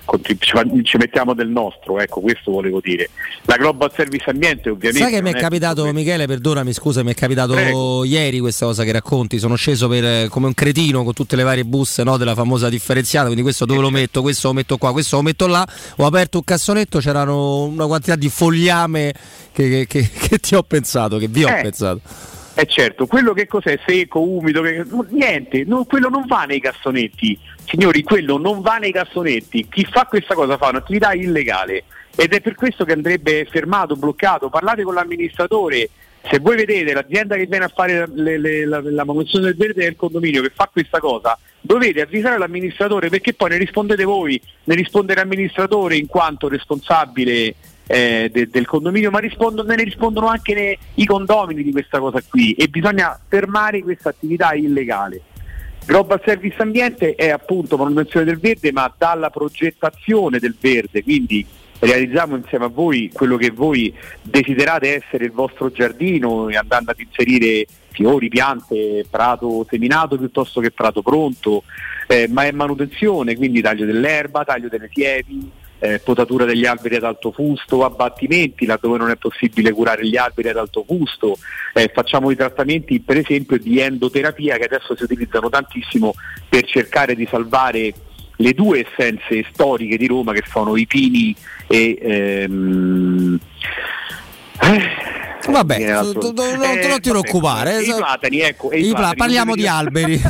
ci mettiamo del nostro, ecco, questo volevo dire. La Global Service Ambiente ovviamente. Sai che mi è capitato, Michele, perdonami, scusa, mi è capitato ieri questa cosa che racconti, sono sceso come un cretino con tutte le varie buste, no, della famosa differenziata, quindi questo dove lo metto, questo lo metto qua, questo lo metto là, ho aperto un cassonetto, c'erano una quantità di fogliame che ti ho pensato, che vi ho pensato. certo, quello che cos'è? Secco, umido, niente, quello non va nei cassonetti, signori, quello non va nei cassonetti. Chi fa questa cosa fa un'attività illegale ed è per questo che andrebbe fermato, bloccato. Parlate con l'amministratore. Se voi vedete l'azienda che viene a fare la manutenzione del verde del condominio che fa questa cosa, dovete avvisare l'amministratore, perché poi ne rispondete voi, ne risponde l'amministratore in quanto responsabile del condominio, ma ne rispondono anche i condomini di questa cosa qui, e bisogna fermare questa attività illegale. Global Service Ambiente è appunto manutenzione del verde, ma dalla progettazione del verde, quindi realizziamo insieme a voi quello che voi desiderate essere il vostro giardino, andando ad inserire fiori, piante, prato seminato piuttosto che prato pronto, ma è manutenzione, quindi taglio dell'erba, taglio delle siepi, potatura degli alberi ad alto fusto, abbattimenti laddove non è possibile curare gli alberi ad alto fusto, facciamo i trattamenti per esempio di endoterapia che adesso si utilizzano tantissimo per cercare di salvare le due essenze storiche di Roma che sono i pini e vabbè, non ti preoccupare, i platani, ecco, parliamo di alberi.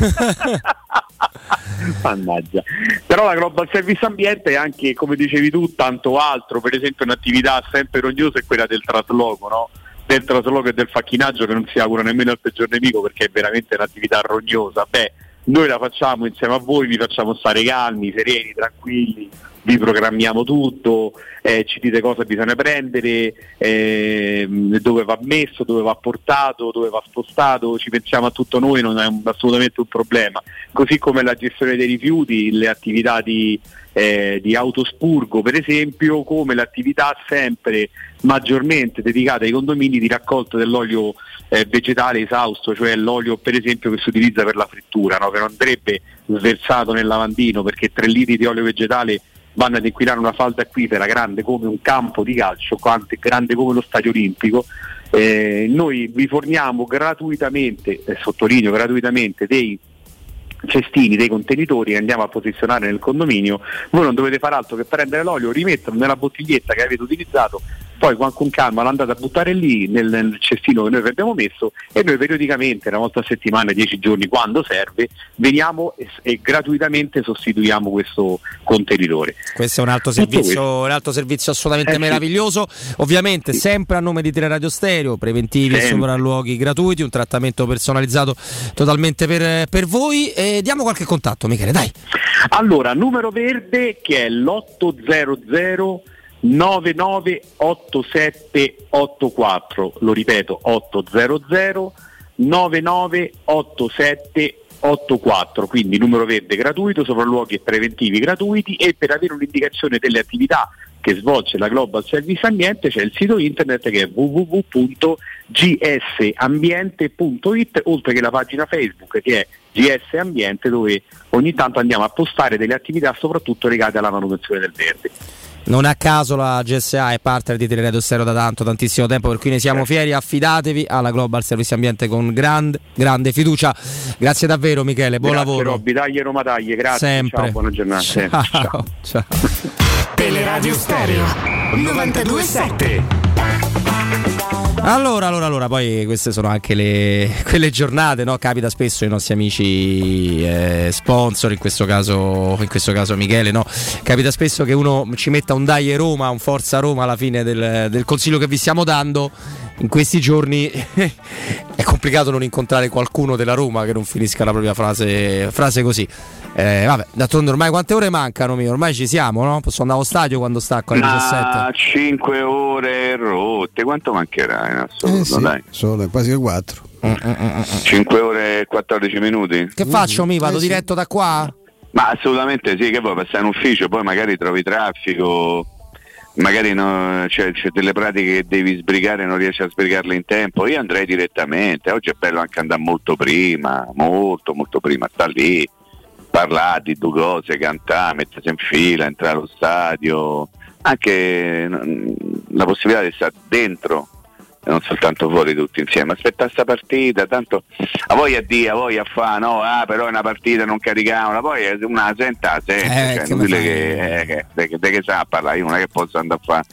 Mannaggia. Però la Global Service Ambiente è anche, come dicevi tu, tanto altro. Per esempio un'attività sempre rognosa è quella del trasloco, no? Del trasloco e del facchinaggio, che non si augura nemmeno al peggior nemico, perché è veramente un'attività rognosa. Noi la facciamo insieme a voi, vi facciamo stare calmi, sereni, tranquilli, vi programmiamo tutto, ci dite cosa bisogna prendere, dove va messo, dove va portato, dove va spostato, ci pensiamo a tutto noi, non è assolutamente un problema. Così come la gestione dei rifiuti, le attività di autospurgo per esempio, come l'attività sempre maggiormente dedicata ai condomini di raccolta dell'olio vegetale esausto, cioè l'olio per esempio che si utilizza per la frittura, no? Che non andrebbe sversato nel lavandino, perché 3 litri di olio vegetale vanno ad inquinare una falda acquifera grande come un campo di calcio, grande come lo stadio olimpico. Noi vi forniamo gratuitamente, sottolineo gratuitamente, dei cestini, dei contenitori che andiamo a posizionare nel condominio. Voi non dovete fare altro che prendere l'olio, rimetterlo nella bottiglietta che avete utilizzato, poi con calma lo andate a buttare lì nel cestino che noi vi abbiamo messo, e noi periodicamente, una volta a settimana, 10 giorni quando serve, veniamo e gratuitamente sostituiamo questo contenitore. Questo è un altro servizio assolutamente meraviglioso, ovviamente sempre a nome di Teleradio Stereo, preventivi e sopralluoghi gratuiti, un trattamento personalizzato totalmente per voi. E diamo qualche contatto, Michele, dai. Allora, numero verde che è l'800 998784, lo ripeto, 800 998784, quindi numero verde gratuito, sopralluoghi e preventivi gratuiti. E per avere un'indicazione delle attività che svolge la Global Service Ambiente c'è il sito internet che è www.gsambiente.it, oltre che la pagina Facebook che è GS Ambiente, dove ogni tanto andiamo a postare delle attività soprattutto legate alla manutenzione del verde. Non a caso la GSA è partner di Teleradio Stereo da tantissimo tempo, per cui ne siamo fieri. Affidatevi alla Global Service Ambiente con grande fiducia. Grazie davvero Michele, buon lavoro. Robby, dagli Roma, dagli, grazie. Sempre. Ciao, buona giornata. Ciao. Teleradio Stereo 92.7. Allora, poi queste sono anche quelle giornate, no? Capita spesso ai nostri amici sponsor, in questo caso Michele, no? Capita spesso che uno ci metta un Dai Roma, un Forza Roma alla fine del consiglio che vi stiamo dando. In questi giorni è complicato non incontrare qualcuno della Roma che non finisca la propria frase così. Vabbè, d'altronde ormai quante ore mancano? Ormai ci siamo, no? Posso andare allo stadio quando stacco alle 17? 5 ore rotte, quanto mancherà in assoluto? Dai. Sono quasi 4. 5 ore e 14 minuti. Che faccio? Vado diretto da qua? Ma assolutamente sì, che poi passare in ufficio, poi magari trovi traffico, magari c'è delle pratiche che devi sbrigare e non riesci a sbrigarle in tempo. Io andrei direttamente. Oggi è bello anche andare molto prima, molto prima, sta lì, parlare di due cose, cantare, mettersi in fila, entrare allo stadio, anche la possibilità di stare dentro e non soltanto fuori tutti insieme, aspettare sta partita, tanto a voglia a fare, no? Però è una partita, non carichiamola, poi è una senta, cioè, inutile che sa parlare, io non è che posso andare a fare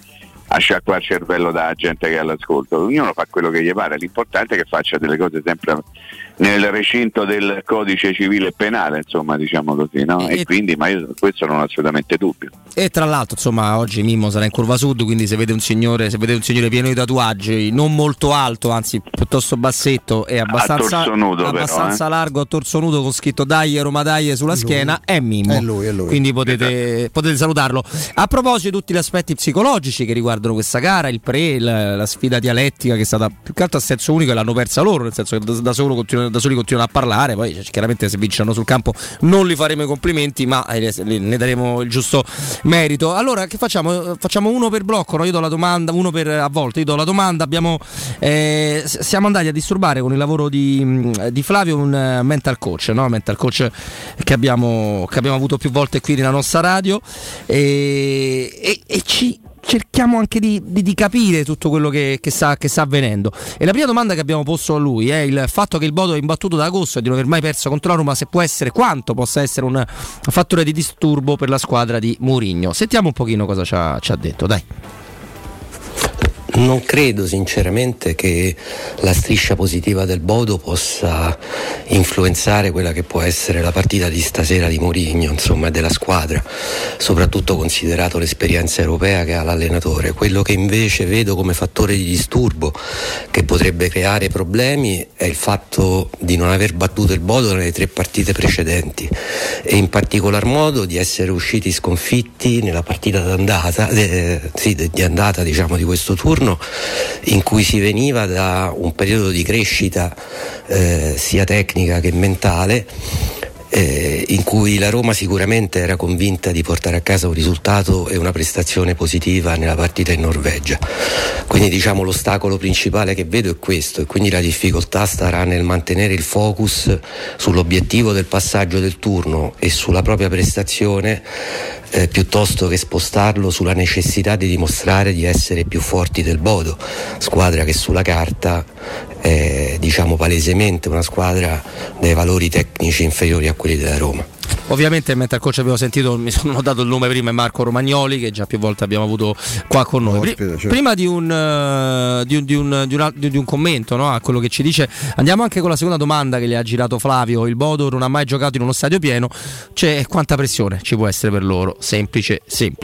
a sciacquare il cervello da gente che è all'ascolto. Ognuno fa quello che gli pare, l'importante è che faccia delle cose sempre nel recinto del codice civile e penale, insomma, diciamo così, no? E quindi, ma io questo non ho assolutamente dubbio. E tra l'altro, insomma, oggi Mimmo sarà in Curva Sud, quindi se vedete un signore pieno di tatuaggi, non molto alto, anzi piuttosto bassetto e abbastanza, torso nudo, abbastanza però, largo, a torso nudo, con scritto Dai Roma Dai sulla schiena, è Mimmo. È lui. Quindi potete salutarlo. A proposito di tutti gli aspetti psicologici che riguardano questa gara, il la sfida dialettica che è stata più che altro a senso unico e l'hanno persa loro, nel senso che da soli continuano a parlare, poi chiaramente se vinceranno sul campo non li faremo i complimenti, ma ne daremo il giusto merito. Allora che facciamo? Facciamo uno per blocco, no? Io do la domanda, uno per a volte, io do la domanda. Siamo andati a disturbare con il lavoro di Flavio un mental coach, no? Mental coach che abbiamo avuto più volte qui nella nostra radio e ci cerchiamo anche di capire tutto quello che sta avvenendo. E la prima domanda che abbiamo posto a lui è il fatto che il Bodo è imbattuto da agosto e di non aver mai perso contro la Roma, quanto possa essere un fattore di disturbo per la squadra di Mourinho. Sentiamo un pochino cosa ci ha detto, dai. Non credo sinceramente che la striscia positiva del Bodo possa influenzare quella che può essere la partita di stasera di Mourinho, insomma, e della squadra, soprattutto considerato l'esperienza europea che ha l'allenatore. Quello che invece vedo come fattore di disturbo che potrebbe creare problemi è il fatto di non aver battuto il Bodo nelle 3 partite precedenti e in particolar modo di essere usciti sconfitti nella partita di andata, diciamo, di questo turno, in cui si veniva da un periodo di crescita sia tecnica che mentale, in cui la Roma sicuramente era convinta di portare a casa un risultato e una prestazione positiva nella partita in Norvegia. Quindi, diciamo, l'ostacolo principale che vedo è questo, e quindi la difficoltà starà nel mantenere il focus sull'obiettivo del passaggio del turno e sulla propria prestazione, piuttosto che spostarlo sulla necessità di dimostrare di essere più forti del Bodo, squadra che sulla carta è, diciamo, palesemente una squadra dai valori tecnici inferiori a quelli della Roma. Ovviamente il mental coach abbiamo sentito, mi sono dato il nome prima, è Marco Romagnoli, che già più volte abbiamo avuto qua con noi. Prima di un commento, no, a quello che ci dice, andiamo anche con la seconda domanda che le ha girato Flavio. Il Bodo non ha mai giocato in uno stadio pieno, quanta pressione ci può essere per loro? Semplice.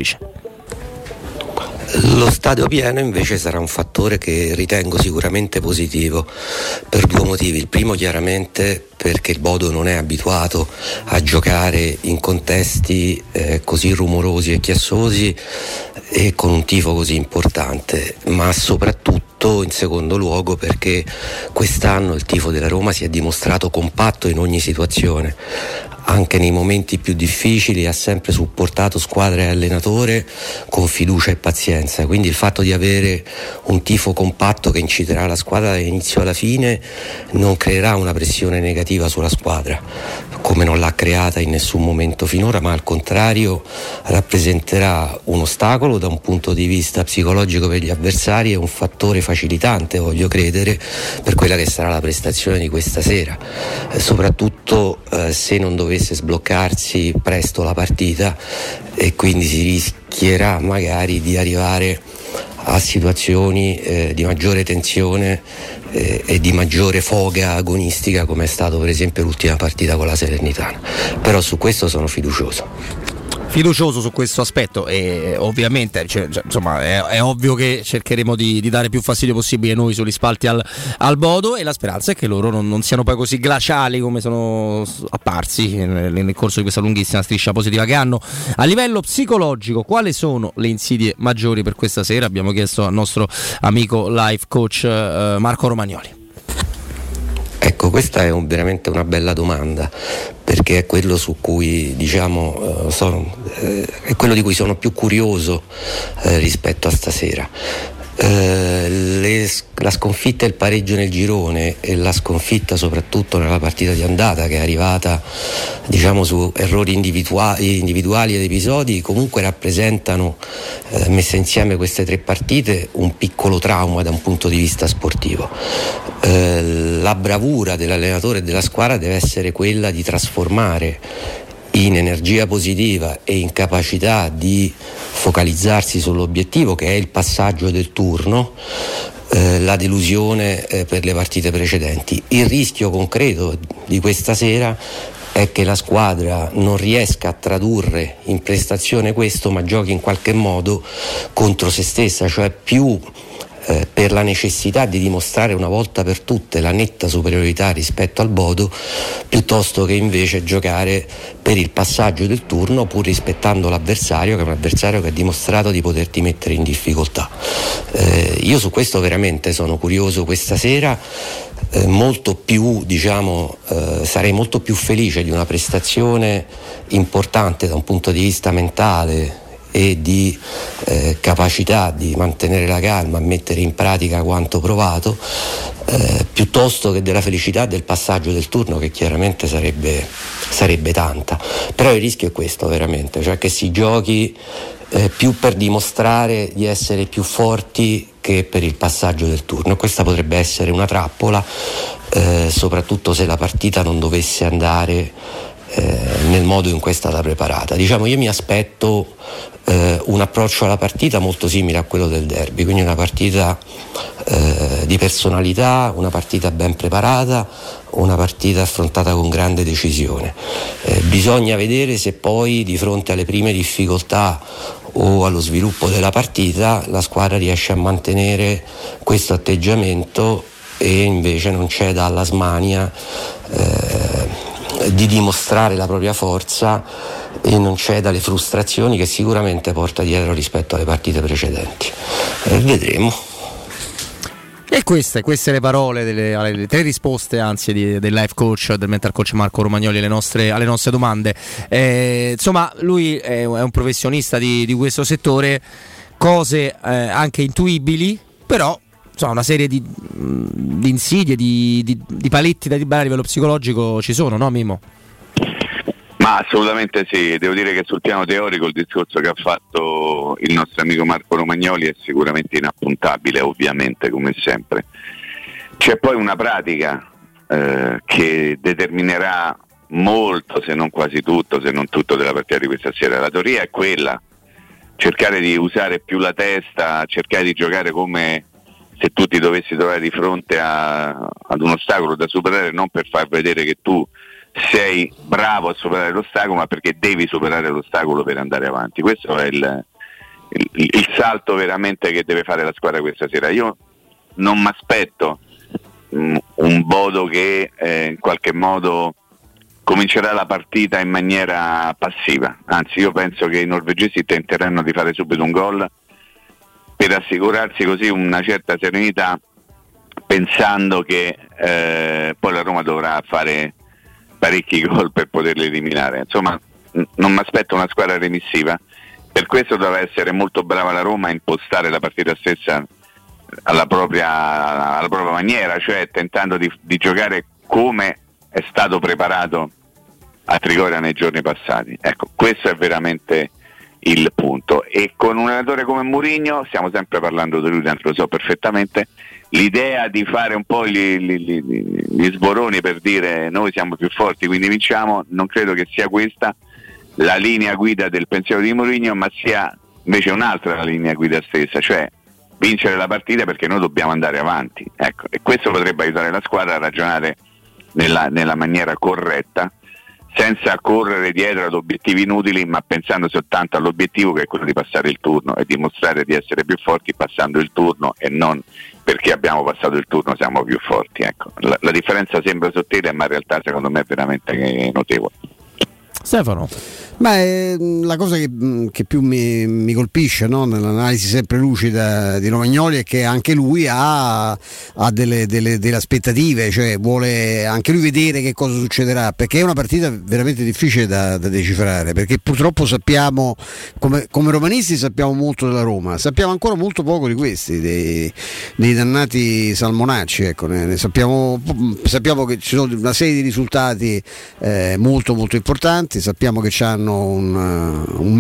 Lo stadio pieno invece sarà un fattore che ritengo sicuramente positivo per 2 motivi. Il primo, chiaramente, perché il Bodo non è abituato a giocare in contesti così rumorosi e chiassosi e con un tifo così importante, ma soprattutto, in secondo luogo, perché quest'anno il tifo della Roma si è dimostrato compatto in ogni situazione. Anche nei momenti più difficili ha sempre supportato squadra e allenatore con fiducia e pazienza, quindi il fatto di avere un tifo compatto che inciterà la squadra dall'inizio alla fine non creerà una pressione negativa sulla squadra, come non l'ha creata in nessun momento finora, ma al contrario rappresenterà un ostacolo da un punto di vista psicologico per gli avversari e un fattore facilitante, voglio credere, per quella che sarà la prestazione di questa sera, soprattutto se non dovesse sbloccarsi presto la partita, e quindi si rischierà magari di arrivare a situazioni di maggiore tensione e di maggiore foga agonistica, come è stato per esempio l'ultima partita con la Salernitana. Però su questo sono fiducioso su questo aspetto, e ovviamente insomma è ovvio che cercheremo di dare più fastidio possibile noi sugli spalti al Bodo, e la speranza è che loro non siano poi così glaciali come sono apparsi nel corso di questa lunghissima striscia positiva che hanno. A livello psicologico, quali sono le insidie maggiori per questa sera? Abbiamo chiesto al nostro amico life coach Marco Romagnoli. Ecco, questa è veramente una bella domanda, perché è quello su cui, diciamo, è quello di cui sono più curioso rispetto a stasera. La sconfitta e il pareggio nel girone, e la sconfitta soprattutto nella partita di andata, che è arrivata, diciamo, su errori individuali ed episodi, comunque rappresentano, messe insieme queste 3 partite, un piccolo trauma da un punto di vista sportivo. La bravura dell'allenatore e della squadra deve essere quella di trasformare in energia positiva e in capacità di focalizzarsi sull'obiettivo che è il passaggio del turno, la delusione per le partite precedenti. Il rischio concreto di questa sera è che la squadra non riesca a tradurre in prestazione questo, ma giochi in qualche modo contro se stessa, cioè più per la necessità di dimostrare una volta per tutte la netta superiorità rispetto al Bodo, piuttosto che invece giocare per il passaggio del turno, pur rispettando l'avversario, che è un avversario che ha dimostrato di poterti mettere in difficoltà. Io su questo veramente sono curioso questa sera, molto più, sarei molto più felice di una prestazione importante da un punto di vista mentale e di capacità di mantenere la calma, mettere in pratica quanto provato, piuttosto che della felicità del passaggio del turno, che chiaramente sarebbe tanta. Però il rischio è questo veramente, cioè che si giochi più per dimostrare di essere più forti che per il passaggio del turno. Questa potrebbe essere una trappola, soprattutto se la partita non dovesse andare nel modo in cui è stata preparata. Io mi aspetto un approccio alla partita molto simile a quello del derby, quindi una partita di personalità, una partita ben preparata, una partita affrontata con grande decisione. Bisogna vedere se poi di fronte alle prime difficoltà o allo sviluppo della partita la squadra riesce a mantenere questo atteggiamento e invece non ceda alla smania di dimostrare la propria forza e non ceda alle frustrazioni che sicuramente porta dietro rispetto alle partite precedenti. Vedremo. E queste le parole, le tre risposte anzi del life coach, del mental coach Marco Romagnoli alle nostre domande. Insomma, lui è un professionista di questo settore, cose anche intuibili, però insomma una serie di insidie, di paletti da ribare a livello psicologico ci sono, no Mimmo? Ma assolutamente sì, devo dire che sul piano teorico il discorso che ha fatto il nostro amico Marco Romagnoli è sicuramente inappuntabile, ovviamente, come sempre. C'è poi una pratica che determinerà molto, se non quasi tutto, se non tutto della partita di questa sera. La teoria è quella, cercare di usare più la testa, cercare di giocare come se tu ti dovessi trovare di fronte ad un ostacolo da superare, non per far vedere che tu sei bravo a superare l'ostacolo, ma perché devi superare l'ostacolo per andare avanti. Questo è il salto veramente che deve fare la squadra questa sera. Io non mi aspetto un Bodo che in qualche modo comincerà la partita in maniera passiva, anzi io penso che i norvegesi tenteranno di fare subito un gol per assicurarsi così una certa serenità, pensando che poi la Roma dovrà fare parecchi gol per poterli eliminare. Insomma, non mi aspetto una squadra remissiva, per questo dovrà essere molto brava la Roma a impostare la partita stessa alla propria maniera, cioè tentando di giocare come è stato preparato a Trigoria nei giorni passati. Ecco, questo è veramente il punto. E con un allenatore come Mourinho, stiamo sempre parlando di lui, tanto lo so perfettamente, l'idea di fare un po' gli sboroni per dire noi siamo più forti quindi vinciamo, non credo che sia questa la linea guida del pensiero di Mourinho, ma sia invece un'altra la linea guida stessa, cioè vincere la partita perché noi dobbiamo andare avanti. Ecco, e questo potrebbe aiutare la squadra a ragionare nella maniera corretta, senza correre dietro ad obiettivi inutili, ma pensando soltanto all'obiettivo che è quello di passare il turno e dimostrare di essere più forti passando il turno, e non perché abbiamo passato il turno siamo più forti. Ecco, la differenza sembra sottile, ma in realtà secondo me è veramente notevole. Stefano? Beh, la cosa che più mi colpisce, no, nell'analisi sempre lucida di Romagnoli, è che anche lui ha delle aspettative, cioè vuole anche lui vedere che cosa succederà, perché è una partita veramente difficile da decifrare, perché purtroppo sappiamo, come romanisti sappiamo molto della Roma, sappiamo ancora molto poco di questi, dei dannati salmonacci, ecco, ne sappiamo che ci sono una serie di risultati molto molto importanti, sappiamo che hanno hanno un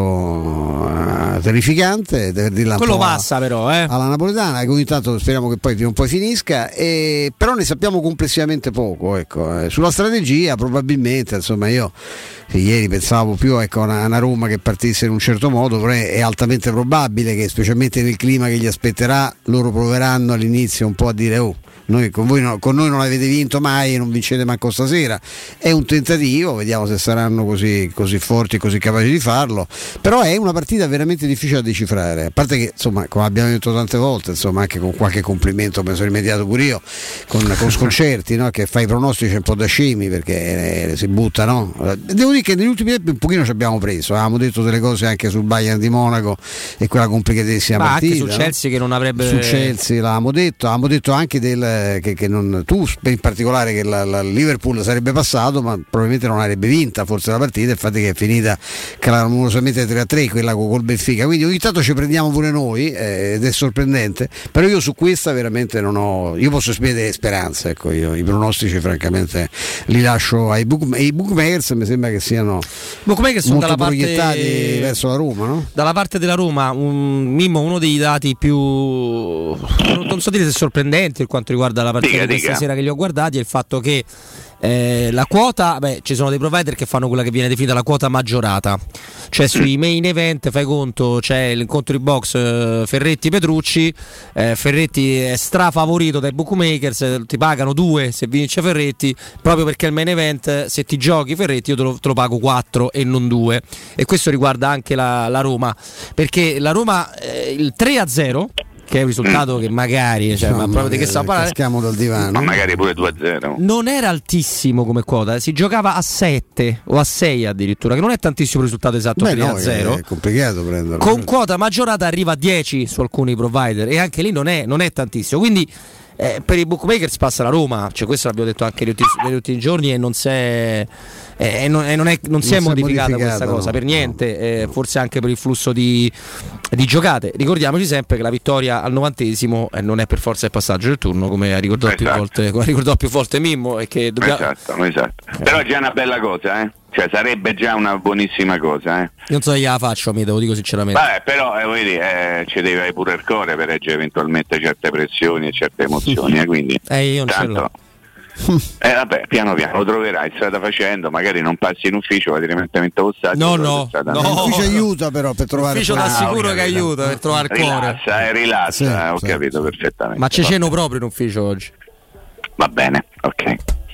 mazzo terrificante, per dirla un quello po' passa però alla napoletana, che ogni tanto speriamo che poi prima o poi finisca, però ne sappiamo complessivamente poco, ecco. Sulla strategia probabilmente, insomma, io ieri pensavo più a una Roma che partisse in un certo modo, però è altamente probabile che, specialmente nel clima che gli aspetterà, loro proveranno all'inizio un po' a dire noi con noi non avete vinto mai e non vincete manco stasera. È un tentativo, vediamo se saranno così forti e così capaci di farlo, però è una partita veramente difficile da decifrare, a parte che, insomma, come abbiamo detto tante volte, insomma, anche con qualche complimento mi sono rimediato pure io con sconcerti, no? Che fai i pronostici un po' da scemi perché si butta, no? Devo dire che negli ultimi tempi un pochino ci abbiamo preso, avevamo detto delle cose anche sul Bayern di Monaco e quella complicatissima partita, anche su Chelsea, no? Che non avrebbe, su Chelsea avevamo detto anche che non, tu in particolare, che la Liverpool sarebbe passato ma probabilmente non avrebbe vinta forse la partita, infatti che è finita clamorosamente 3-3 quella col Benfica, quindi ogni tanto ci prendiamo pure noi ed è sorprendente, però io su questa veramente non ho, io posso esprimere speranze, ecco, io i pronostici francamente li lascio ai bookmakers, mi sembra che siano molto dalla proiettati parte, verso la Roma, no? Dalla parte della Roma, Mimmo, uno dei dati più, non so dire se sorprendenti per quanto riguarda la partita di questa sera che li ho guardati, è il fatto che la quota, ci sono dei provider che fanno quella che viene definita la quota maggiorata, cioè sui main event, fai conto, c'è l'incontro di box Ferretti-Petrucci, Ferretti è strafavorito dai bookmakers, ti pagano 2 se vince Ferretti, proprio perché il main event, se ti giochi Ferretti io te lo pago 4 e non 2, e questo riguarda anche la Roma, perché la Roma il 3-0, che è un risultato che magari, ma proprio di che stiamo parlando, caschiamo dal divano, ma magari pure 2-0, non era altissimo come quota, si giocava a 7 o a 6 addirittura, che non è tantissimo il risultato esatto. 3-0 è complicato prenderlo, con quota maggiorata arriva a 10 su alcuni provider, e anche lì non è tantissimo, quindi per i bookmakers passa la Roma, cioè questo l'abbiamo detto anche negli ultimi giorni, e non si è modificata questa cosa per niente, forse anche per il flusso di giocate. Ricordiamoci sempre che la vittoria al 90esimo non è per forza il passaggio del turno, come ha ricordato più volte Mimmo, e che dobbiamo... esatto. Però è già una bella cosa, cioè sarebbe già una buonissima cosa, Non so se gliela faccio, mi devo, dico sinceramente. Vabbè, però ci deve avere pure il cuore per reggere eventualmente certe pressioni e certe emozioni, quindi io non ce l'ho. Vabbè, piano piano lo troverai strada facendo, magari non passi in ufficio, vai direttamente allo stadio. No. L'ufficio aiuta però per trovare l'ufficio, da sicuro che aiuta per trovare il cuore. Rilassa, ho capito perfettamente. Ma c'è ceno proprio in ufficio oggi? Va bene, ok.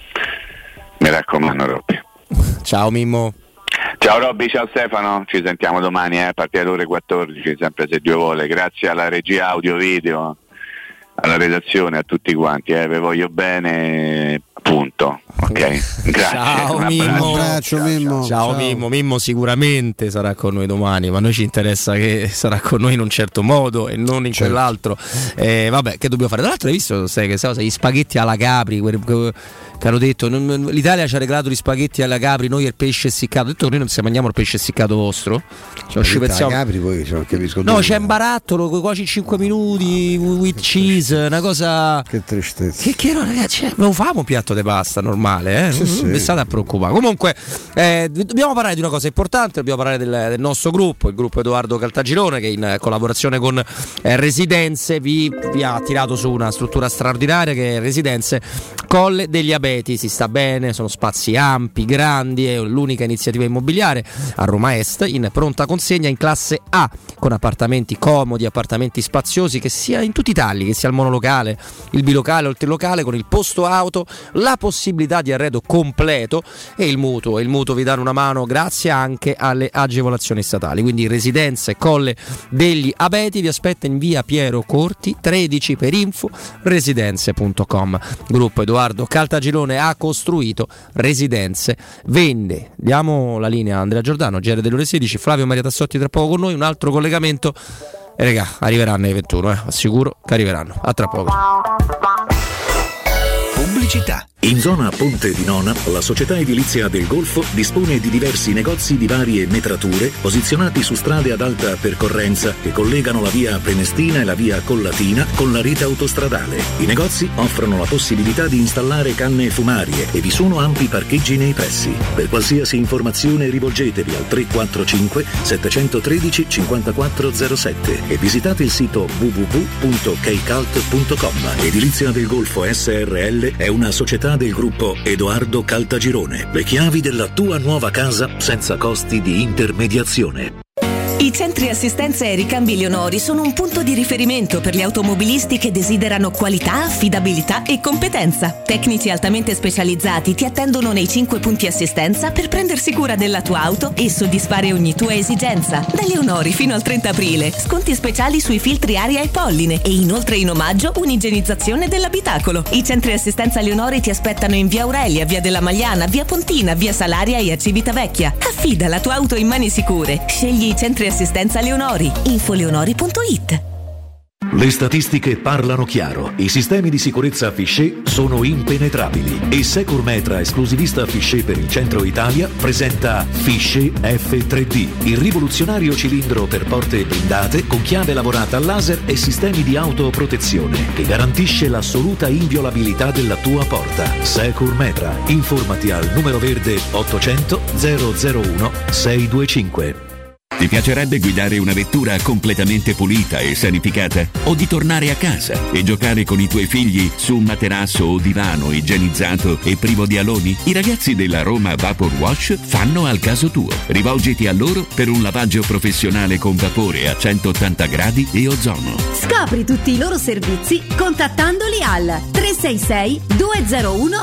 Mi raccomando, Robby. Ciao Mimmo. Ciao Robby, ciao Stefano, ci sentiamo domani a partire alle ore 14, sempre se Dio vuole. Grazie alla regia audio video, alla redazione, a tutti quanti, vi voglio bene, punto. Ok, grazie. Ciao Mimmo. Un abbraccio, Mimmo. Ciao Mimmo sicuramente sarà con noi domani, ma a noi ci interessa che sarà con noi in un certo modo e non in quell'altro. Vabbè, che dobbiamo fare? Tra l'altro hai visto, sai che gli spaghetti alla Capri, che hanno detto l'Italia ci ha regalato gli spaghetti alla Capri, noi il pesce essiccato. Ho detto noi non se mangiamo il pesce essiccato vostro. Capri, poi capisco. No, c'è un barattolo quasi 5 minuti with cheese, una cosa. Che tristezza. Che no, ragazzi, non famo un piatto di pasta normale, non vi state a preoccupare. Comunque dobbiamo parlare di una cosa importante, dobbiamo parlare del nostro gruppo, il gruppo Edoardo Caltagirone, che in collaborazione con Residenze vi ha tirato su una struttura straordinaria che è Residenze Colle degli Abeti. Si sta bene, sono spazi ampi, grandi, è l'unica iniziativa immobiliare a Roma Est in pronta consegna in classe A, con appartamenti comodi, appartamenti spaziosi, che sia in tutti i tagli, che sia il monolocale, il bilocale o il trilocale, con il posto auto, la possibilità di arredo completo e il mutuo. Il mutuo vi dà una mano grazie anche alle agevolazioni statali. Quindi Residenze Colle degli Abeti vi aspetta in via Piero Corti 13, per info residenze.com. Gruppo Edoardo Caltagirone ha costruito, Residenze vende. Diamo la linea a Andrea Giordano, GR delle ore 16, Flavio Maria Tassotti tra poco con noi, un altro collegamento e regà, arriveranno ai 21, assicuro che arriveranno. A tra poco. Pubblicità. In zona Ponte di Nona, la società edilizia del Golfo dispone di diversi negozi di varie metrature posizionati su strade ad alta percorrenza che collegano la via Prenestina e la via Collatina con la rete autostradale. I negozi offrono la possibilità di installare canne fumarie e vi sono ampi parcheggi nei pressi. Per qualsiasi informazione rivolgetevi al 345 713 5407 e visitate il sito www.keicalt.com. Edilizia del Golfo SRL è una società del gruppo Edoardo Caltagirone. Le chiavi della tua nuova casa senza costi di intermediazione. I centri assistenza e ricambi Leonori sono un punto di riferimento per gli automobilisti che desiderano qualità, affidabilità e competenza. Tecnici altamente specializzati ti attendono nei 5 punti assistenza per prendersi cura della tua auto e soddisfare ogni tua esigenza. Da Leonori fino al 30 aprile, sconti speciali sui filtri aria e polline e inoltre in omaggio un'igienizzazione dell'abitacolo. I centri assistenza Leonori ti aspettano in via Aurelia, via della Magliana, via Pontina, via Salaria e a Civitavecchia. Affida la tua auto in mani sicure. Scegli i centri assistenza Leonori. Infoleonori.it. Le statistiche parlano chiaro. I sistemi di sicurezza Fichet sono impenetrabili e Securmetra, esclusivista Fichet per il centro Italia, presenta Fichet F3D, il rivoluzionario cilindro per porte blindate con chiave lavorata a laser e sistemi di autoprotezione che garantisce l'assoluta inviolabilità della tua porta. Securmetra. Informati al numero verde 800 001 625. Ti piacerebbe guidare una vettura completamente pulita e sanificata? O di tornare a casa e giocare con i tuoi figli su un materasso o divano igienizzato e privo di aloni? I ragazzi della Roma Vapor Wash fanno al caso tuo. Rivolgiti a loro per un lavaggio professionale con vapore a 180 gradi e ozono. Scopri tutti i loro servizi contattandoli al 366 201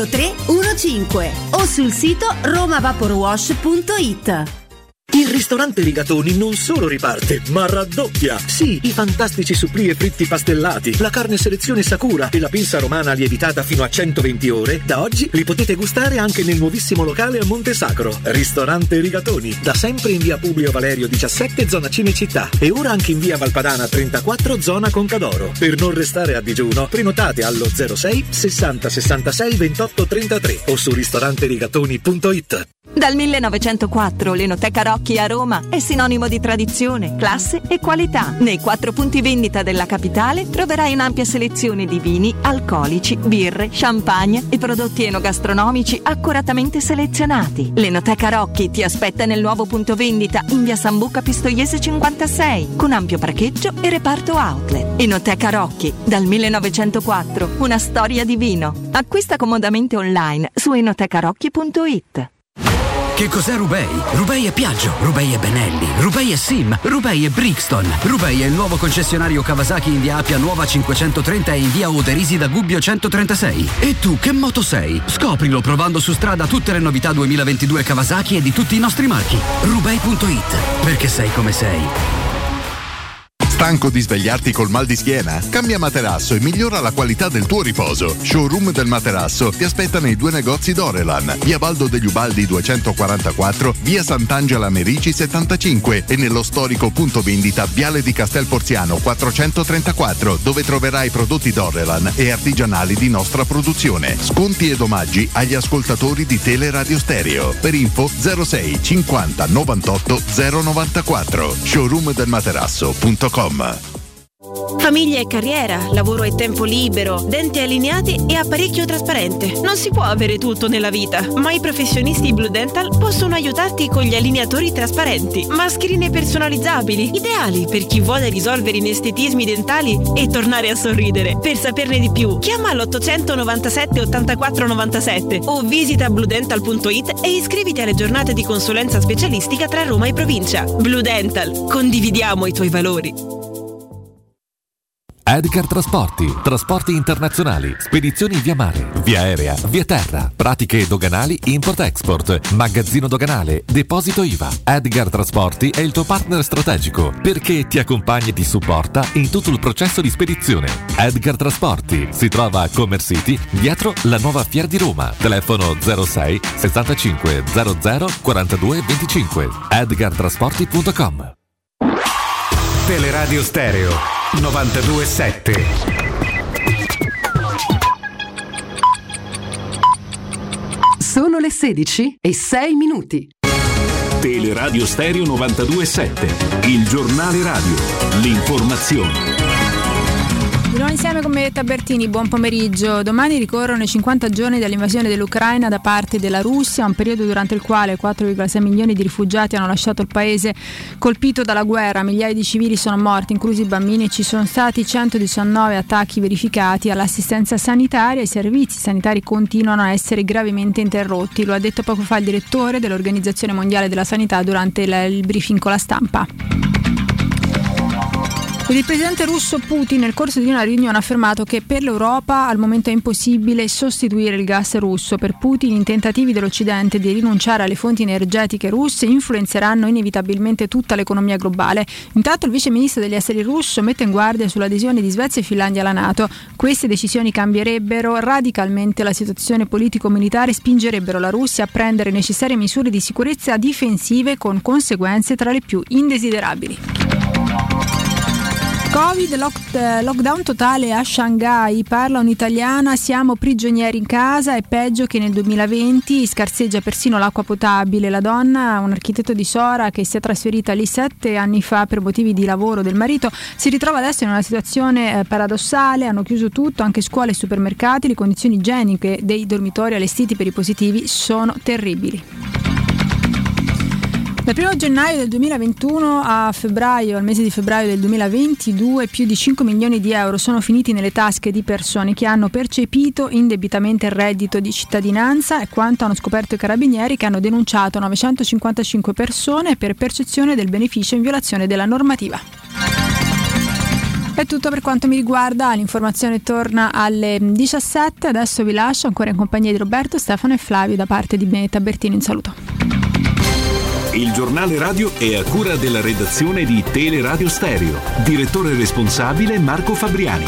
8315 o sul sito romavaporwash.it. Il ristorante Rigatoni non solo riparte, ma raddoppia! Sì, i fantastici supplì e fritti pastellati, la carne selezione Sakura e la pinza romana lievitata fino a 120 ore, da oggi li potete gustare anche nel nuovissimo locale a Monte Sacro. Ristorante Rigatoni, da sempre in via Publio Valerio 17, zona Cinecittà, e ora anche in via Valpadana 34, zona Concadoro. Per non restare a digiuno, prenotate allo 06 60 66 28 33 o su ristoranterigatoni.it. Dal 1904 l'Enoteca Rocchi a Roma è sinonimo di tradizione, classe e qualità. Nei 4 punti vendita della capitale troverai un'ampia selezione di vini, alcolici, birre, champagne e prodotti enogastronomici accuratamente selezionati. L'Enoteca Rocchi ti aspetta nel nuovo punto vendita in via Sambuca Pistoiese 56 con ampio parcheggio e reparto outlet. Enoteca Rocchi, dal 1904, una storia di vino. Acquista comodamente online su enotecarocchi.it. Che cos'è Rubei? Rubei è Piaggio, Rubei è Benelli, Rubei è Sim, Rubei è Brixton. Rubei è il nuovo concessionario Kawasaki in via Appia Nuova 530 e in via Oderisi da Gubbio 136. E tu che moto sei? Scoprilo provando su strada tutte le novità 2022 Kawasaki e di tutti i nostri marchi. Rubei.it, perché sei come sei. Stanco di svegliarti col mal di schiena? Cambia materasso e migliora la qualità del tuo riposo. Showroom del Materasso ti aspetta nei 2 negozi Dorelan, via Baldo degli Ubaldi 244, via Sant'Angela Merici 75 e nello storico punto vendita Viale di Castel Porziano 434, dove troverai prodotti Dorelan e artigianali di nostra produzione. Sconti ed omaggi agli ascoltatori di Teleradio Stereo. Per info 06 50 98 094. showroomdelmaterasso.com. Famiglia e carriera, lavoro e tempo libero, denti allineati e apparecchio trasparente. Non si può avere tutto nella vita, ma i professionisti Blue Dental possono aiutarti con gli allineatori trasparenti, mascherine personalizzabili, ideali per chi vuole risolvere inestetismi dentali e tornare a sorridere. Per saperne di più, chiama all'897 84 97 o visita bluedental.it e iscriviti alle giornate di consulenza specialistica tra Roma e provincia. Blue Dental, condividiamo i tuoi valori. Edgar trasporti internazionali, spedizioni via mare, via aerea, via terra, pratiche doganali import-export, magazzino doganale, deposito IVA. Edgar Trasporti è il tuo partner strategico perché ti accompagna e ti supporta in tutto il processo di spedizione. Edgar Trasporti si trova a Commerce City, dietro la nuova Fiera di Roma. Telefono 06 65 00 42 25. edgartrasporti.com. Teleradio Stereo 92.7. Sono le 16:06. Teleradio Stereo 92.7, il giornale radio, l'informazione. Di nuovo insieme con Benedetta Bertini, buon pomeriggio. Domani ricorrono i 50 giorni dall'invasione dell'Ucraina da parte della Russia, un periodo durante il quale 4,6 milioni di rifugiati hanno lasciato il paese colpito dalla guerra, migliaia di civili sono morti, inclusi i bambini, ci sono stati 119 attacchi verificati all'assistenza sanitaria, i servizi sanitari continuano a essere gravemente interrotti, lo ha detto poco fa il direttore dell'Organizzazione Mondiale della Sanità durante il briefing con la stampa. Il presidente russo Putin nel corso di una riunione ha affermato che per l'Europa al momento è impossibile sostituire il gas russo. Per Putin i tentativi dell'Occidente di rinunciare alle fonti energetiche russe influenzeranno inevitabilmente tutta l'economia globale. Intanto il vice ministro degli esteri russo mette in guardia sull'adesione di Svezia e Finlandia alla NATO. Queste decisioni cambierebbero radicalmente la situazione politico-militare e spingerebbero la Russia a prendere necessarie misure di sicurezza difensive con conseguenze tra le più indesiderabili. Covid, lockdown totale a Shanghai, parla un'italiana, siamo prigionieri in casa, è peggio che nel 2020, scarseggia persino l'acqua potabile. La donna, un architetto di Sora che si è trasferita lì 7 anni fa per motivi di lavoro del marito, si ritrova adesso in una situazione paradossale, hanno chiuso tutto, anche scuole e supermercati, le condizioni igieniche dei dormitori allestiti per i positivi sono terribili. Dal 1 gennaio del 2021 al mese di febbraio del 2022, più di 5 milioni di euro sono finiti nelle tasche di persone che hanno percepito indebitamente il reddito di cittadinanza, è quanto hanno scoperto i carabinieri, che hanno denunciato 955 persone per percezione del beneficio in violazione della normativa. È tutto per quanto mi riguarda, l'informazione torna alle 17, adesso vi lascio ancora in compagnia di Roberto, Stefano e Flavio da parte di Benedetta Bertini, un saluto. Il giornale radio è a cura della redazione di Teleradio Stereo. Direttore responsabile Marco Fabriani.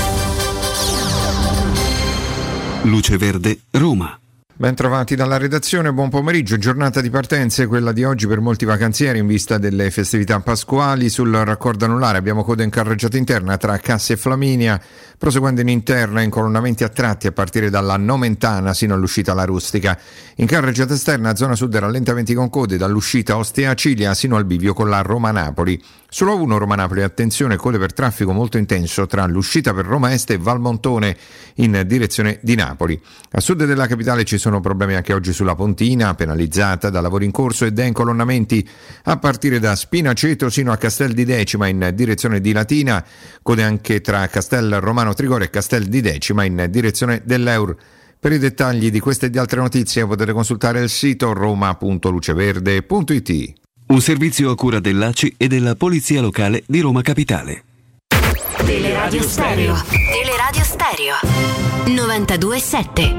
Luce Verde, Roma. Ben trovati dalla redazione, buon pomeriggio. Giornata di partenze, quella di oggi per molti vacanzieri in vista delle festività pasquali. Sul raccordo anulare abbiamo coda in carreggiata interna tra Cassia e Flaminia, proseguendo in interna incolonnamenti a tratti a partire dalla Nomentana sino all'uscita alla Rustica. In carreggiata esterna zona sud rallentamenti con code dall'uscita Ostia-Cilia sino al bivio con la Roma-Napoli. Sulla 1 Roma-Napoli, attenzione, code per traffico molto intenso tra l'uscita per Roma Est e Valmontone in direzione di Napoli. A sud della capitale ci sono problemi anche oggi sulla Pontina, penalizzata da lavori in corso e da incolonnamenti a partire da Spinaceto sino a Castel di Decima in direzione di Latina, code anche tra Castel Romano Trigore e Castel di Decima in direzione dell'Eur. Per i dettagli di queste e di altre notizie potete consultare il sito roma.luceverde.it. Un servizio a cura dell'ACI e della Polizia Locale di Roma Capitale. Teleradio Stereo. Teleradio Stereo 92.7.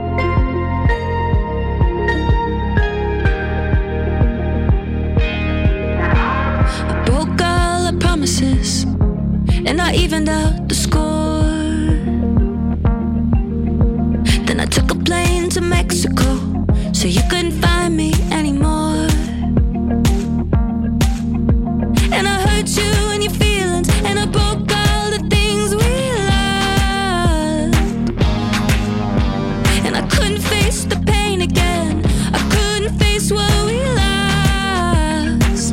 Broke all the promises and I evened out the score. Then I took a plane to Mexico so you couldn't find me anymore. And I hurt you and your feelings, and I broke all the things we loved. And I couldn't face the pain again, I couldn't face what we lost.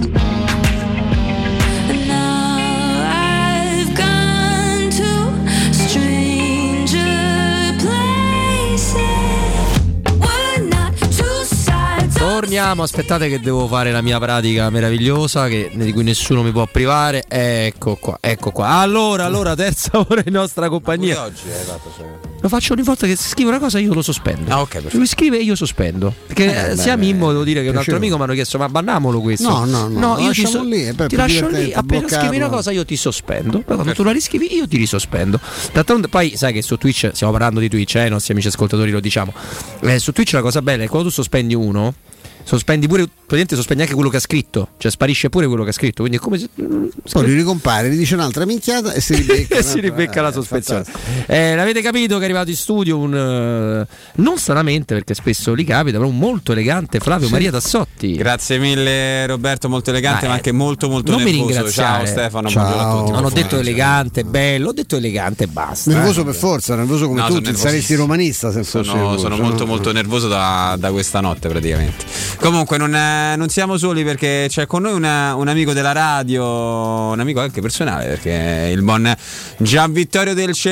And now I've gone to stranger places. We're not two sides. Torniamo, aspettate che devo fare la mia pratica meravigliosa di cui nessuno mi può privare. Ecco qua. Allora, terza ora in nostra compagnia. Oggi lo faccio ogni volta che si scrive una cosa io lo sospendo. Ah, ok, perfetto. Lui scrive e io sospendo. Perché sia Mimmo, devo dire che un altro amico mi hanno chiesto: ma banniamolo questo? No, io ti lascio lì, appena scrivi una cosa io ti sospendo. Poi quando tu la riscrivi io ti risospendo. D'altronde poi sai che su Twitch, stiamo parlando di Twitch, i nostri amici ascoltatori lo diciamo. Su Twitch la cosa bella è che quando tu sospendi uno, sospendi pure, praticamente sospendi anche quello che ha scritto, cioè sparisce pure quello che ha scritto, quindi è come se poi ricompare, ridice un'altra minchiata e si ribecca, si ribecca la sospensione. L'avete capito che è arrivato in studio un non stranamente, perché spesso li capita, però un molto elegante Flavio Maria Tassotti. Grazie mille Roberto, molto elegante, ma anche molto non nervoso. Mi ringraziare. Ciao Stefano, ciao. buongiorno a tutti. Non ho detto elegante, bello, ho detto elegante e basta. Nervoso per forza, nervoso come tu, saresti romanista se fossi sono molto nervoso da questa notte praticamente. Comunque non siamo soli, perché c'è con noi un amico della radio, un amico anche personale, perché il buon Gian Vittorio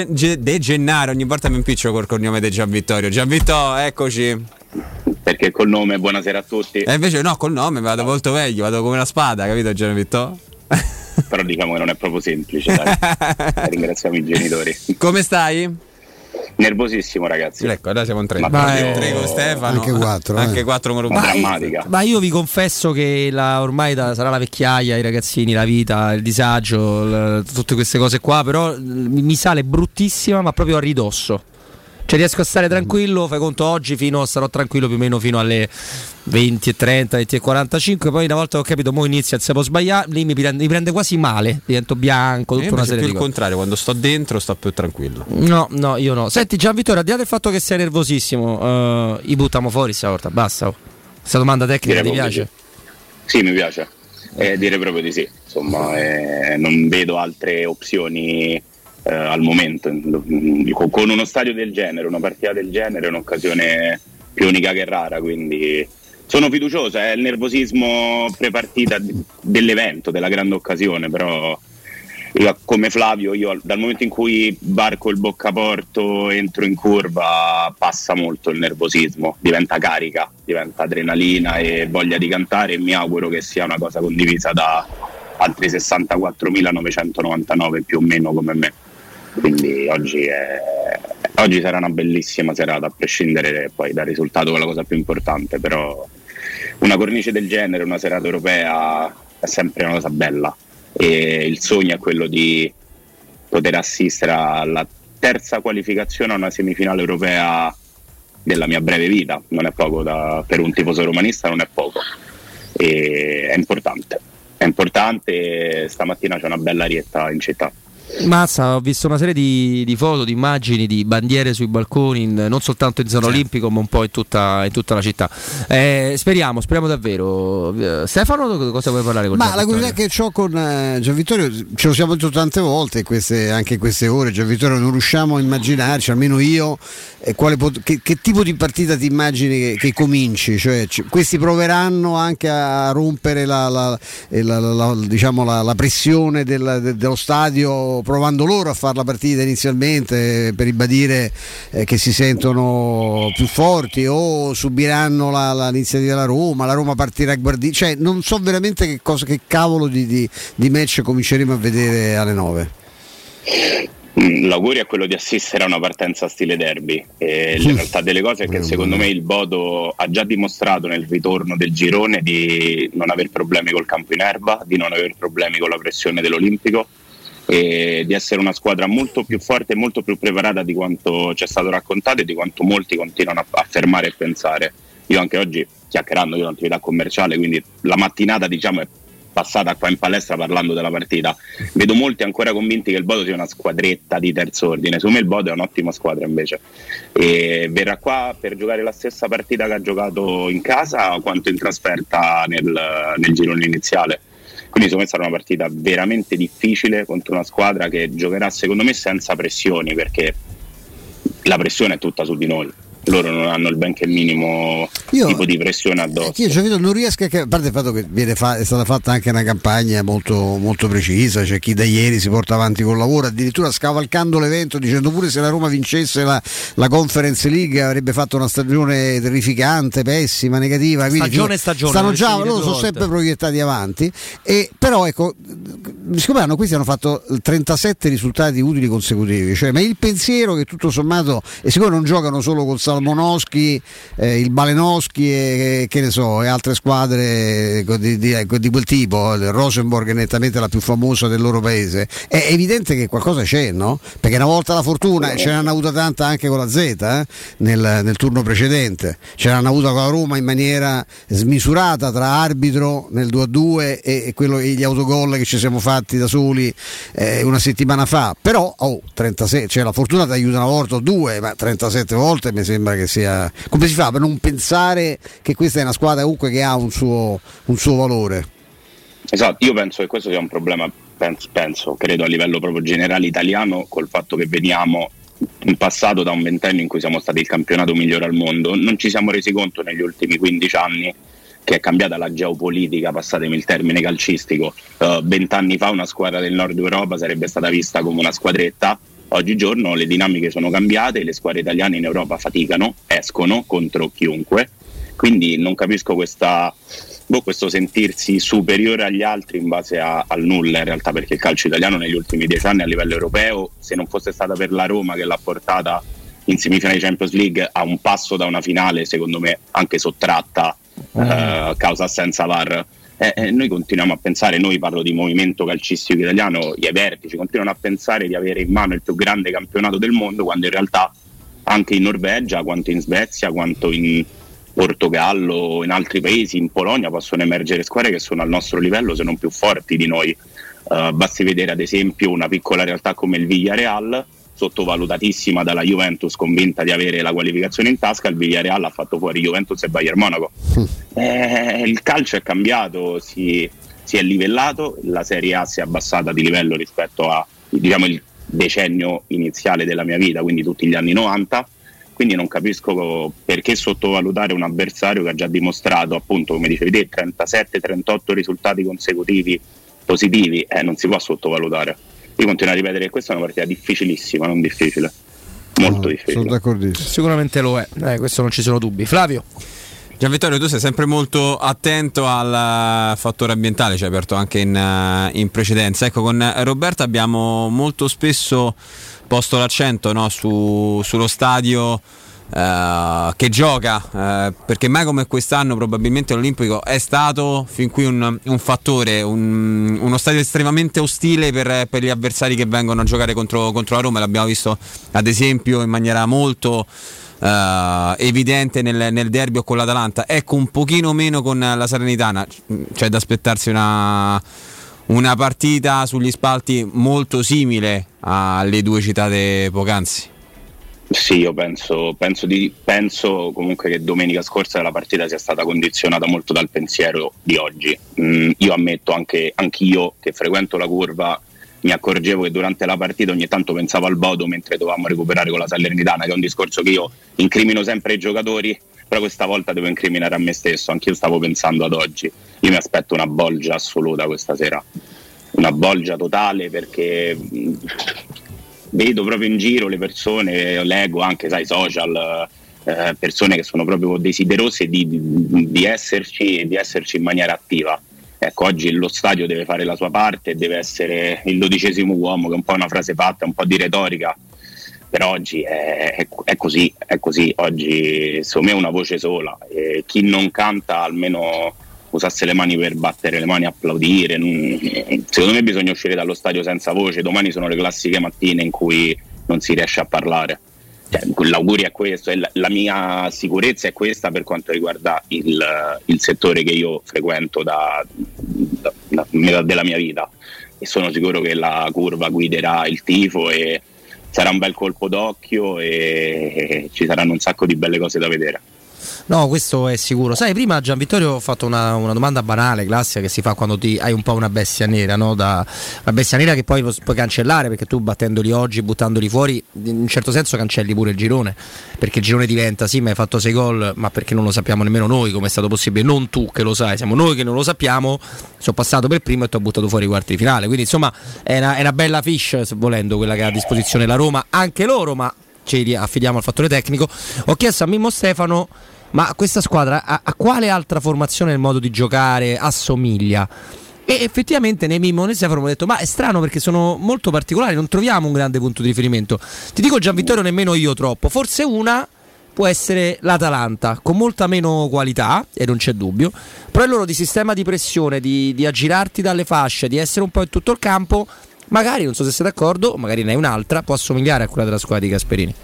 De Gennaro, ogni volta mi impiccio col cognome di Gian Vittorio. Gian Vittorio, eccoci. Perché col nome buonasera a tutti. E invece no, col nome vado molto meglio, vado come una spada, capito Gian Vittorio? Però diciamo che non è proprio semplice, dai. Ringraziamo i genitori. Come stai? Nervosissimo, ragazzi. Ecco, adesso siamo in tre. Tre con Stefano. Anche quattro con Rubano. Drammatica. Ma io vi confesso che ormai sarà la vecchiaia, i ragazzini, la vita, il disagio, tutte queste cose qua, però mi sale bruttissima, ma proprio a ridosso. Cioè riesco a stare tranquillo, fai conto oggi sarò tranquillo più o meno fino alle 20:30, 20:45, poi una volta che ho capito mo inizia il sapo sbagliare, lì mi prende quasi male, divento bianco, tutta una serie di cose. Al contrario, quando sto dentro sto più tranquillo. No, io no. Senti Gian Vittorio, al di là del fatto che sei nervosissimo, i buttiamo fuori stavolta, basta. Questa domanda tecnica ti piace? Sì, mi piace. Direi proprio di sì. Insomma, non vedo altre opzioni al momento. Con uno stadio del genere, una partita del genere è un'occasione più unica che rara, quindi sono fiducioso. È il nervosismo prepartita dell'evento, della grande occasione, però io, come Flavio, dal momento in cui varco il boccaporto, entro in curva, passa molto il nervosismo, diventa carica, diventa adrenalina e voglia di cantare, e mi auguro che sia una cosa condivisa da altri 64.999 più o meno come me. Quindi oggi sarà una bellissima serata, a prescindere poi dal risultato, che è la cosa più importante, però una cornice del genere, una serata europea è sempre una cosa bella, e il sogno è quello di poter assistere alla terza qualificazione a una semifinale europea della mia breve vita. Non è poco, per un tifoso romanista non è poco, e è importante. Stamattina c'è una bella arietta in città. Mazza, ho visto una serie di foto, di immagini, di bandiere sui balconi, non soltanto in zona olimpico, ma un po' in tutta la città. Speriamo davvero. Stefano, cosa vuoi parlare con la curiosità che ho con Gian Vittorio, ce lo siamo detto tante volte, anche in queste ore, Gian Vittorio, non riusciamo a immaginarci, almeno io, che tipo di partita ti immagini che cominci? Cioè, questi proveranno anche a rompere la pressione dello stadio, provando loro a fare la partita inizialmente per ribadire che si sentono più forti, o subiranno l'iniziativa della Roma, la Roma partirà a guardare, cioè non so veramente che cavolo di match cominceremo a vedere alle 9. L'augurio è quello di assistere a una partenza stile derby, e la realtà delle cose è che secondo me il Bodo ha già dimostrato nel ritorno del girone di non aver problemi col campo in erba, di non aver problemi con la pressione dell'Olimpico, e di essere una squadra molto più forte e molto più preparata di quanto ci è stato raccontato e di quanto molti continuano a affermare e pensare. Io anche oggi, chiacchierando, io ho un'attività commerciale, quindi la mattinata è passata qua in palestra parlando della partita, vedo molti ancora convinti che il Bodo sia una squadretta di terzo ordine. Secondo me il Bodo è un'ottima squadra invece, e verrà qua per giocare la stessa partita che ha giocato in casa quanto in trasferta nel girone iniziale. Quindi secondo me sarà una partita veramente difficile contro una squadra che giocherà secondo me senza pressioni, perché la pressione è tutta su di noi. Loro non hanno il benché minimo tipo di pressione addosso. Io non riesco a parte il fatto che è stata fatta anche una campagna molto, molto precisa, c'è chi da ieri si porta avanti col lavoro, addirittura scavalcando l'evento, dicendo pure se la Roma vincesse la Conference League avrebbe fatto una stagione terrificante, pessima, negativa. Stagione stanno già, loro sono sempre proiettati avanti, però ecco, siccome questi hanno fatto 37 risultati utili consecutivi, cioè, ma il pensiero che tutto sommato, e siccome non giocano solo col Salmonoschi, il Balenowski e che ne so, e altre squadre di quel tipo, il Rosenborg è nettamente la più famosa del loro paese, è evidente che qualcosa c'è, no? Perché una volta la fortuna, ce n'hanno avuta tanta anche con la Z nel turno precedente, ce l'hanno avuta con la Roma in maniera smisurata tra arbitro nel 2-2 e gli autogol che ci siamo fatti da soli una settimana fa. Però 36, cioè la fortuna ti aiuta una volta o due, ma 37 volte mi sembra che sia, come si fa per non pensare che questa è una squadra comunque che ha un suo valore? Esatto, io penso che questo sia un problema, credo a livello proprio generale italiano, col fatto che veniamo in passato da un ventennio in cui siamo stati il campionato migliore al mondo. Non ci siamo resi conto negli ultimi 15 anni che è cambiata la geopolitica, passatemi il termine calcistico. 20 anni fa una squadra del nord Europa sarebbe stata vista come una squadretta. Oggigiorno le dinamiche sono cambiate, le squadre italiane in Europa faticano, escono contro chiunque, quindi non capisco questo sentirsi superiore agli altri in base al nulla in realtà, perché il calcio italiano negli ultimi 10 anni a livello europeo, se non fosse stata per la Roma che l'ha portata in semifinale di Champions League a un passo da una finale, secondo me anche sottratta causa assenza VAR, noi continuiamo a pensare, noi parlo di movimento calcistico italiano, i vertici continuano a pensare di avere in mano il più grande campionato del mondo, quando in realtà anche in Norvegia, quanto in Svezia, quanto in Portogallo, in altri paesi, in Polonia possono emergere squadre che sono al nostro livello, se non più forti di noi. Basti vedere ad esempio una piccola realtà come il Villarreal, sottovalutatissima dalla Juventus, convinta di avere la qualificazione in tasca. Il Villarreal ha fatto fuori Juventus e Bayern Monaco. Il calcio è cambiato, si è livellato, la Serie A si è abbassata di livello rispetto a, diciamo, il decennio iniziale della mia vita, quindi tutti gli anni 90. Quindi non capisco perché sottovalutare un avversario che ha già dimostrato, appunto, come dicevi te, 37-38 risultati consecutivi positivi, non si può sottovalutare. Io continuo a ripetere che questa è una partita difficilissima, non difficile, molto difficile. Sono d'accordissimo. Sicuramente lo è, questo non ci sono dubbi. Flavio? Gianvittorio, tu sei sempre molto attento al fattore ambientale, ci hai aperto anche in precedenza. Ecco, con Roberta abbiamo molto spesso posto l'accento, no, sullo stadio che gioca, perché mai come quest'anno probabilmente l'Olimpico è stato fin qui un fattore, uno stadio estremamente ostile per gli avversari che vengono a giocare contro la Roma. L'abbiamo visto ad esempio in maniera molto evidente nel derby con l'Atalanta, ecco un pochino meno con la Salernitana. C'è da aspettarsi una partita sugli spalti molto simile alle due citate poc'anzi. Sì, io penso comunque che domenica scorsa la partita sia stata condizionata molto dal pensiero di oggi. Io ammetto anch'io che frequento la curva, mi accorgevo che durante la partita ogni tanto pensavo al Bodo mentre dovevamo recuperare con la Salernitana, che è un discorso che io incrimino sempre ai giocatori, però questa volta devo incriminare a me stesso. Anch'io stavo pensando ad oggi, io mi aspetto una bolgia assoluta questa sera, una bolgia totale, perché vedo proprio in giro le persone, leggo anche, sai, social, persone che sono proprio desiderose di esserci e di esserci in maniera attiva. Ecco, oggi lo stadio deve fare la sua parte, deve essere il 12° uomo, che è un po' una frase fatta, un po' di retorica, però oggi è così, oggi secondo me è una voce sola, e chi non canta almeno usasse le mani per battere le mani e applaudire. Secondo me bisogna uscire dallo stadio senza voce. Domani sono le classiche mattine in cui non si riesce a parlare. L'augurio è questo, e la mia sicurezza è questa per quanto riguarda il settore che io frequento da metà della mia vita, e sono sicuro che la curva guiderà il tifo e sarà un bel colpo d'occhio e ci saranno un sacco di belle cose da vedere. No, questo è sicuro. Sai, prima Gianvittorio ho fatto una domanda banale, classica, che si fa quando hai un po' una bestia nera, no? Una bestia nera che poi puoi cancellare, perché tu battendoli oggi, buttandoli fuori, in un certo senso cancelli pure il girone, perché il girone diventa, sì, ma hai fatto 6 gol, ma perché non lo sappiamo nemmeno noi come è stato possibile, non tu che lo sai, siamo noi che non lo sappiamo. Sono passato per primo e ti ho buttato fuori i quarti di finale, quindi insomma è una bella fish, volendo, quella che ha a disposizione la Roma, anche loro, ma ci affidiamo al fattore tecnico. Ho chiesto a Mimmo Stefano: ma questa squadra a quale altra formazione nel modo di giocare assomiglia? E effettivamente nei Mimmo e Stefano mi hanno detto: ma è strano perché sono molto particolari, non troviamo un grande punto di riferimento. Ti dico, Gianvittorio, nemmeno io troppo. Forse una può essere l'Atalanta, con molta meno qualità, e non c'è dubbio, però il loro di sistema di pressione, di aggirarti dalle fasce, di essere un po' in tutto il campo, magari, non so se sei d'accordo, magari ne hai un'altra, può assomigliare a quella della squadra di Gasperini.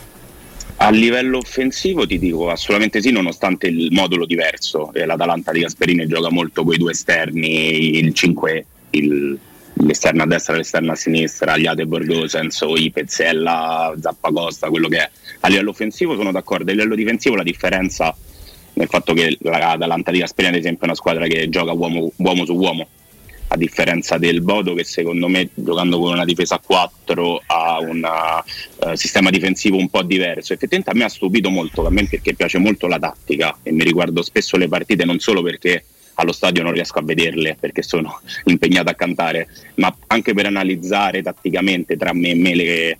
A livello offensivo ti dico assolutamente sì, nonostante il modulo diverso. L'Atalanta di Gasperini gioca molto con i due esterni, il 5, l'esterno a destra e l'esterno a sinistra, Aliate Borgosens, Pezzella, Zappacosta, quello che è. A livello offensivo sono d'accordo, a livello difensivo la differenza nel fatto che l'Atalanta di Gasperini ad esempio è una squadra che gioca uomo su uomo, a differenza del Bodo che secondo me giocando con una difesa a 4 ha un sistema difensivo un po' diverso. Effettivamente a me ha stupito molto, a me perché piace molto la tattica e mi riguardo spesso le partite non solo perché allo stadio non riesco a vederle perché sono impegnato a cantare, ma anche per analizzare tatticamente tra me e me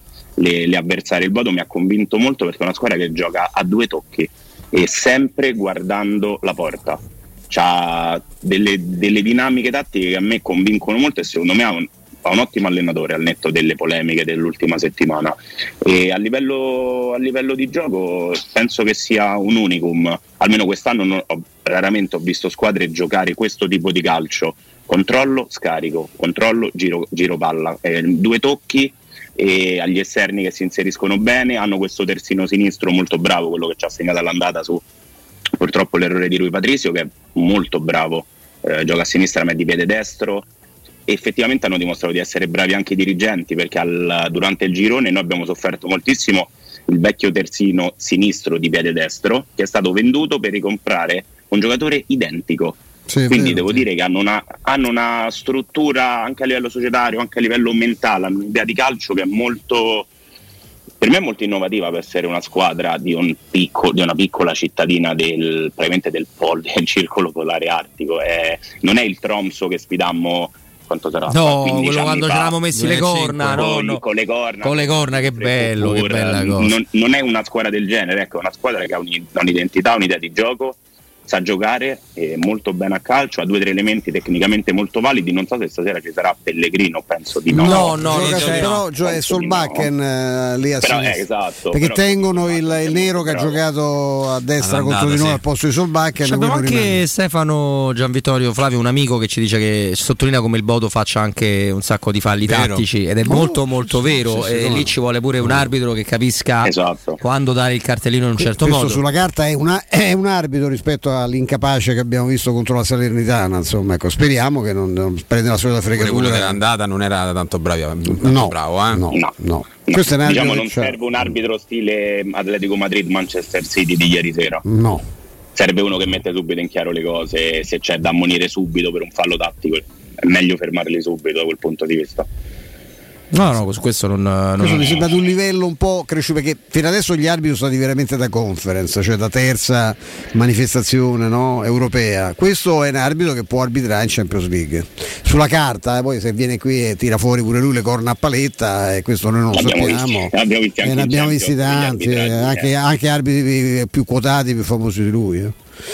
le avversarie. Il Bodo mi ha convinto molto perché è una squadra che gioca a 2 tocchi e sempre guardando la porta. C'ha delle dinamiche tattiche che a me convincono molto e secondo me ha un ottimo allenatore al netto delle polemiche dell'ultima settimana. E a livello di gioco penso che sia un unicum, almeno quest'anno raramente ho visto squadre giocare questo tipo di calcio: controllo, scarico, controllo, giro palla, 2 tocchi e agli esterni che si inseriscono bene. Hanno questo terzino sinistro molto bravo, quello che ci ha segnato all'andata su purtroppo l'errore di Rui Patricio, che è molto bravo, gioca a sinistra ma è di piede destro. E effettivamente hanno dimostrato di essere bravi anche i dirigenti, perché durante il girone noi abbiamo sofferto moltissimo il vecchio terzino sinistro di piede destro che è stato venduto per ricomprare un giocatore identico. Sì, quindi devo dire che hanno una struttura anche a livello societario, anche a livello mentale, hanno un'idea di calcio che è molto, per me è molto innovativa per essere una squadra di una piccola cittadina probabilmente del circolo polare artico. Non è il Tromso che sfidammo, quanto sarà? No, quello quando ci eravamo messi le corna, con le corna, che bello, che bella cosa. Non è una squadra del genere, ecco, è una squadra che ha un'identità, un'idea di gioco, sa giocare molto bene a calcio, ha 2 o 3 elementi tecnicamente molto validi. Non so se stasera ci sarà Pellegrino, penso di no. Però è Solbakken lì a sinistra, esatto, perché tengono il nero che ha giocato a destra contro di noi al posto di Solbakken. Abbiamo anche Stefano Gianvittorio Flavio, un amico che ci dice che sottolinea come il Bodo faccia anche un sacco di falli tattici, ed è molto molto vero, e lì ci vuole pure un arbitro che capisca quando dare il cartellino in un certo modo. Questo sulla carta è un arbitro rispetto all'incapace che abbiamo visto contro la Salernitana, insomma, ecco, speriamo che non prenda la solita fregatura. Quello dell'andata non era tanto bravo, no. Questo è diciamo non serve un arbitro stile Atletico Madrid Manchester City di ieri sera. No. Serve uno che mette subito in chiaro le cose, se c'è da ammonire subito per un fallo tattico è meglio fermarli subito da quel punto di vista. No, su questo non questo mi sembra di un livello un po' cresciuto, perché fino adesso gli arbitri sono stati veramente da conference, cioè da terza manifestazione europea. Questo è un arbitro che può arbitrare in Champions League sulla carta, poi se viene qui e tira fuori pure lui le corna a paletta, e questo noi non lo sappiamo. Ne abbiamo visti tanti, anche arbitri più quotati, più famosi di lui.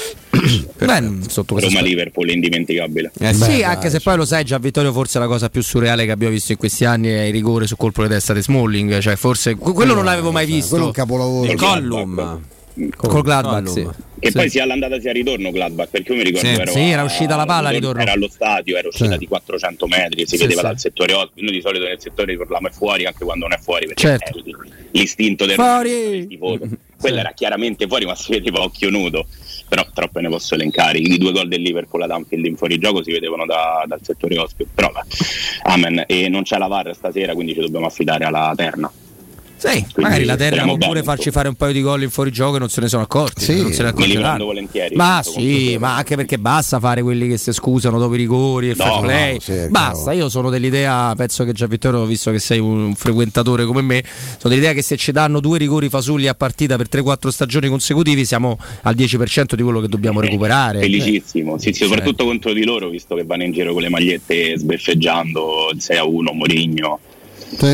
Roma-Liverpool indimenticabile. Sì, anche se poi lo sai già, Vittorio, forse la cosa più surreale che abbiamo visto in questi anni è il rigore sul colpo di testa di Smalling, cioè forse quello non l'avevo mai visto. Quello è un capolavoro. Il Collum col Gladbach, sì. E poi sia all'andata sia al ritorno Gladbach, perché io mi ricordo era uscita la palla al ritorno, era allo stadio, era uscita di 400 metri, si vedeva dal settore ospite. Noi di solito nel settore ricordiamo è fuori anche quando non è fuori, perché è l'istinto del tifoso. Quello era chiaramente fuori, ma si vedeva a occhio nudo. Però troppe ne posso elencare. I 2 gol del Liverpool ad Anfield in fuorigioco si vedevano dal settore ospite. Però amen. E non c'è la VAR stasera, quindi ci dobbiamo affidare alla terna. Sì, quindi magari la terra può pure farci fare un paio di gol in fuorigioco e non se ne sono accorti. Sì, non se ne me li prendo volentieri. Ma sì, ma anche perché basta fare quelli che si scusano dopo i rigori e fare play. Basta, io sono dell'idea, penso che già Vittorio, visto che sei un frequentatore come me, sono dell'idea che se ci danno 2 rigori fasulli a partita per 3-4 stagioni consecutivi siamo al 10% di quello che dobbiamo recuperare. Felicissimo, sì, soprattutto contro di loro, visto che vanno in giro con le magliette sbeffeggiando il 6-1 Mourinho.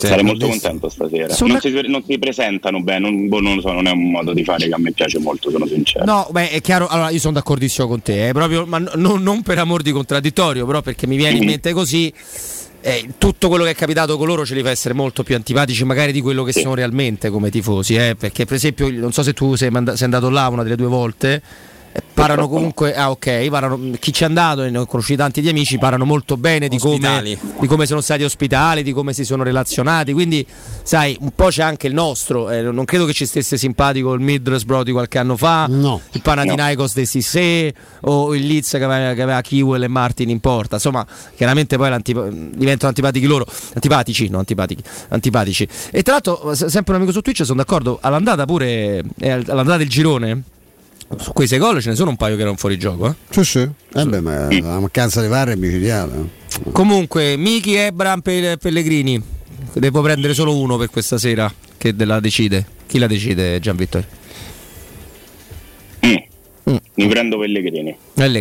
Sarei molto contento stasera. Non si presentano bene, non lo so, non è un modo di fare che a me piace molto, sono sincero. No, beh, è chiaro, allora io sono d'accordissimo con te, proprio, ma non per amor di contraddittorio, però perché mi viene in mente così. Tutto quello che è capitato con loro ce li fa essere molto più antipatici magari di quello che sono realmente come tifosi, perché per esempio non so se tu sei andato là una delle 2 volte, parlano comunque chi ci è andato, ne ho conosciuti tanti di amici, parlano molto bene di come sono stati ospitali, di come si sono relazionati, quindi sai un po' c'è anche il nostro, non credo che ci stesse simpatico il Middlesbrough di qualche anno fa, il Panathinaikos dei Cissé o il Leeds che aveva Kiwell e Martin in porta, insomma chiaramente poi diventano antipatici. E tra l'altro sempre un amico su Twitch, sono d'accordo, all'andata del girone su quei 6 gol ce ne sono un paio che erano fuori gioco. Sì. Ma la mancanza di VAR è micidiale. Comunque Miki, Ebram, Pellegrini, devo prendere solo uno per questa sera che la decide. Chi la decide, Gianvittorio? Mi prendo Pellegrini.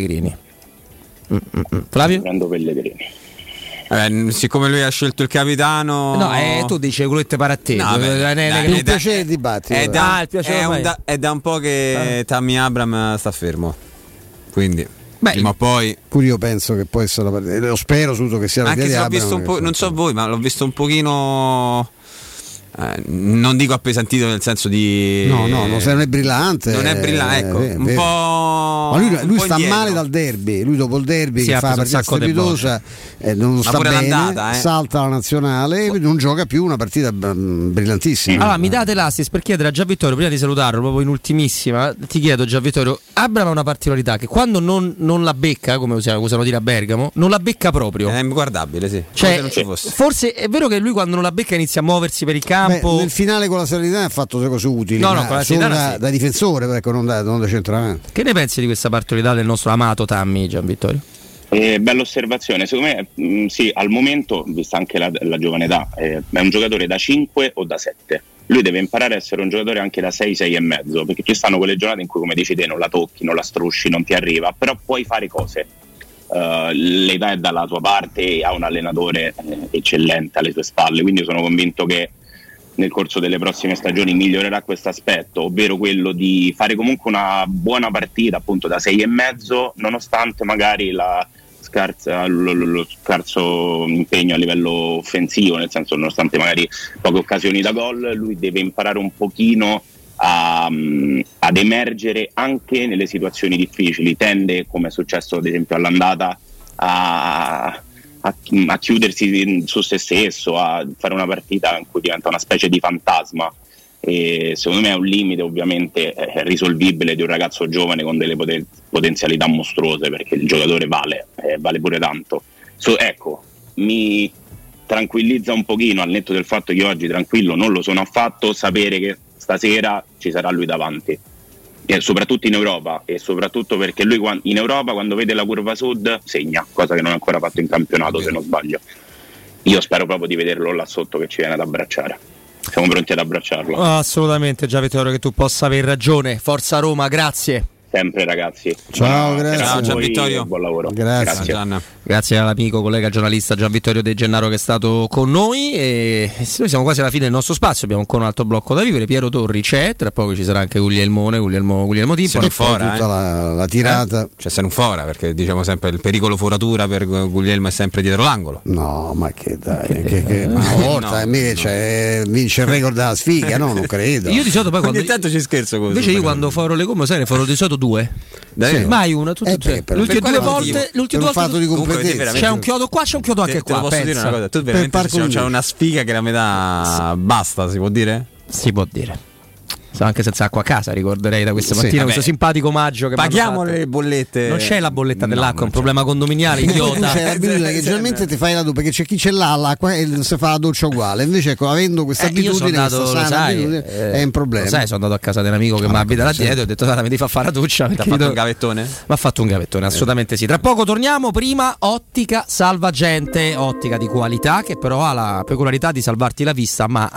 Flavio? Mi prendo Pellegrini. Siccome lui ha scelto il capitano, tu dici quello che ti pare a te. È un piacere il dibattito. È da un po' che Tammy Abraham sta fermo, quindi prima o poi. Pure io penso che può essere la partita. Lo spero tutto che sia la partita. Anche se l'ho visto un po', non so voi, ma l'ho visto un pochino. Non dico appesantito nel senso di. No, non è brillante. Non è brillante, ecco. Un po'. Ma lui sta male dal derby. Lui dopo il derby che fa una partita strepitosa, non sta bene, salta la nazionale e non gioca più una partita brillantissima. Allora mi date l'assist per chiedere a Gianvittorio, prima di salutarlo, proprio in ultimissima, ti chiedo Gianvittorio, Abraham ha una particolarità che quando non la becca, come usano dire a Bergamo, non la becca proprio. È inguardabile, sì. Cioè, non ci fosse. Forse è vero che lui quando non la becca inizia a muoversi per il campo. Nel finale con la Salernitana ha fatto delle cose utili, con la solo da difensore, ecco, non da centravanti. Che ne pensi di questa particolarità del nostro amato Tammy, Gianvittorio? Bella osservazione, secondo me sì, al momento, vista anche la giovane età, è un giocatore da 5 o da 7. Lui deve imparare a essere un giocatore anche da 6, 6 e mezzo, perché ci stanno quelle giornate in cui, come dici te, non la tocchi, non la strusci, non ti arriva, però puoi fare cose. L'età è dalla tua parte e ha un allenatore eccellente alle sue spalle, quindi io sono convinto che nel corso delle prossime stagioni migliorerà questo aspetto, ovvero quello di fare comunque una buona partita appunto da 6 e mezzo, nonostante magari lo scarso impegno a livello offensivo, nel senso nonostante magari poche occasioni da gol, lui deve imparare un pochino ad emergere anche nelle situazioni difficili, tende, come è successo ad esempio all'andata, a chiudersi su se stesso, a fare una partita in cui diventa una specie di fantasma, e secondo me è un limite ovviamente risolvibile di un ragazzo giovane con delle potenzialità mostruose, perché il giocatore vale pure tanto. Ecco, mi tranquillizza un pochino, al netto del fatto che oggi tranquillo non lo sono affatto, sapere che stasera ci sarà lui davanti, e soprattutto in Europa, e soprattutto perché lui in Europa quando vede la curva sud segna, cosa che non ha ancora fatto in campionato, se non sbaglio. Io spero proprio di vederlo là sotto che ci viene ad abbracciare. Siamo pronti ad abbracciarlo. Assolutamente, Gianvittorio, che tu possa aver ragione. Forza Roma, grazie. Sempre ragazzi. Ciao, grazie. Ciao Gianvittorio. Buon lavoro. Grazie. Grazie all'amico collega giornalista Gianvittorio De Gennaro che è stato con noi, e noi siamo quasi alla fine del nostro spazio, abbiamo ancora un altro blocco da vivere. Piero Torri c'è, tra poco ci sarà anche Guglielmo Timpano, e fora, tutta la tirata. C'è se non fora, perché diciamo sempre il pericolo foratura per Guglielmo è sempre dietro l'angolo. No, ma che dai, una volta invece vince il record della sfiga, no, non credo. Io di solito poi ogni tanto ci scherzo così. Invece io quando foro le gomme, sai, ne foro di solito 2. Sì. Mai una, tutte le ultime 2 volte, c'è un chiodo qua, c'è un chiodo anche qua. Te posso dire una cosa, tu veramente c'è una sfiga che la metà basta, si può dire? Si può dire. Anche senza acqua a casa, ricorderei da questa mattina questo simpatico omaggio che paghiamo le bollette. Non c'è la bolletta dell'acqua, è un problema condominiale, idiota. C'è l'abitudine che generalmente ti fai la doccia, perché c'è chi ce l'ha l'acqua e si fa la doccia uguale. Invece ecco, avendo questa abitudine, è un problema. Sai, sono andato a casa di un amico che mi abita là dietro e ho detto mi devi far fare la doccia. Ti ha fatto un gavettone? Mi ha fatto un gavettone, assolutamente sì. Tra poco torniamo, prima Ottica Salvagente, ottica di qualità che però ha la peculiarità di salvarti la vista ma anche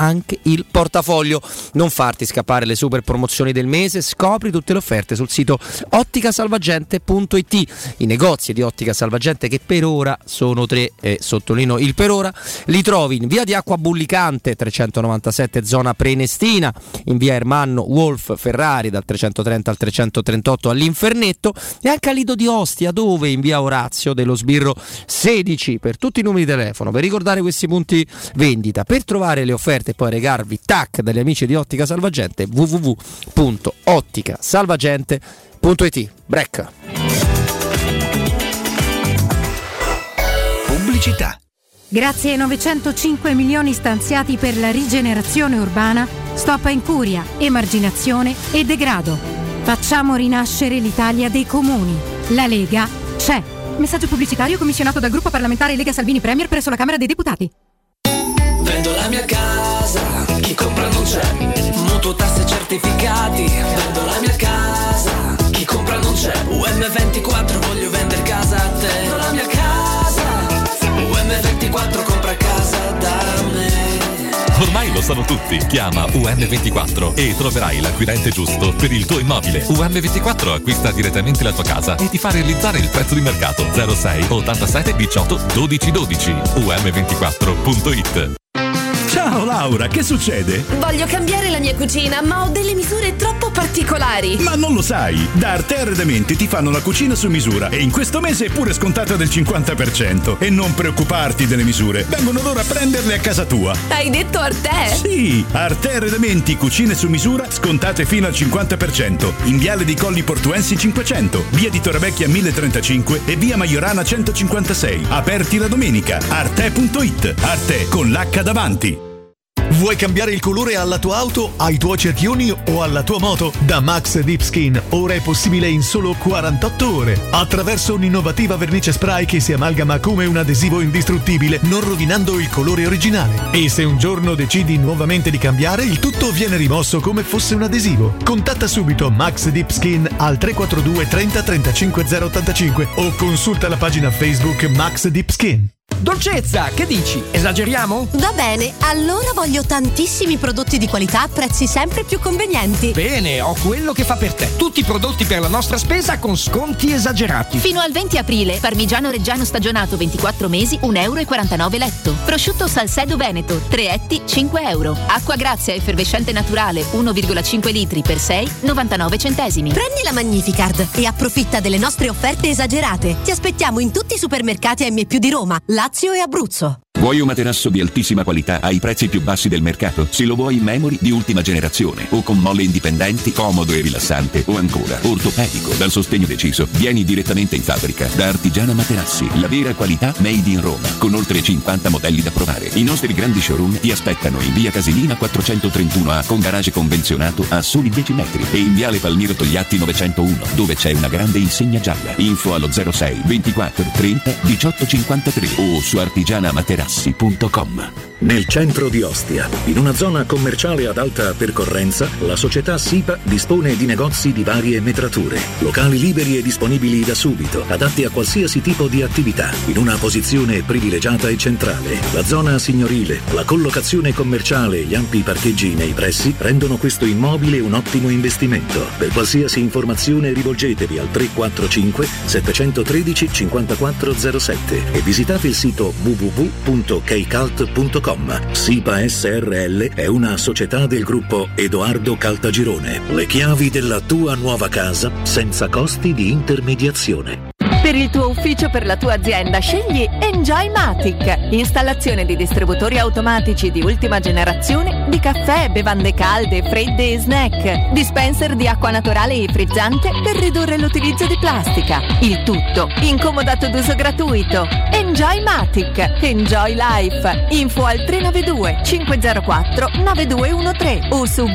il portafoglio. Non farti scappare le super promozioni del mese, scopri tutte le offerte sul sito otticasalvagente.it. I negozi di Ottica Salvagente, che per ora sono 3, e sottolineo il per ora, li trovi in via di Acqua Bullicante 397 zona Prenestina, in via Ermanno Wolf Ferrari dal 330 al 338 all'Infernetto, e anche a Lido di Ostia, dove in via Orazio dello Sbirro 16. Per tutti i numeri di telefono, per ricordare questi punti vendita, per trovare le offerte e poi regarvi tac dagli amici di Ottica Salvagente, www.otticasalvagente.it. Break. Pubblicità. Grazie ai 905 milioni stanziati per la rigenerazione urbana, stop a incuria, emarginazione e degrado. Facciamo rinascere l'Italia dei comuni. La Lega c'è. Messaggio pubblicitario commissionato dal gruppo parlamentare Lega Salvini Premier presso la Camera dei Deputati. Vendo la mia casa, chi compra non c'è. Mutuo, tasse, certificati. Vendo la mia casa, chi compra non c'è. UM24, voglio vendere casa a te. Vendo la mia casa, UM24, compra casa da me. Ormai lo sanno tutti. Chiama UM24 e troverai l'acquirente giusto per il tuo immobile. UM24 acquista direttamente la tua casa e ti fa realizzare il prezzo di mercato. 06 87 18 12 12. UM24.it. Ciao Laura, che succede? Voglio cambiare la mia cucina, ma ho delle misure troppo particolari. Ma non lo sai, da Arte Arredamenti ti fanno la cucina su misura e in questo mese è pure scontata del 50%. E non preoccuparti delle misure, vengono loro a prenderle a casa tua. Hai detto Arte? Sì, Arte Arredamenti, cucine su misura, scontate fino al 50%. In Viale dei Colli Portuensi 500, via di Torrevecchia 1035 e via Maiorana 156. Aperti la domenica. Arte.it. Arte con l'H davanti. Vuoi cambiare il colore alla tua auto, ai tuoi cerchioni o alla tua moto? Da Max Deep Skin ora è possibile in solo 48 ore attraverso un'innovativa vernice spray che si amalgama come un adesivo indistruttibile, non rovinando il colore originale. E se un giorno decidi nuovamente di cambiare, il tutto viene rimosso come fosse un adesivo. Contatta subito Max Deep Skin al 342 30 35 085 o consulta la pagina Facebook Max Deep Skin. Dolcezza, che dici? Esageriamo? Va bene, allora voglio tantissimi prodotti di qualità a prezzi sempre più convenienti. Bene, ho quello che fa per te. Tutti i prodotti per la nostra spesa con sconti esagerati. Fino al 20 aprile, parmigiano reggiano stagionato 24 mesi, 1,49 € letto. Prosciutto Salcedo Veneto, 3 etti, 5 €. Acqua Grazia effervescente naturale, 1,5 litri per 6, 99 centesimi. Prendi la Magnificard e approfitta delle nostre offerte esagerate. Ti aspettiamo in tutti i supermercati M+ di Roma, Lazio e Abruzzo. Vuoi un materasso di altissima qualità ai prezzi più bassi del mercato? Se lo vuoi in memory di ultima generazione o con molle indipendenti, comodo e rilassante, o ancora ortopedico dal sostegno deciso, vieni direttamente in fabbrica da Artigiana Materassi, la vera qualità made in Roma, con oltre 50 modelli da provare. I nostri grandi showroom ti aspettano in via Casilina 431A con garage convenzionato a soli 10 metri e in viale Palmiro Togliatti 901, dove c'è una grande insegna gialla. Info allo 06 24 30 18 53 o su artigianamaterassi.com. Nel centro di Ostia, in una zona commerciale ad alta percorrenza, la società SIPA dispone di negozi di varie metrature, locali liberi e disponibili da subito, adatti a qualsiasi tipo di attività, in una posizione privilegiata e centrale. La zona signorile, la collocazione commerciale e gli ampi parcheggi nei pressi rendono questo immobile un ottimo investimento. Per qualsiasi informazione rivolgetevi al 345 713 5407 e visitate il sito www.kcalt.com. SIPA SRL è una società del gruppo Edoardo Caltagirone. Le chiavi della tua nuova casa senza costi di intermediazione. Per il tuo ufficio, per la tua azienda, scegli Enjoymatic. Installazione di distributori automatici di ultima generazione di caffè, bevande calde, fredde e snack. Dispenser di acqua naturale e frizzante per ridurre l'utilizzo di plastica. Il tutto incomodato d'uso gratuito. Enjoymatic. Enjoy Life. Info al 392 504 9213 o su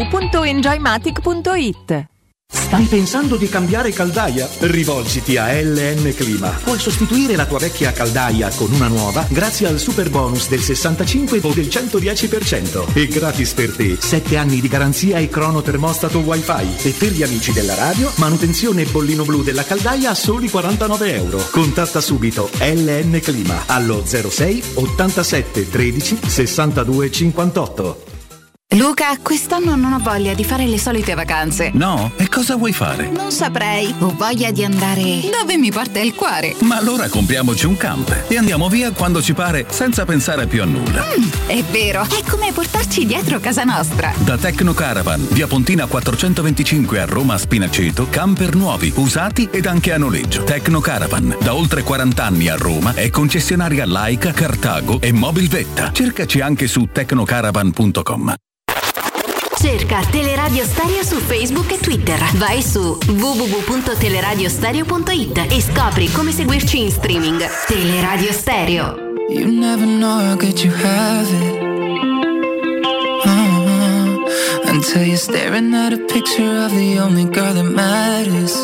www.enjoymatic.it. Stai pensando di cambiare caldaia? Rivolgiti a LN Clima. Puoi sostituire la tua vecchia caldaia con una nuova grazie al super bonus del 65 o del 110% e gratis per te 7 anni di garanzia e cronotermostato wifi e per gli amici della radio manutenzione bollino blu della caldaia a soli 49 €. Contatta subito LN Clima allo 06 87 13 62 58. Luca, quest'anno non ho voglia di fare le solite vacanze. No? E cosa vuoi fare? Non saprei. Ho voglia di andare dove mi porta il cuore. Ma allora compriamoci un camper e andiamo via quando ci pare, senza pensare più a nulla. È vero, è come portarci dietro casa nostra. Da Tecno Caravan, via Pontina 425 a Roma Spinaceto, camper nuovi, usati ed anche a noleggio. Tecno Caravan, da oltre 40 anni a Roma, è concessionaria Laika, Cartago e Mobilvetta. Cercaci anche su tecnocaravan.com. Cerca Teleradio Stereo su Facebook e Twitter. Vai su www.teleradiostereo.it e scopri come seguirci in streaming. Teleradio Stereo. You never know how good you have it. Until you're staring at a picture of the only girl that matters.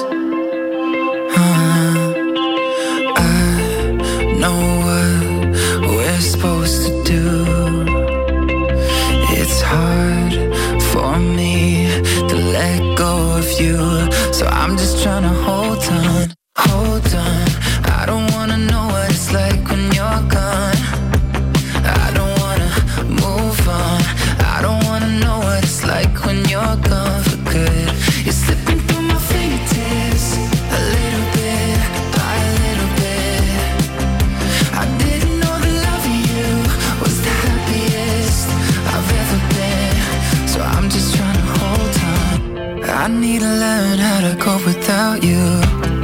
I know what we're supposed to do. It's hard for me to let go of you, so I'm just trying to hold on, hold on. I don't wanna know what it's like when you're gone. I don't wanna move on. I don't wanna know what it's like when you're gone for good. You're slipping through my fingertips, a little bit by a little bit. I didn't know that loving you was the happiest I've ever been, so I'm just trying to hold on. I need to learn how to cope without you.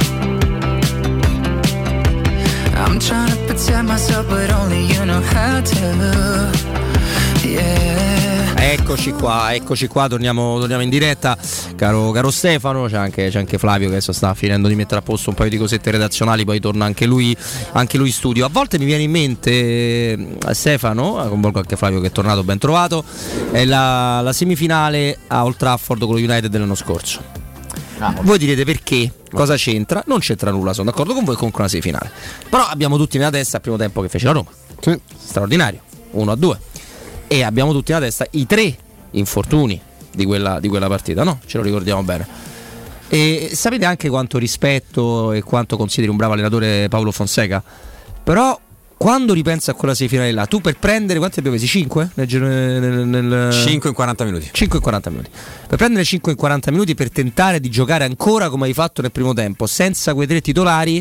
I'm trying to protect myself, but only you know how to. Yeah. Eccoci qua, torniamo in diretta, caro Stefano. C'è anche Flavio che adesso sta finendo di mettere a posto un paio di cosette redazionali, poi torna anche lui in studio. A volte mi viene in mente, Stefano, convolgo anche Flavio che è tornato, ben trovato, è la semifinale a Old Trafford con lo United dell'anno scorso. Voi direte perché? Cosa c'entra? Non c'entra nulla, sono d'accordo con voi, comunque una semifinale. Però abbiamo tutti nella testa il primo tempo che fece la Roma. Sì. Straordinario, 1-2. E abbiamo tutti nella testa i 3 infortuni di quella partita, no? Ce lo ricordiamo bene. E sapete anche quanto rispetto e quanto consideri un bravo allenatore Paolo Fonseca. Però quando ripenso a quella semifinale là, tu per prendere quanti abbiamo presi? 5? 5 in 40 minuti. 5 in 40 minuti. Per prendere 5 in 40 minuti, per tentare di giocare ancora come hai fatto nel primo tempo, senza quei 3 titolari,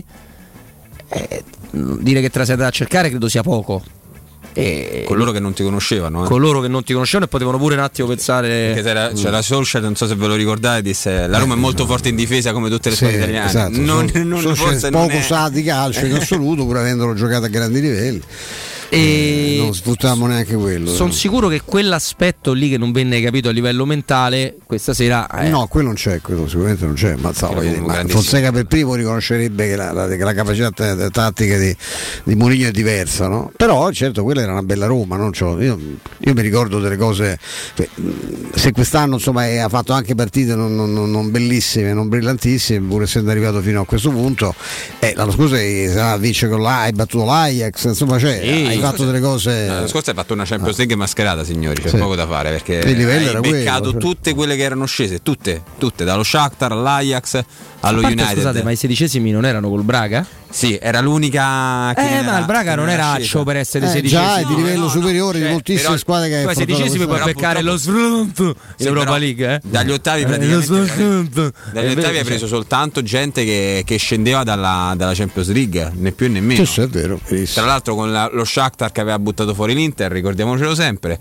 dire che te la sei andata a cercare credo sia poco. Con loro che non ti conoscevano, con loro che non ti conoscevano, e potevano pure un attimo pensare. Perché c'era Solskjaer, non so se ve lo ricordate, disse la Roma è molto forte in difesa come tutte le squadre italiane. Esatto, forse poco sa di calcio in assoluto, pur avendolo giocato a grandi livelli. E non sfruttiamo neanche quello. Sono sicuro che quell'aspetto lì che non venne capito a livello mentale questa sera no, quello non c'è, quello sicuramente non c'è. Ma Fonseca per primo riconoscerebbe che la capacità tattica di Mourinho è diversa, no? Però certo quella era una bella Roma, no? Io mi ricordo delle cose, se quest'anno insomma ha fatto anche partite non bellissime, non brillantissime, pur essendo arrivato fino a questo punto. L'anno scorso vince con hai battuto l'Ajax, insomma hai fatto delle cose. L'anno scorso hai fatto una Champions League mascherata, signori, c'è poco da fare, perché il livello hai beccato tutte quelle che erano scese, tutte, dallo Shakhtar all'Ajax allo United. Scusate, ma i 16esimi non erano col Braga? Sì, era l'unica che ma il Braga non era accio per essere 16esimi. Già è di livello superiore di moltissime squadre che poi 16esimi puoi beccare lo sfrunt in Europa League, dagli ottavi praticamente dagli ottavi hai preso soltanto gente che scendeva dalla Champions League, né più né meno. Sì, è vero. Tra l'altro con lo Shakhtar che aveva buttato fuori l'Inter, ricordiamocelo sempre,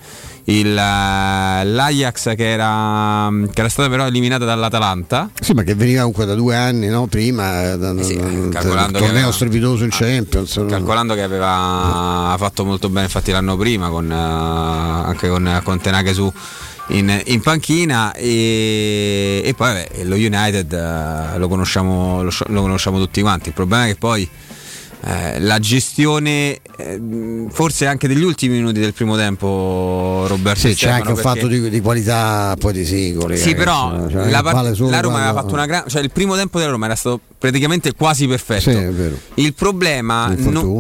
l'Ajax che era stata però eliminata dall'Atalanta. Sì, ma che veniva comunque da 2 anni, no? Prima calcolando torneo strepitoso in Champions, calcolando che aveva fatto molto bene infatti l'anno prima anche con Tenaghe su in panchina, e poi lo United lo conosciamo tutti quanti. Il problema è che poi la gestione forse anche degli ultimi minuti del primo tempo, Roberto, c'è anche un fatto di qualità poi di singoli. Sì, però la Roma aveva fatto una gran, il primo tempo della Roma era stato praticamente quasi perfetto. Sì, è vero. Il problema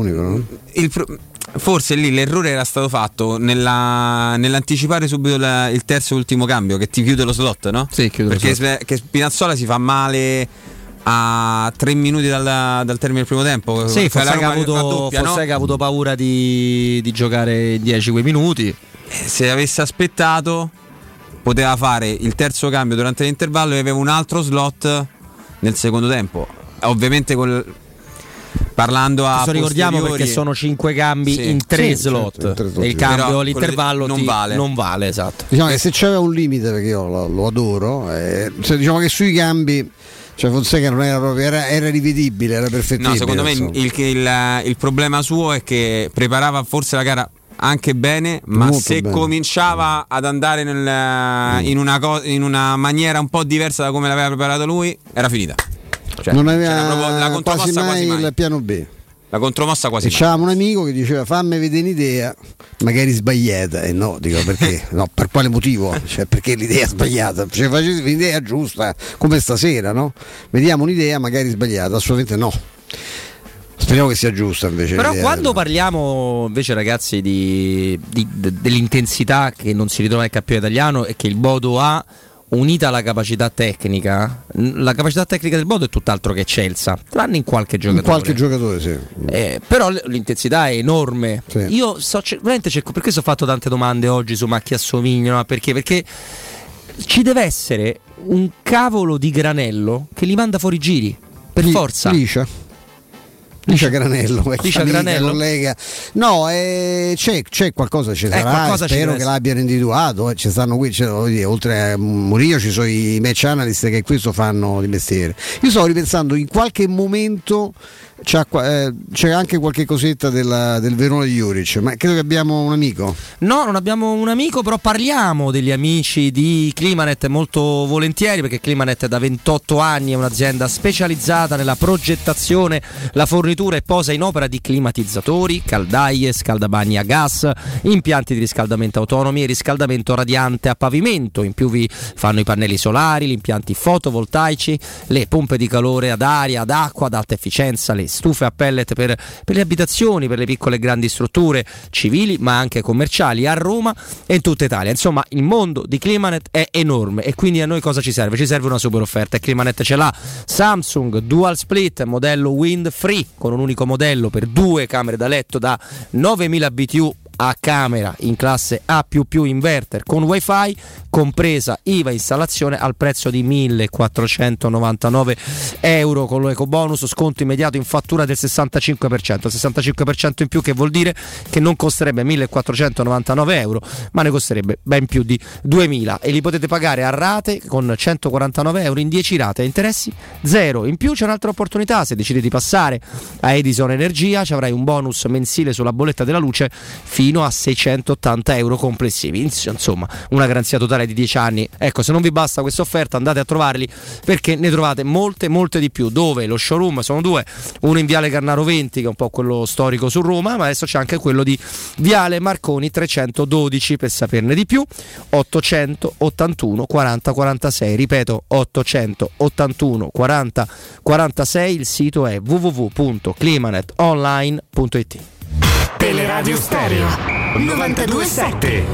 forse lì l'errore era stato fatto nell'anticipare subito il terzo e ultimo cambio che ti chiude lo slot, no? Sì, perché Spinazzola si fa male a 3 minuti dal termine del primo tempo. Sì, forse ha avuto paura di giocare 10 quei minuti. Se avesse aspettato poteva fare il terzo cambio durante l'intervallo e aveva un altro slot nel secondo tempo. Ovviamente parlando a ricordiamo perché sono 5 cambi in 3 slot, certo, e il cambio all'intervallo non vale, esatto. Diciamo che se c'era un limite, perché io lo adoro, diciamo che sui cambi, cioè Fonseca non era proprio, era rivedibile, era perfettibile. No, secondo me il problema suo è che preparava forse la gara anche bene, ma molto se bene. Cominciava ad andare in una maniera un po' diversa da come l'aveva preparato lui, era finita. Cioè, non aveva la contromossa quasi mai il piano B. La contromossa quasi mai. C'avevamo un amico che diceva fammi vedere un'idea magari sbagliata, e no, dico perché? No, per quale motivo? Cioè, perché l'idea sbagliata? Cioè, facevi un'idea giusta come stasera, no? Vediamo un'idea magari sbagliata, assolutamente no. Speriamo che sia giusta invece. Però quando parliamo invece, ragazzi, dell'intensità che non si ritrova nel campione italiano e che il Bodo ha, unita alla capacità tecnica, la capacità tecnica del Bodo è tutt'altro che eccelsa, tranne in qualche giocatore. Sì. Però l'intensità è enorme. Sì. Io veramente cerco, per questo ho fatto tante domande oggi su Macchi assomigliano, perché ci deve essere un cavolo di granello che li manda fuori giri, per forza. Licia Granello, collega. No, c'è qualcosa, ci sarà, spero che l'abbiano individuato. Ci stanno qui, oltre a Murillo ci sono i match analyst che questo fanno di mestiere. Io stavo ripensando, in qualche momento c'è anche qualche cosetta del Verona di Juric, ma credo che abbiamo un amico. No, non abbiamo un amico, però parliamo degli amici di Climanet molto volentieri, perché Climanet da 28 anni è un'azienda specializzata nella progettazione, la fornitura e posa in opera di climatizzatori, caldaie, scaldabagni a gas, impianti di riscaldamento autonomi e riscaldamento radiante a pavimento. In più vi fanno i pannelli solari, gli impianti fotovoltaici, le pompe di calore ad aria, ad acqua, ad alta efficienza, le stufe a pellet per le abitazioni, per le piccole e grandi strutture civili ma anche commerciali a Roma e in tutta Italia. Insomma, il mondo di Climanet è enorme e quindi a noi cosa ci serve? Ci serve una super offerta, e Climanet ce l'ha. Samsung Dual Split modello Wind Free con un unico modello per 2 camere da letto da 9000 BTU a camera in classe A++ inverter con wifi, compresa IVA installazione, al prezzo di 1.499 euro con l'ecobonus, sconto immediato in fattura del 65%. 65% in più, che vuol dire che non costerebbe 1.499 euro, ma ne costerebbe ben più di 2.000, e li potete pagare a rate con 149 euro in 10 rate a interessi zero. In più c'è un'altra opportunità: se decidi di passare a Edison Energia ci avrai un bonus mensile sulla bolletta della luce fino a 680 euro complessivi. Insomma, una garanzia totale di 10 anni. Ecco, se non vi basta questa offerta, andate a trovarli, perché ne trovate molte di più. Dove? Lo showroom sono 2, uno in Viale Carnaro 20, che è un po' quello storico su Roma, ma adesso c'è anche quello di Viale Marconi 312. Per saperne di più, 881 40 46, ripeto 881 40 46. Il sito è www.climanetonline.it. Teleradio Stereo 92.7.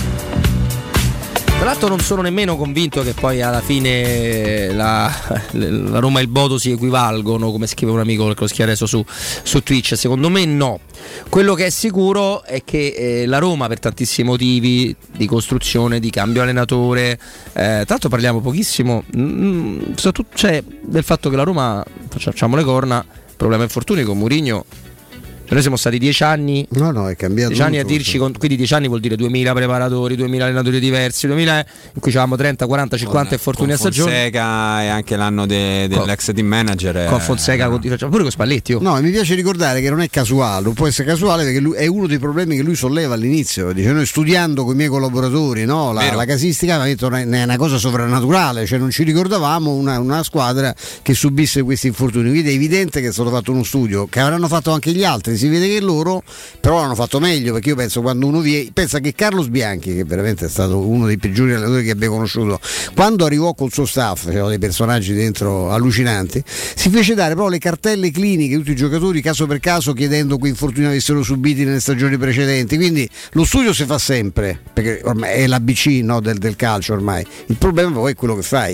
Tra l'altro non sono nemmeno convinto che poi alla fine la Roma e il Bodo si equivalgono, come scrive un amico che lo scrive adesso su Twitch. Secondo me no. Quello che è sicuro è che la Roma, per tantissimi motivi di costruzione, di cambio allenatore, tra l'altro parliamo pochissimo cioè, del fatto che la Roma, facciamo le corna, problema infortuni con Mourinho. Noi siamo stati 10 anni. No, è cambiato. 10 anni a dirci, quindi 10 anni vuol dire 2000 preparatori, 2000 allenatori diversi, 2000 in cui avevamo 30, 40, 50 infortuni a stagione. Fonseca e anche l'anno dell'ex team manager. Con Fonseca, pure con Spalletti. No, mi piace ricordare che non è casuale, non può essere casuale, perché lui, è uno dei problemi che lui solleva all'inizio. Dice: noi studiando con i miei collaboratori, no, la casistica, ha detto, è una cosa sovrannaturale, cioè non ci ricordavamo una squadra che subisse questi infortuni. Quindi è evidente che è stato fatto uno studio che avranno fatto anche gli altri. Si vede che loro però l'hanno fatto meglio, perché io penso, quando uno pensa che Carlos Bianchi, che veramente è stato uno dei peggiori allenatori che abbia conosciuto, quando arrivò col suo staff, c'erano dei personaggi dentro allucinanti, si fece dare proprio le cartelle cliniche di tutti i giocatori caso per caso, chiedendo che infortuni avessero subiti nelle stagioni precedenti. Quindi lo studio si fa sempre, perché ormai è l'ABC, no, del calcio ormai. Il problema poi è quello che fai,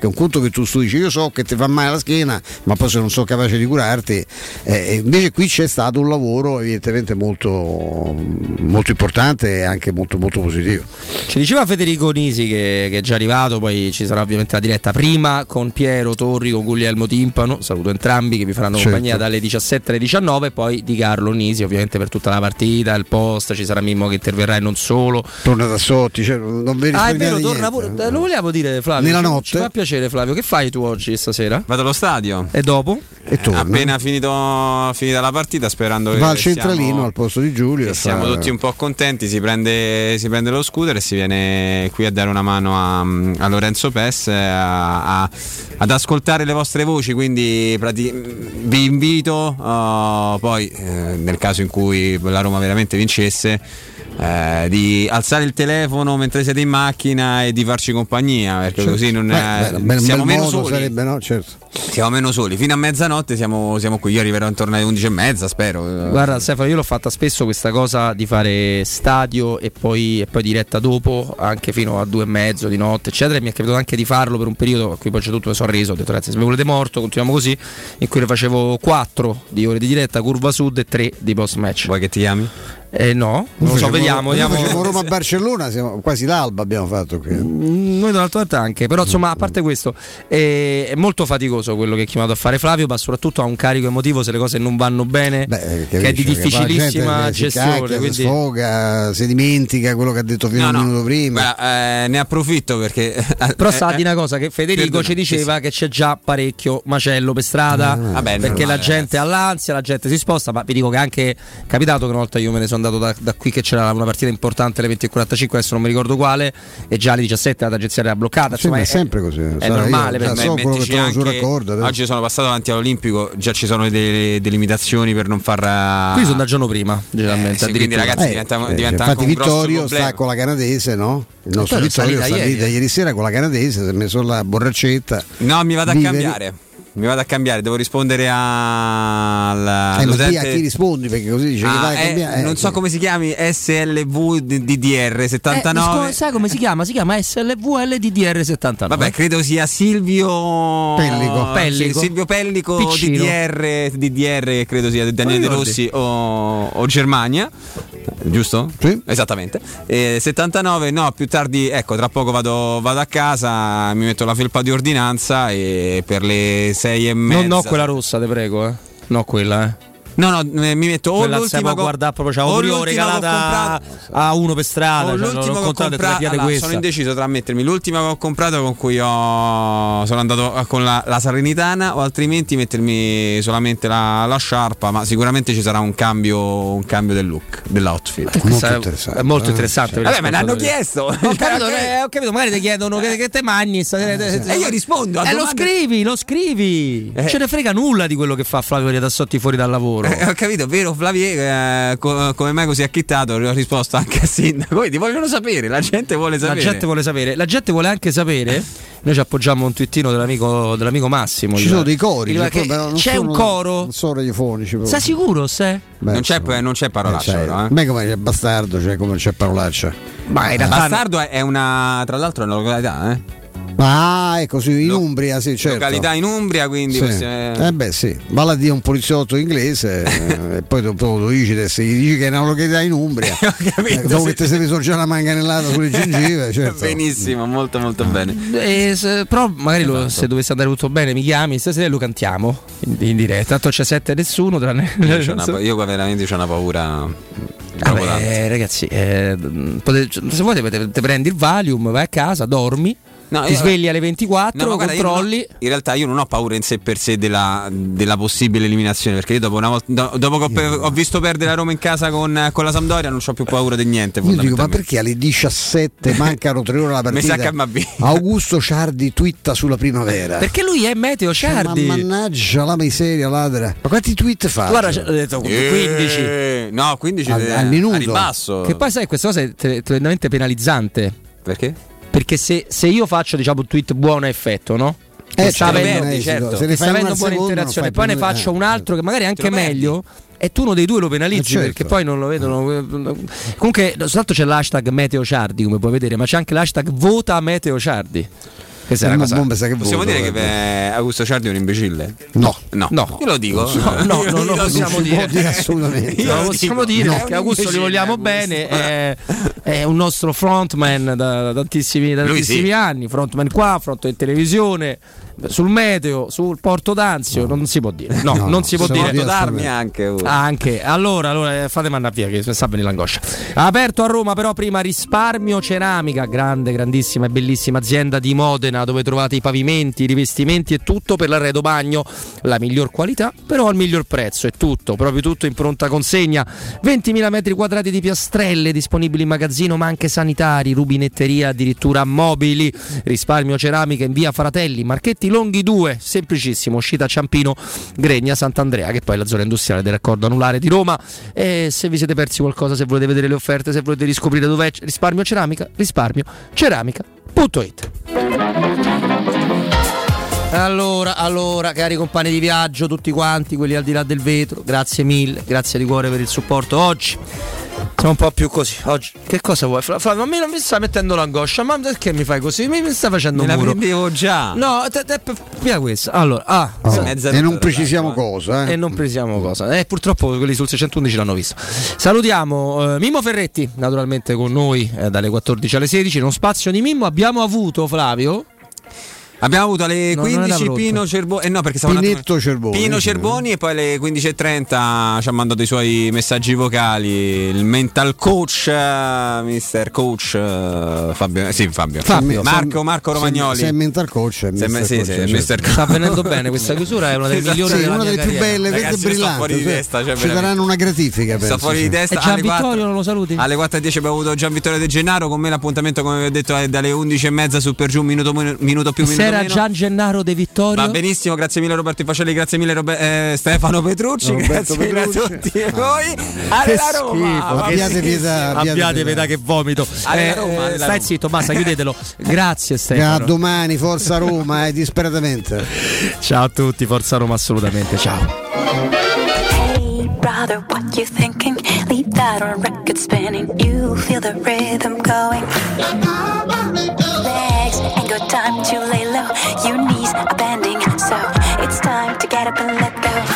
che è un conto che tu dici io so che ti fa male la schiena, ma poi se non sono capace di curarti, invece qui c'è stato un lavoro evidentemente molto, molto importante e anche molto, molto positivo. Ci diceva Federico Nisi che è già arrivato, poi ci sarà ovviamente la diretta prima con Piero Torri, con Guglielmo Timpano, saluto entrambi che vi faranno compagnia dalle 17 alle 19, e poi di Carlo Nisi ovviamente per tutta la partita, il post, ci sarà Mimmo che interverrà e non solo. Torna da Sotti, non vedi. È vero, torna pure. Lo volevo dire, Flavio. Nella notte. Ci fa piacere, Flavio. Che fai tu oggi stasera? Vado allo stadio. E dopo? E torna. Appena finita la partita, sperando va al centralino al posto di Giulio. Siamo tutti un po' contenti. Si prende lo scooter e si viene qui a dare una mano a Lorenzo Pes, ad ascoltare le vostre voci. Quindi vi invito poi nel caso in cui la Roma veramente vincesse, di alzare il telefono mentre siete in macchina e di farci compagnia, perché così non siamo meno soli. Sarebbe, no? Certo. Siamo meno soli. Fino a mezzanotte siamo qui. Io arriverò intorno alle 11:30, spero. Guarda Stefano, io l'ho fatta spesso questa cosa di fare stadio e poi diretta dopo, anche fino a 2:30 di notte eccetera, e mi è capitato anche di farlo per un periodo a cui poi c'è tutto, mi sono reso, ho detto ragazzi se mi volete morto continuiamo così, in cui ne facevo 4 di ore di diretta Curva Sud e 3 di post match. Vuoi che ti chiami? No, non lo so, vediamo. Roma-Barcellona, siamo quasi l'alba abbiamo fatto qui. Noi dall'altra parte anche, però insomma a parte questo è molto faticoso quello che è chiamato a fare Flavio, ma soprattutto ha un carico emotivo se le cose non vanno bene, che è di difficilissima gestione, quindi si sfoga, si dimentica quello che ha detto fino a un minuto prima. Ne approfitto perché però sa di una cosa che Federico ci diceva, che c'è già parecchio macello per strada, perché la gente ha l'ansia, la gente si sposta, ma vi dico che anche è capitato che una volta io me ne sono andato da qui che c'era una partita importante alle 20:45, adesso non mi ricordo quale, e già alle 17 l'agenzia era bloccata. Insomma, è sempre così. È normale. Oggi sono passato davanti all'Olimpico, già ci sono delle limitazioni per non far. Qui sono da giorno prima, generalmente. Quindi ragazzi diventa infatti anche un Vittorio grosso sta con la canadese, no? Il nostro Vittorio sta lì da ieri sera con la canadese, si è messo la borraccetta. No, mi vado a cambiare. Devo rispondere all'utente. A chi rispondi? Perché così dice che vai a cambiare. Non so come si chiami, SLV DDR 79. Sai come si chiama? Si chiama SLV DDR 79. Vabbè, credo sia Silvio Pellico. Silvio Pellico DDR, credo sia Daniele De Rossi o Germania. Giusto? Sì. Esattamente. 79, no, più tardi, ecco, tra poco vado a casa, mi metto la felpa di ordinanza e per le 6:30. No, quella rossa, te prego, no quella, No, mi metto o l'ultima guardare proprio, c'avevo regalata a uno per strada, l'ultima che ho comprato, sono indeciso tra mettermi l'ultima che ho comprato, con cui sono andato con la Salernitana, o altrimenti mettermi solamente la sciarpa, ma sicuramente ci sarà un cambio del look, dell'outfit. È molto interessante. Vabbè, me l'hanno chiesto. Ho capito, magari ti chiedono che te mangi e io rispondo lo scrivi. Ce ne frega nulla di quello che fa Flavio Riadassotti fuori dal lavoro. Ho capito, vero Flavio, come mai così acchittato? Ho risposto anche a sindaco. Quindi vogliono sapere, la gente vuole sapere. La gente vuole anche sapere. Noi ci appoggiamo un twittino dell'amico Massimo. Ci sono dei cori, c'è un coro. Non sono radiofonici. Sei sicuro? Non c'è parolaccia. Beh, come c'è bastardo, cioè come c'è parolaccia. Ma in realtà bastardo è tra l'altro è una località, è così in Umbria, sì, certo. Località in Umbria, quindi sì. Sì. Vale a dire un poliziotto inglese e poi dopo lo dici che è una località in Umbria. Dopo che ti sei messo già la manganellata sulle gengive, certo. Benissimo, molto molto bene. Però magari se dovesse andare tutto bene mi chiami, stasera lo cantiamo in diretta. Tanto c'è 7 nessuno tranne. Io veramente c'ho una paura. Ragazzi, se vuoi te prendi il Valium, vai a casa, dormi. Ti svegli alle 24, controlli. In realtà io non ho paura in sé per sé della possibile eliminazione, perché io dopo che ho visto perdere la Roma in casa con la Sampdoria non ho più paura di niente. Io dico, ma perché alle 17 mancano 3 ore alla partita? Mi sa che Augusto Ciardi twitta sulla Primavera. Perché lui è Meteo Ciardi. Ma mannaggia la miseria, ladra. Ma quanti tweet fa? Guarda, ho detto 15. No, 15 al minuto. A ribasso. Che poi sai, questa cosa è tremendamente penalizzante. Perché? Perché se io faccio un tweet buono a effetto, no? Sta avendo buona interazione e poi ne faccio un altro che magari è anche meglio, e tu uno dei due lo penalizzi, certo. Perché poi non lo vedono. Comunque soltanto c'è l'hashtag Meteo Ciardi, come puoi vedere, ma c'è anche l'hashtag Vota Meteo Ciardi. Questa è una cosa. Possiamo dire che Augusto Ciardi è un imbecille? No. Io lo dico. No, non lo possiamo dire assolutamente. Lo possiamo dire che Augusto li vogliamo bene, è un nostro frontman da tantissimi anni, frontman qua, frontman in televisione, sul meteo, sul Porto d'Anzio, non si può dire. Non si può dire. Porto d'Armi anche. Allora fatemi andare via che sta venendo l'angoscia. Aperto a Roma però prima Risparmio Ceramica, grandissima e bellissima azienda di Modena, dove trovate i pavimenti, i rivestimenti e tutto per l'arredo bagno, la miglior qualità però al miglior prezzo, è tutto, proprio tutto in pronta consegna. 20.000 metri quadrati di piastrelle disponibili in magazzino, ma anche sanitari, rubinetteria, addirittura mobili. Risparmio Ceramica in via Fratelli Marchetti Longhi 2, semplicissimo, uscita Ciampino Gregna Sant'Andrea, che poi è la zona industriale del raccordo anulare di Roma. E se vi siete persi qualcosa, se volete vedere le offerte, se volete riscoprire dov'è Risparmio Ceramica, risparmioceramica.it. Allora, cari compagni di viaggio, tutti quanti, quelli al di là del vetro, grazie mille, grazie di cuore per il supporto oggi. Siamo un po' più così oggi. Che cosa vuoi? Flavio, ma mi sta mettendo l'angoscia. Ma perché mi fai così? Mi sta facendo un muro. Me la prendevo già. No, via questa. Allora, e non precisiamo cosa. E non precisiamo cosa. Purtroppo quelli sul 611 l'hanno visto. Salutiamo Mimmo Ferretti, naturalmente con noi dalle 14 alle 16. In uno spazio di Mimmo abbiamo avuto, Flavio. Abbiamo avuto alle 15 Pino Cerboni, Pino Cerboni, e poi alle 15:30 ci ha mandato i suoi messaggi vocali il mental coach, mister coach Fabio. Marco Romagnoli. Se è mental coach, è mister coach. Sta venendo bene questa chiusura, è una delle migliori della una mia delle più belle, vede brillante. Fuori di testa, ci daranno una gratifica. Sta fuori di testa. E Gian Vittorio non lo saluti? Alle 4:10 abbiamo avuto Gian Vittorio De Gennaro, con me l'appuntamento, come vi ho detto, è dalle 11:30 su per giù, minuto più. Era Gian Gennaro De Vittorio. Va benissimo, grazie mille Roberto Facelli, grazie mille Stefano Petrucci, grazie mille a tutti voi. Alla Roma. Abbiate pietà che vomito. Roma, stai zitto, basta, chiudetelo. Grazie Stefano. A domani, forza Roma, disperatamente. Ciao a tutti, forza Roma assolutamente. Ciao. Hey brother, what you thinking? Leave that on record spinning. You feel the rhythm going. Legs ain't got time to lay low. Your knees are bending, so it's time to get up and let go.